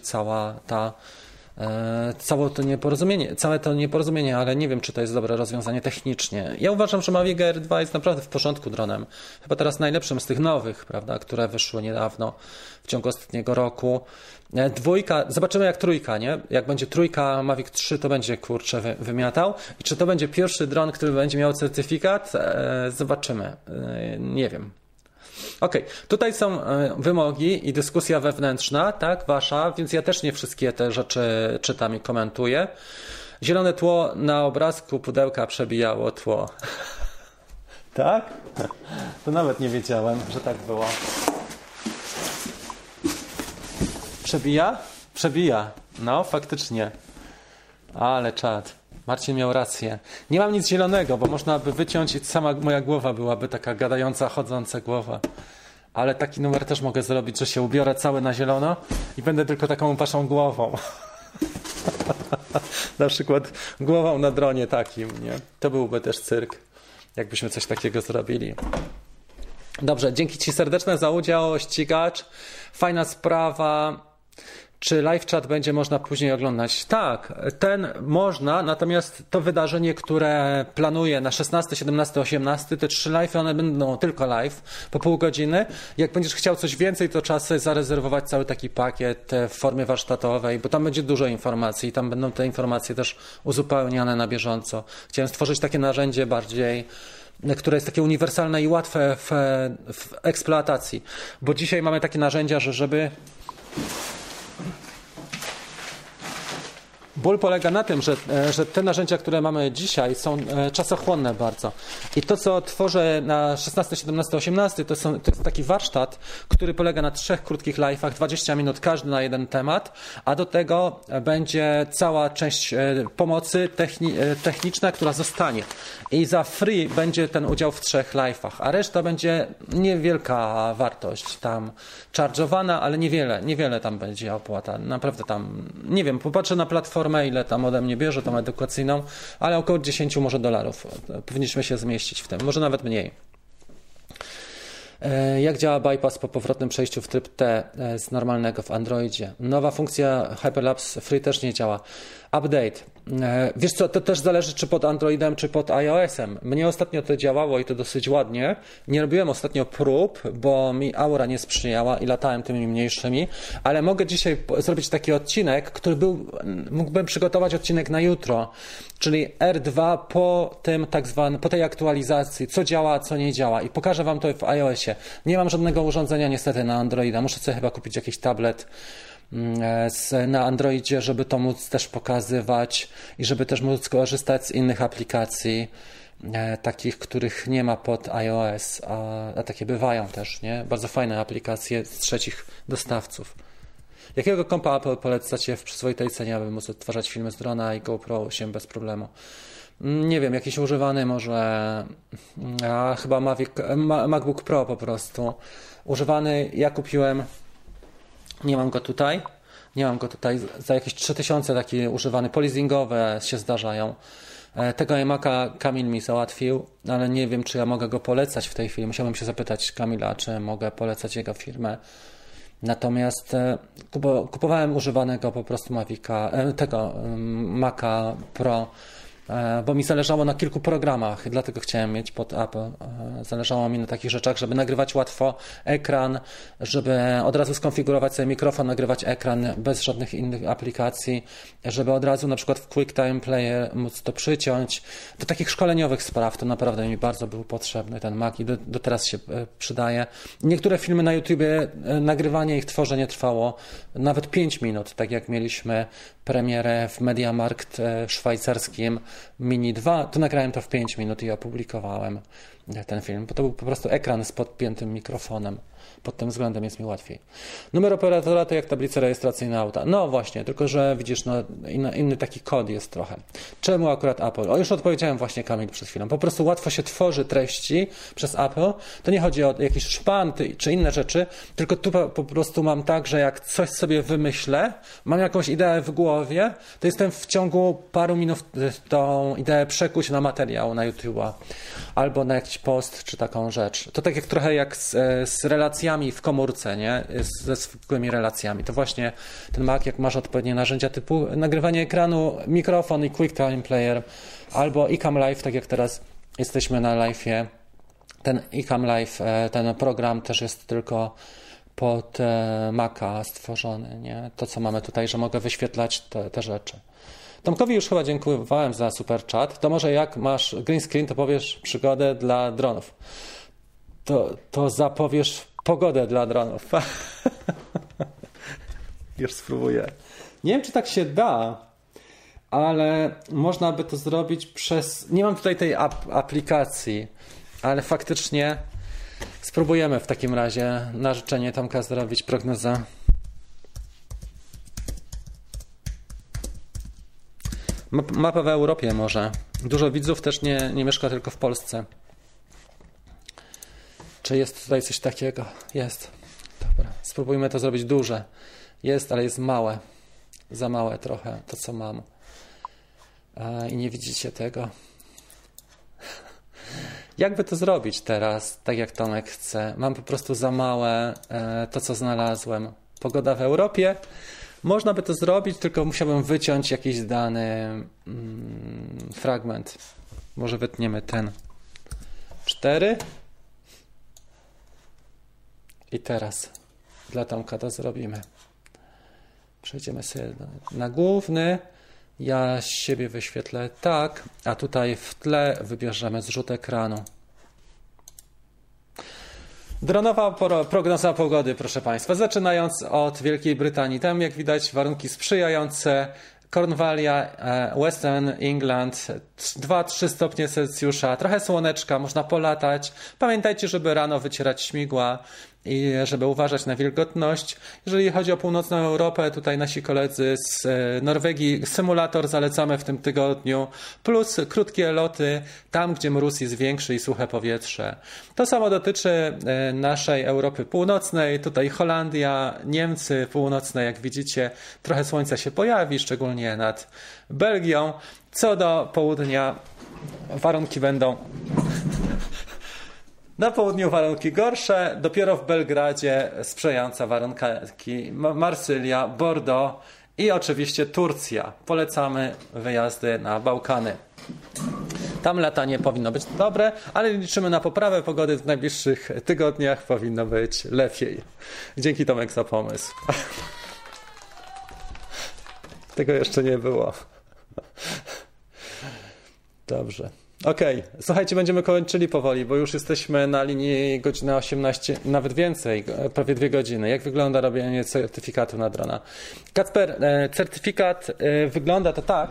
Speaker 1: całe to nieporozumienie, ale nie wiem, czy to jest dobre rozwiązanie technicznie. Ja uważam, że Mavic Air 2 jest naprawdę w porządku dronem. Chyba teraz najlepszym z tych nowych, prawda, które wyszły niedawno, w ciągu ostatniego roku. Dwójka, zobaczymy jak trójka, nie? Jak będzie trójka Mavic 3, to będzie, kurczę, wymiatał. I czy to będzie pierwszy dron, który będzie miał certyfikat? Zobaczymy. Nie wiem. Okej, tutaj są wymogi i dyskusja wewnętrzna, tak, wasza, więc ja też nie wszystkie te rzeczy czytam i komentuję. Zielone tło na obrazku pudełka przebijało tło. Tak? To nawet nie wiedziałem, że tak było. Przebija? Przebija. No, faktycznie. Ale czad. Marcin miał rację. Nie mam nic zielonego, bo można by wyciąć i sama moja głowa byłaby taka gadająca, chodząca głowa. Ale taki numer też mogę zrobić, że się ubiorę cały na zielono i będę tylko taką waszą głową. Na przykład głową na dronie takim, nie? To byłby też cyrk, jakbyśmy coś takiego zrobili. Dobrze, dzięki ci serdeczne za udział, ścigacz. Fajna sprawa. Czy live chat będzie można później oglądać? Tak, ten można, natomiast to wydarzenie, które planuję na 16, 17, 18, te 3 live, one będą tylko live po pół godziny. Jak będziesz chciał coś więcej, to trzeba sobie zarezerwować cały taki pakiet w formie warsztatowej, bo tam będzie dużo informacji i tam będą te informacje też uzupełniane na bieżąco. Chciałem stworzyć takie narzędzie bardziej, które jest takie uniwersalne i łatwe w eksploatacji, bo dzisiaj mamy takie narzędzia, że żeby... Ból polega na tym, że te narzędzia, które mamy dzisiaj, są czasochłonne bardzo. I to, co tworzę na 16, 17, 18, to jest taki warsztat, który polega na 3 krótkich live'ach, 20 minut każdy na jeden temat, a do tego będzie cała część pomocy techniczna, która zostanie. I za free będzie ten udział w 3 live'ach, a reszta będzie niewielka wartość tam charge'owana, ale niewiele tam będzie opłata. Naprawdę tam, nie wiem, popatrzę na platformę, ile tam ode mnie bierze, tą edukacyjną, ale około 10 może dolarów. Powinniśmy się zmieścić w tym, może nawet mniej. Jak działa bypass po powrotnym przejściu w tryb T z normalnego w Androidzie? Nowa funkcja Hyperlapse Free też nie działa. Update. Wiesz co, to też zależy, czy pod Androidem, czy pod iOS-em. Mnie ostatnio to działało i to dosyć ładnie. Nie robiłem ostatnio prób, bo mi aura nie sprzyjała i latałem tymi mniejszymi, ale mogę dzisiaj zrobić taki odcinek, który mógłbym przygotować odcinek na jutro, czyli R2 po tej aktualizacji, co działa, a co nie działa i pokażę wam to w iOS-ie. Nie mam żadnego urządzenia niestety na Androida. Muszę sobie chyba kupić jakiś tablet na Androidzie, żeby to móc też pokazywać i żeby też móc korzystać z innych aplikacji, takich, których nie ma pod iOS, a takie bywają też, nie? Bardzo fajne aplikacje z trzecich dostawców. Jakiego kompa Apple polecacie w przyzwoitej cenie, aby móc odtwarzać filmy z drona i GoPro 8 bez problemu? Nie wiem, jakiś używany może, chyba MacBook Pro po prostu. Używany, ja kupiłem, nie mam go tutaj, Nie mam go tutaj. Za jakieś 3000 takie używane, polizingowe się zdarzają. Tego iMac'a Kamil mi załatwił, ale nie wiem, czy ja mogę go polecać w tej chwili. Musiałbym się zapytać Kamila, czy mogę polecać jego firmę. Natomiast kupowałem używanego po prostu tego Maca Pro, bo mi zależało na kilku programach, dlatego chciałem mieć pod Apple. Zależało mi na takich rzeczach, żeby nagrywać łatwo ekran, żeby od razu skonfigurować sobie mikrofon, nagrywać ekran bez żadnych innych aplikacji, żeby od razu na przykład w QuickTime Player móc to przyciąć. Do takich szkoleniowych spraw to naprawdę mi bardzo był potrzebny ten Mac i do teraz się przydaje. Niektóre filmy na YouTubie, nagrywanie ich, tworzenie trwało nawet 5 minut, tak jak mieliśmy premierę w MediaMarkt szwajcarskim Mini 2, to nagrałem to w 5 minut i opublikowałem ten film, bo to był po prostu ekran z podpiętym mikrofonem. Pod tym względem jest mi łatwiej. Numer operatora to jak tablica rejestracyjna auta. No właśnie, tylko że widzisz, inny taki kod jest trochę. Czemu akurat Apple? Już odpowiedziałem właśnie Kamil przed chwilą. Po prostu łatwo się tworzy treści przez Apple. To nie chodzi o jakiś szpan czy inne rzeczy, tylko tu po prostu mam tak, że jak coś sobie wymyślę, mam jakąś ideę w głowie, to jestem w ciągu paru minut tą ideę przekuć na materiał na YouTube'a albo na jakiś post czy taką rzecz. To tak jak trochę jak z relacjami w komórce, nie? Ze zwykłymi relacjami. To właśnie ten Mac, jak masz odpowiednie narzędzia typu nagrywanie ekranu, mikrofon i QuickTime Player, albo iCam Live, tak jak teraz jesteśmy na live'ie. Ten iCam Live, ten program też jest tylko pod Maca stworzony, nie? To, co mamy tutaj, że mogę wyświetlać te rzeczy. Tomkowi już chyba dziękowałem za super chat. To może jak masz green screen, to powiesz przygodę dla dronów. To zapowiesz pogodę dla dronów. Już spróbuję. Nie wiem, czy tak się da, ale można by to zrobić przez... Nie mam tutaj tej aplikacji, ale faktycznie spróbujemy w takim razie na życzenie Tomka zrobić prognozę. Mapa w Europie może. Dużo widzów też nie mieszka tylko w Polsce. Czy jest tutaj coś takiego? Jest. Dobra. Spróbujmy to zrobić duże. Jest, ale jest małe. Za małe trochę to, co mam. I nie widzicie tego. Jakby to zrobić teraz, tak jak Tomek chce? Mam po prostu za małe to, co znalazłem. Pogoda w Europie. Można by to zrobić, tylko musiałbym wyciąć jakiś dany fragment. Może wytniemy ten. 4. I teraz dla Tomka to zrobimy. Przejdziemy sobie na główny. Ja siebie wyświetlę tak, a tutaj w tle wybierzemy zrzut ekranu. Dronowa prognoza pogody, proszę Państwa. Zaczynając od Wielkiej Brytanii. Tam, jak widać, warunki sprzyjające. Cornwallia, Western England, 2-3 stopnie Celsjusza, trochę słoneczka, można polatać. Pamiętajcie, żeby rano wycierać śmigła i żeby uważać na wilgotność. Jeżeli chodzi o północną Europę, tutaj nasi koledzy z Norwegii, symulator zalecamy w tym tygodniu, plus krótkie loty tam, gdzie mróz jest większy i suche powietrze. To samo dotyczy naszej Europy Północnej, tutaj Holandia, Niemcy północne, jak widzicie, trochę słońca się pojawi, szczególnie nad Belgią. Co do południa, warunki będą... Na południu warunki gorsze, dopiero w Belgradzie sprzyjające warunki Marsylia, Bordeaux i oczywiście Turcja. Polecamy wyjazdy na Bałkany. Tam latanie powinno być dobre, ale liczymy na poprawę pogody w najbliższych tygodniach. Powinno być lepiej. Dzięki Tomek za pomysł. Tego jeszcze nie było. Dobrze. Okej, słuchajcie, będziemy kończyli powoli, bo już jesteśmy na linii godzina 18, nawet więcej, prawie 2 godziny. Jak wygląda robienie certyfikatu na drona? Kacper, certyfikat wygląda to tak.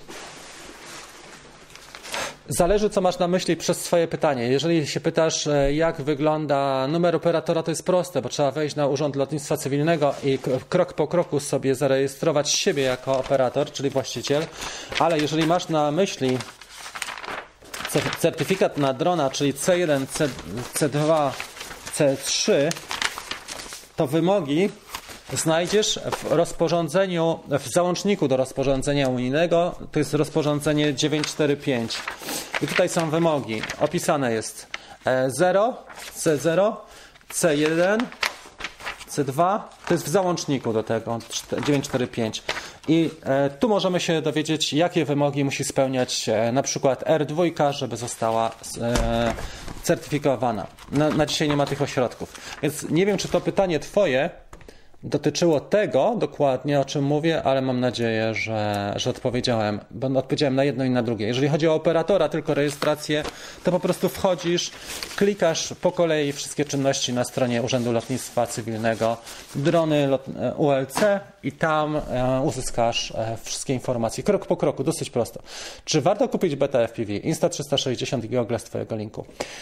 Speaker 1: Zależy, co masz na myśli przez swoje pytanie. Jeżeli się pytasz, jak wygląda numer operatora, to jest proste, bo trzeba wejść na Urząd Lotnictwa Cywilnego i krok po kroku sobie zarejestrować siebie jako operator, czyli właściciel. Ale jeżeli masz na myśli certyfikat na drona, czyli C1, C2, C3, to wymogi znajdziesz w rozporządzeniu, w załączniku do rozporządzenia unijnego, to jest rozporządzenie 945. I tutaj są wymogi. Opisane jest E0, C0, C1, C2. To jest w załączniku do tego 945. I tu możemy się dowiedzieć, jakie wymogi musi spełniać na przykład R2, żeby została certyfikowana. Na dzisiaj nie ma tych ośrodków. Więc nie wiem, czy to pytanie twoje dotyczyło tego dokładnie, o czym mówię, ale mam nadzieję, że odpowiedziałem, bo odpowiedziałem na jedno i na drugie. Jeżeli chodzi o operatora, tylko rejestrację, to po prostu wchodzisz, klikasz po kolei wszystkie czynności na stronie Urzędu Lotnictwa Cywilnego, drony ULC i tam uzyskasz wszystkie informacje, krok po kroku, dosyć prosto. Czy warto kupić beta FPV? Insta360 i Google z twojego linku.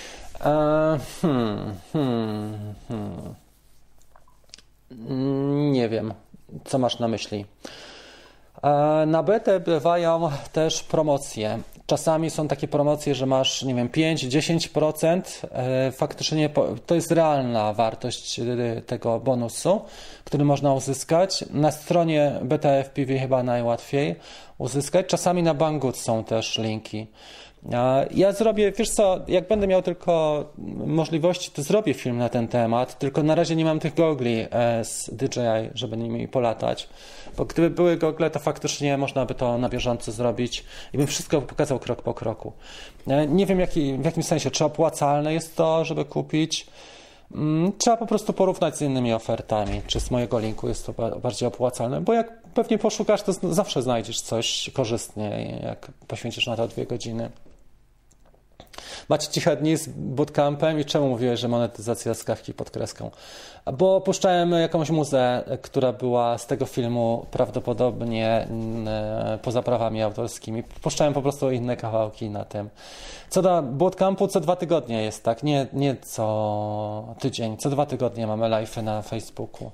Speaker 1: Nie wiem, co masz na myśli. Na betę bywają też promocje. Czasami są takie promocje, że masz, nie wiem, 5-10%. Faktycznie to jest realna wartość tego bonusu, który można uzyskać. Na stronie Beta FPV chyba najłatwiej uzyskać. Czasami na Banggood są też linki. Ja zrobię, wiesz co, jak będę miał tylko możliwości, to zrobię film na ten temat, tylko na razie nie mam tych gogli z DJI, żeby nimi polatać, bo gdyby były gogle, to faktycznie można by to na bieżąco zrobić i bym wszystko pokazał krok po kroku. Nie wiem w jakim sensie, czy opłacalne jest to, żeby kupić. Trzeba po prostu porównać z innymi ofertami, czy z mojego linku jest to bardziej opłacalne, bo jak pewnie poszukasz, to zawsze znajdziesz coś korzystnie, jak poświęcisz na to 2 godziny. Macie ciche dni z bootcampem i czemu mówiłeś, że monetyzacja z kawki pod kreską? Bo puszczałem jakąś muzę, która była z tego filmu prawdopodobnie poza prawami autorskimi. Puszczałem po prostu inne kawałki na tym. Co do bootcampu, co 2 tygodnie jest, tak? Nie co tydzień, co 2 tygodnie mamy live'y na Facebooku.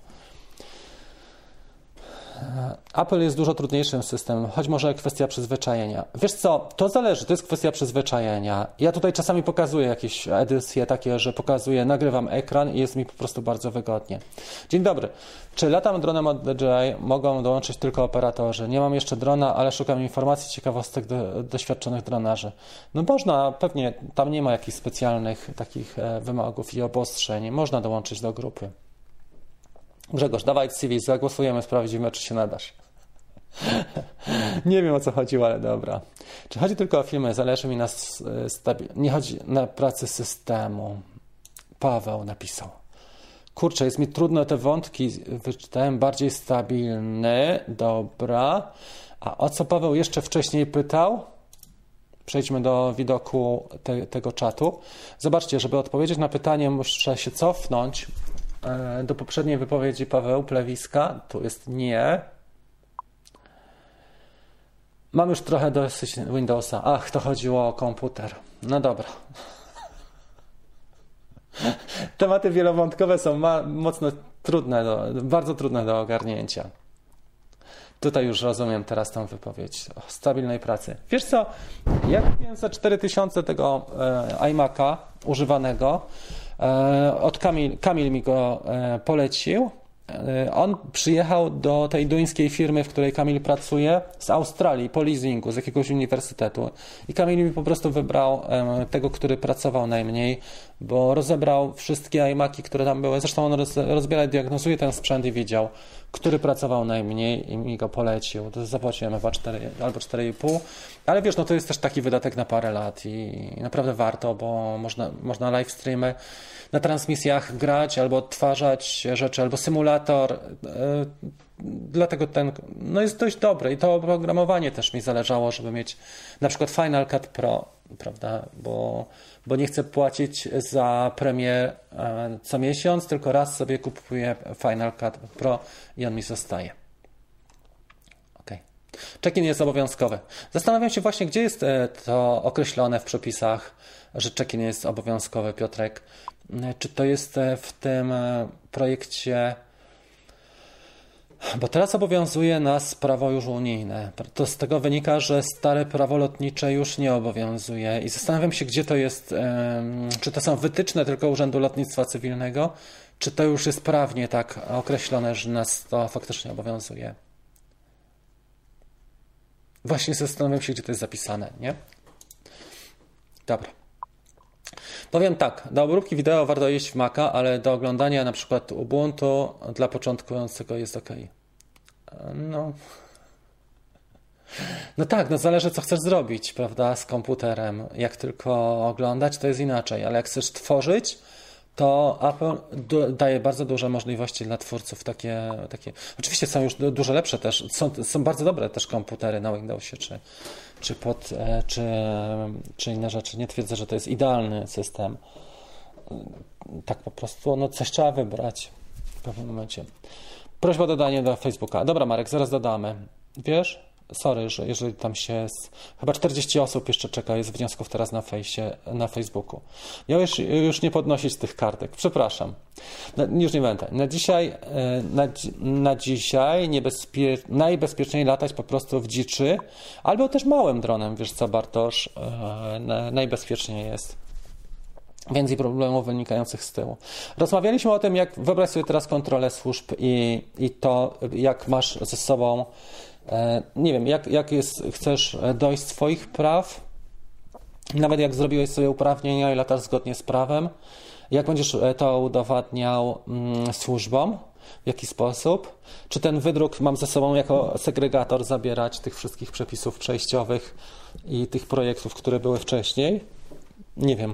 Speaker 1: Apple jest dużo trudniejszym systemem, choć może kwestia przyzwyczajenia. Wiesz co, to zależy, to jest kwestia przyzwyczajenia. Ja tutaj czasami pokazuję jakieś edycje takie, że nagrywam ekran i jest mi po prostu bardzo wygodnie. Dzień dobry. Czy latam dronem od DJI? Mogą dołączyć tylko operatorzy. Nie mam jeszcze drona, ale szukam informacji, ciekawostek doświadczonych dronarzy. No można, pewnie tam nie ma jakichś specjalnych takich wymogów i obostrzeń. Można dołączyć do grupy. Grzegorz, dawaj CV, zagłosujemy, sprawdzimy, czy się nadasz. Nie wiem, o co chodziło, ale dobra. Czy chodzi tylko o filmy? Zależy mi na nie chodzi na pracę systemu. Paweł napisał. Kurczę, jest mi trudno te wątki, wyczytałem bardziej stabilny. Dobra. A o co Paweł jeszcze wcześniej pytał? Przejdźmy do widoku tego czatu. Zobaczcie, żeby odpowiedzieć na pytanie, muszę się cofnąć do poprzedniej wypowiedzi Paweł Plewiska. Tu jest nie. Mam już trochę dosyć Windowsa. Ach, to chodziło o komputer. No dobra. Tematy wielowątkowe są mocno trudne, bardzo trudne do ogarnięcia. Tutaj już rozumiem teraz tą wypowiedź o stabilnej pracy. Wiesz co, ja kupiłem za 4000 tego iMac'a używanego. Kamil mi go polecił. On przyjechał do tej duńskiej firmy, w której Kamil pracuje, z Australii, po leasingu, z jakiegoś uniwersytetu. I Kamil mi po prostu wybrał tego, który pracował najmniej, bo rozebrał wszystkie iMac'i, które tam były. Zresztą on rozbiera i diagnozuje ten sprzęt i wiedział, który pracował najmniej i mi go polecił. To zapłaciłem chyba 4 albo 4,5. Ale wiesz, no to jest też taki wydatek na parę lat i naprawdę warto, bo można live streamy na transmisjach grać albo odtwarzać rzeczy, albo symulator. Dlatego ten jest dość dobry i to oprogramowanie też mi zależało, żeby mieć na przykład Final Cut Pro, prawda, bo nie chcę płacić za premię co miesiąc, tylko raz sobie kupuję Final Cut Pro i on mi zostaje. Check-in jest obowiązkowy. Zastanawiam się właśnie, gdzie jest to określone w przepisach, że check-in jest obowiązkowy, Piotrek. Czy to jest w tym projekcie, bo teraz obowiązuje nas prawo już unijne. To z tego wynika, że stare prawo lotnicze już nie obowiązuje i zastanawiam się, gdzie to jest, czy to są wytyczne tylko Urzędu Lotnictwa Cywilnego, czy to już jest prawnie tak określone, że nas to faktycznie obowiązuje. Właśnie zastanawiam się, gdzie to jest zapisane, nie? Dobra. Powiem tak, do obróbki wideo warto iść w Maca, ale do oglądania na przykład Ubuntu dla początkującego jest ok. No tak, zależy co chcesz zrobić, prawda, z komputerem. Jak tylko oglądać, to jest inaczej, ale jak chcesz tworzyć, to Apple daje bardzo duże możliwości dla twórców. Takie. Oczywiście są już dużo lepsze też, są bardzo dobre też komputery na Windowsie czy inne rzeczy. Nie twierdzę, że to jest idealny system. Tak po prostu, coś trzeba wybrać w pewnym momencie. Prośba o dodanie do Facebooka. Dobra, Marek, zaraz dodamy. Wiesz? Sorry, że jeżeli tam chyba 40 osób jeszcze czeka, jest wniosków teraz na Facebooku. Miałeś już nie podnosić tych kartek. Przepraszam. Już nie będę. Na dzisiaj najbezpieczniej latać po prostu w dziczy, albo też małym dronem, wiesz co, Bartosz, najbezpieczniej jest. Więcej problemów wynikających z tyłu. Rozmawialiśmy o tym, wyobraź sobie teraz kontrolę służb i to, jak masz ze sobą, nie wiem, chcesz dojść z swoich praw, nawet jak zrobiłeś sobie uprawnienia i latasz zgodnie z prawem, jak będziesz to udowadniał służbom, w jaki sposób, czy ten wydruk mam ze sobą jako segregator zabierać tych wszystkich przepisów przejściowych i tych projektów, które były wcześniej, nie wiem.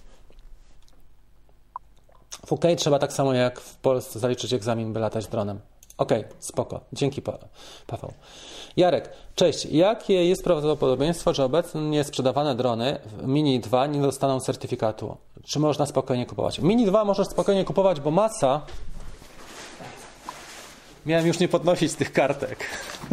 Speaker 1: W UK trzeba tak samo jak w Polsce zaliczyć egzamin, by latać dronem. Okej, spoko. Dzięki, Paweł. Jarek, cześć. Jakie jest prawdopodobieństwo, że obecnie sprzedawane drony Mini 2 nie dostaną certyfikatu? Czy można spokojnie kupować? Mini 2 możesz spokojnie kupować, bo masa... Miałem już nie podnosić tych kartek.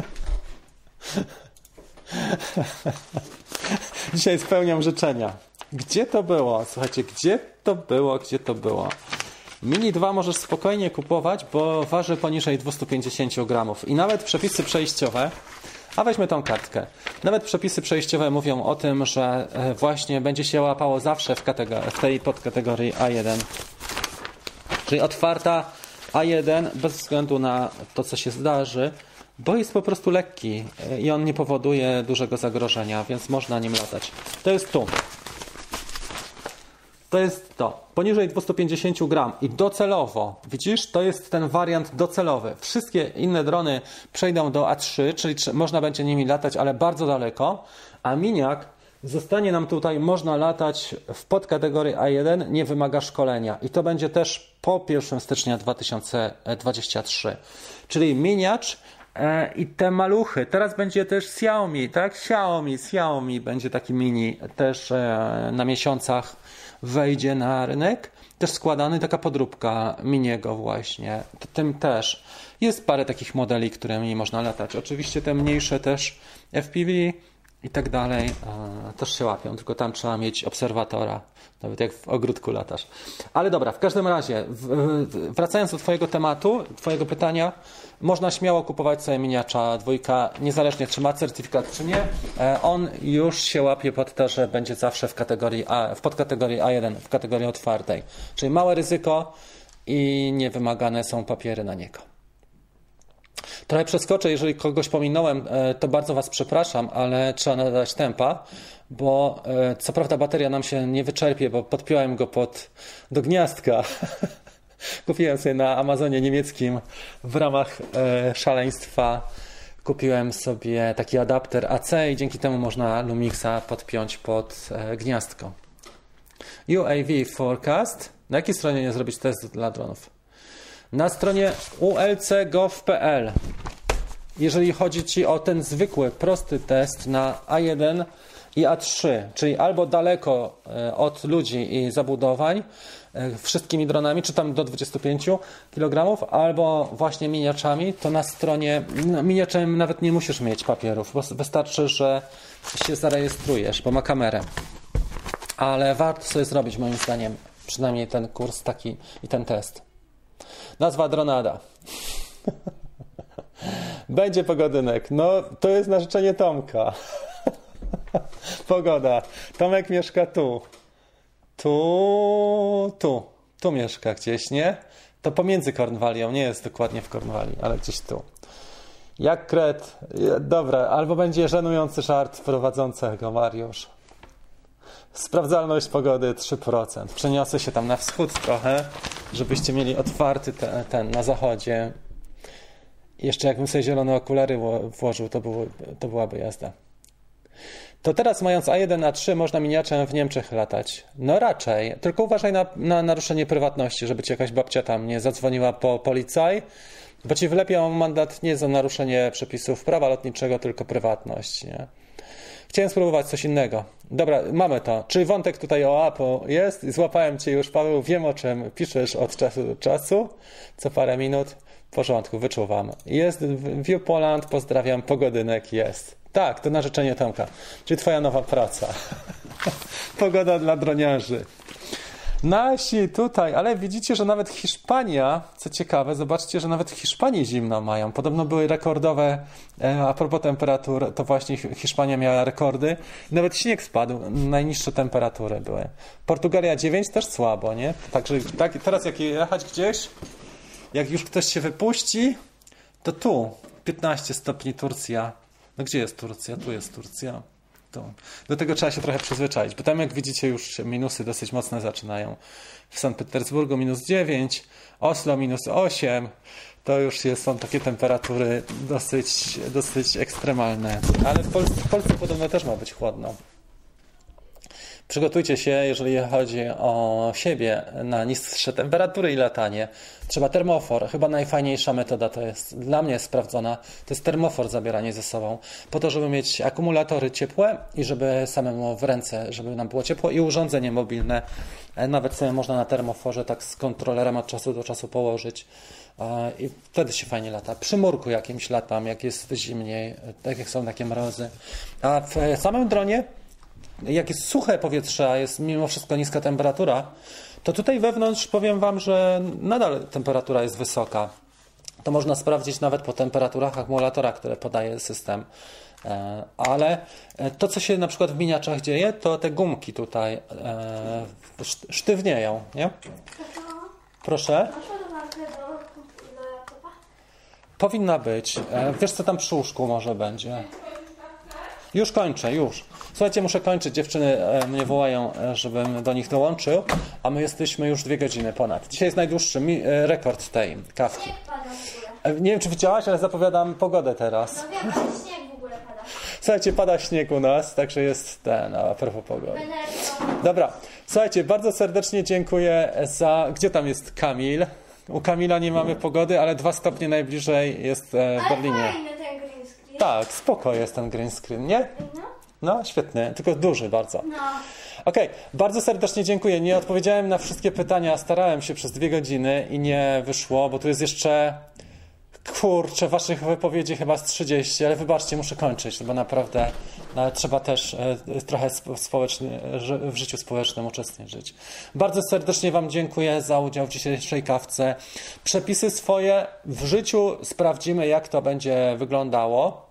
Speaker 1: Dzisiaj spełniam życzenia. Gdzie to było? Słuchajcie, gdzie to było? Mini 2 możesz spokojnie kupować, bo waży poniżej 250 gramów. I nawet przepisy przejściowe, a weźmy tą kartkę, nawet przepisy przejściowe mówią o tym, że właśnie będzie się łapało zawsze w tej podkategorii A1. Czyli otwarta A1 bez względu na to, co się zdarzy, bo jest po prostu lekki i on nie powoduje dużego zagrożenia, więc można nim latać. To jest tu. To jest to. Poniżej 250 gram i docelowo, widzisz, to jest ten wariant docelowy. Wszystkie inne drony przejdą do A3, czyli można będzie nimi latać, ale bardzo daleko, a miniak zostanie nam tutaj, można latać w podkategorii A1, nie wymaga szkolenia. I to będzie też po 1 stycznia 2023. Czyli miniacz i te maluchy. Teraz będzie też Xiaomi, tak? Xiaomi będzie taki mini też na miesiącach wejdzie na rynek, też składany, taka podróbka miniego właśnie. Tym też jest parę takich modeli, którymi można latać. Oczywiście te mniejsze też FPV i tak dalej też się łapią, tylko tam trzeba mieć obserwatora, nawet jak w ogródku latasz. Ale dobra, w każdym razie, wracając do twojego tematu, twojego pytania, można śmiało kupować sobie miniacza 2, niezależnie czy ma certyfikat czy nie. On już się łapie pod to, że będzie zawsze w podkategorii A1, w kategorii otwartej. Czyli małe ryzyko i niewymagane są papiery na niego. Trochę przeskoczę, jeżeli kogoś pominąłem, to bardzo Was przepraszam, ale trzeba nadać tempa, bo co prawda bateria nam się nie wyczerpie, bo podpiąłem go do gniazdka. Kupiłem sobie na Amazonie niemieckim w ramach szaleństwa. Kupiłem sobie taki adapter AC i dzięki temu można Lumixa podpiąć pod gniazdko. UAV Forecast. Na jakiej stronie nie zrobić test dla dronów? Na stronie ulc.gov.pl. Jeżeli chodzi Ci o ten zwykły, prosty test na A1 i A3, czyli albo daleko od ludzi i zabudowań wszystkimi dronami, czy tam do 25 kg, albo właśnie miniaczami, to na stronie miniaczem nawet nie musisz mieć papierów, bo wystarczy, że się zarejestrujesz, bo ma kamerę. Ale warto sobie zrobić, moim zdaniem, przynajmniej ten kurs taki i ten test. Nazwa Dronada. Będzie pogodynek. No, to jest na życzenie Tomka. Pogoda. Tomek mieszka tu. Tu mieszka gdzieś, nie? To pomiędzy Kornwalią, nie jest dokładnie w Kornwalii, ale gdzieś tu. Jak kret, dobra, albo będzie żenujący żart prowadzącego, Mariusz. Sprawdzalność pogody 3%. Przeniosę się tam na wschód trochę, żebyście mieli otwarty ten na zachodzie. Jeszcze jakbym sobie zielone okulary włożył, to byłaby jazda. To teraz mając A1, A3 można miniaczem w Niemczech latać. No raczej, tylko uważaj na naruszenie prywatności, żeby ci jakaś babcia tam nie zadzwoniła po policaj, bo ci wlepią mandat nie za naruszenie przepisów prawa lotniczego, tylko prywatność, nie? Chciałem spróbować coś innego. Dobra, mamy to. Czyli wątek tutaj o Apple jest. Złapałem cię już, Paweł. Wiem, o czym piszesz od czasu do czasu. Co parę minut. W porządku, wyczuwam. Jest View Poland, pozdrawiam. Pogodynek jest. Tak, to na życzenie Tomka. Czyli twoja nowa praca. Pogoda dla droniarzy. Nasi tutaj, ale widzicie, że nawet Hiszpania, co ciekawe, zobaczcie, że nawet w Hiszpanii zimno mają. Podobno były rekordowe, a propos temperatur, to właśnie Hiszpania miała rekordy. Nawet śnieg spadł, najniższe temperatury były. Portugalia 9 też słabo, nie? Także teraz jak jechać gdzieś, jak już ktoś się wypuści, to tu 15 stopni Turcja. No gdzie jest Turcja? Tu jest Turcja. Do tego trzeba się trochę przyzwyczaić, bo tam jak widzicie już minusy dosyć mocne zaczynają. W Sankt Petersburgu -9, Oslo -8, to już są takie temperatury dosyć ekstremalne. Ale w Polsce podobno też ma być chłodno. Przygotujcie się, jeżeli chodzi o siebie, na niższe temperatury i latanie. Trzeba termofor. Chyba najfajniejsza metoda to jest, dla mnie sprawdzona, to jest termofor zabieranie ze sobą. Po to, żeby mieć akumulatory ciepłe i żeby samemu w ręce, żeby nam było ciepło i urządzenie mobilne. Nawet sobie można na termoforze tak z kontrolerem od czasu do czasu położyć. I wtedy się fajnie lata. Przy murku jakimś latam, jak jest zimniej, tak jak są takie mrozy. A w samym dronie, jak jest suche powietrze, a jest mimo wszystko niska temperatura, to tutaj wewnątrz powiem wam, że nadal temperatura jest wysoka. To można sprawdzić nawet po temperaturach akumulatora, które podaje system. Ale to, co się na przykład w miniaczach dzieje, to te gumki tutaj sztywnieją, nie? Proszę? Powinna być. Wiesz, co tam przy łóżku może będzie? Już kończę, już. Słuchajcie, muszę kończyć. Dziewczyny mnie wołają, żebym do nich dołączył, a my jesteśmy już 2 godziny ponad. Dzisiaj jest najdłuższy rekord tej kawki. Nie wiem, czy widziałaś, ale zapowiadam pogodę teraz.
Speaker 3: No wiem, ale śnieg w ogóle pada.
Speaker 1: Słuchajcie, pada śnieg u nas, także jest a propos pogody. Dobra, słuchajcie, bardzo serdecznie dziękuję za... Gdzie tam jest Kamil? U Kamila nie mamy pogody, ale 2 stopnie najbliżej jest w Berlinie.
Speaker 3: Ale fajny ten green screen.
Speaker 1: Tak, spoko jest ten green screen, nie? No, świetny, tylko duży bardzo.
Speaker 3: No.
Speaker 1: Okej, bardzo serdecznie dziękuję. Nie odpowiedziałem na wszystkie pytania, starałem się przez 2 godziny i nie wyszło, bo tu jest jeszcze... Kurczę, waszych wypowiedzi chyba z 30, ale wybaczcie, muszę kończyć, bo naprawdę trzeba też trochę w życiu społecznym uczestniczyć. Bardzo serdecznie wam dziękuję za udział w dzisiejszej kawce. Przepisy swoje w życiu sprawdzimy, jak to będzie wyglądało.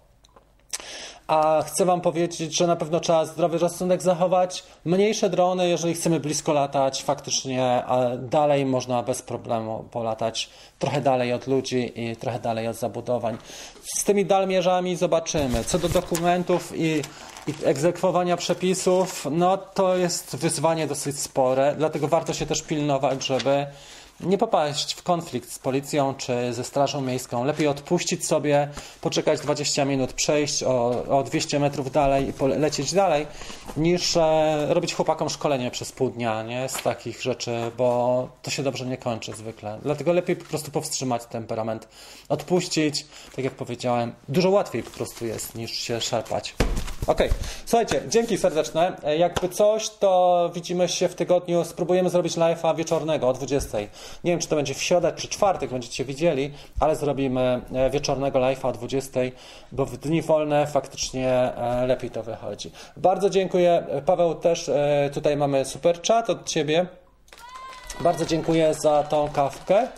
Speaker 1: A chcę wam powiedzieć, że na pewno trzeba zdrowy rozsądek zachować. Mniejsze drony, jeżeli chcemy blisko latać, faktycznie dalej można bez problemu polatać. Trochę dalej od ludzi i trochę dalej od zabudowań. Z tymi dalmierzami zobaczymy. Co do dokumentów i egzekwowania przepisów, no to jest wyzwanie dosyć spore. Dlatego warto się też pilnować, żeby nie popaść w konflikt z policją czy ze strażą miejską. Lepiej odpuścić sobie, poczekać 20 minut, przejść o 200 metrów dalej i lecieć dalej, niż robić chłopakom szkolenie przez pół dnia, nie? Z takich rzeczy, bo to się dobrze nie kończy zwykle. Dlatego lepiej po prostu powstrzymać temperament, odpuścić, tak jak powiedziałem, dużo łatwiej po prostu jest niż się szarpać. Okej, słuchajcie, dzięki serdeczne. Jakby coś, to widzimy się w tygodniu. Spróbujemy zrobić live'a wieczornego o 20. Nie wiem, czy to będzie w środę, czy czwartek będziecie widzieli, ale zrobimy wieczornego live'a o 20, bo w dni wolne faktycznie lepiej to wychodzi. Bardzo dziękuję. Paweł, też tutaj mamy super chat od ciebie. Bardzo dziękuję za tą kawkę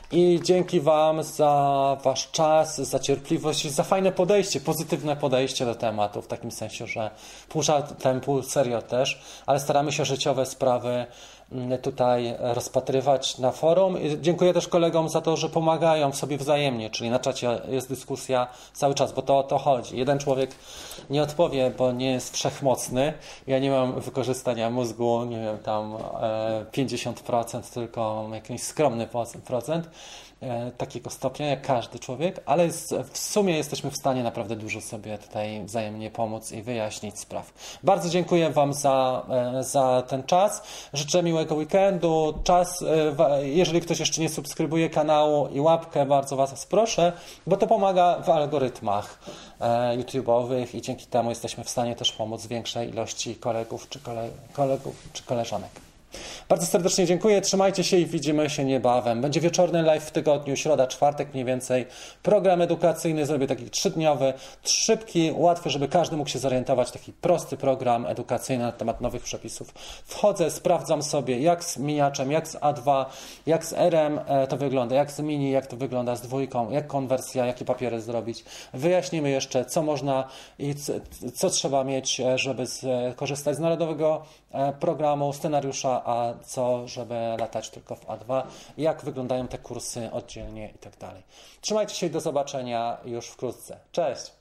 Speaker 1: I dzięki Wam za Wasz czas, za cierpliwość i za fajne podejście, pozytywne podejście do tematu, w takim sensie, że pół żartem, pół serio też, ale staramy się życiowe sprawy tutaj rozpatrywać na forum. I dziękuję też kolegom za to, że pomagają sobie wzajemnie, czyli na czacie jest dyskusja cały czas, bo to o to chodzi. Jeden człowiek nie odpowie, bo nie jest wszechmocny. Ja nie mam wykorzystania mózgu, nie wiem, tam 50%, tylko jakiś skromny procent takiego stopnia jak każdy człowiek, ale w sumie jesteśmy w stanie naprawdę dużo sobie tutaj wzajemnie pomóc i wyjaśnić spraw. Bardzo dziękuję Wam za ten czas. Życzę miłego weekendu. Jeżeli ktoś jeszcze nie subskrybuje kanału i łapkę, bardzo Was proszę, bo to pomaga w algorytmach YouTube'owych i dzięki temu jesteśmy w stanie też pomóc większej ilości kolegów czy koleżanek. Bardzo serdecznie dziękuję, trzymajcie się i widzimy się niebawem. Będzie wieczorny live w tygodniu, środa, czwartek mniej więcej. Program edukacyjny zrobię taki 3-dniowy, szybki, łatwy, żeby każdy mógł się zorientować. Taki prosty program edukacyjny na temat nowych przepisów. Wchodzę, sprawdzam sobie jak z miniaczem, jak z A2, jak z RM to wygląda, jak z mini, jak to wygląda z dwójką, jak konwersja, jakie papiery zrobić. Wyjaśnimy jeszcze, co można i co trzeba mieć, żeby korzystać z narodowego programu, scenariusza, a co, żeby latać tylko w A2, jak wyglądają te kursy oddzielnie i tak dalej. Trzymajcie się i do zobaczenia już wkrótce. Cześć!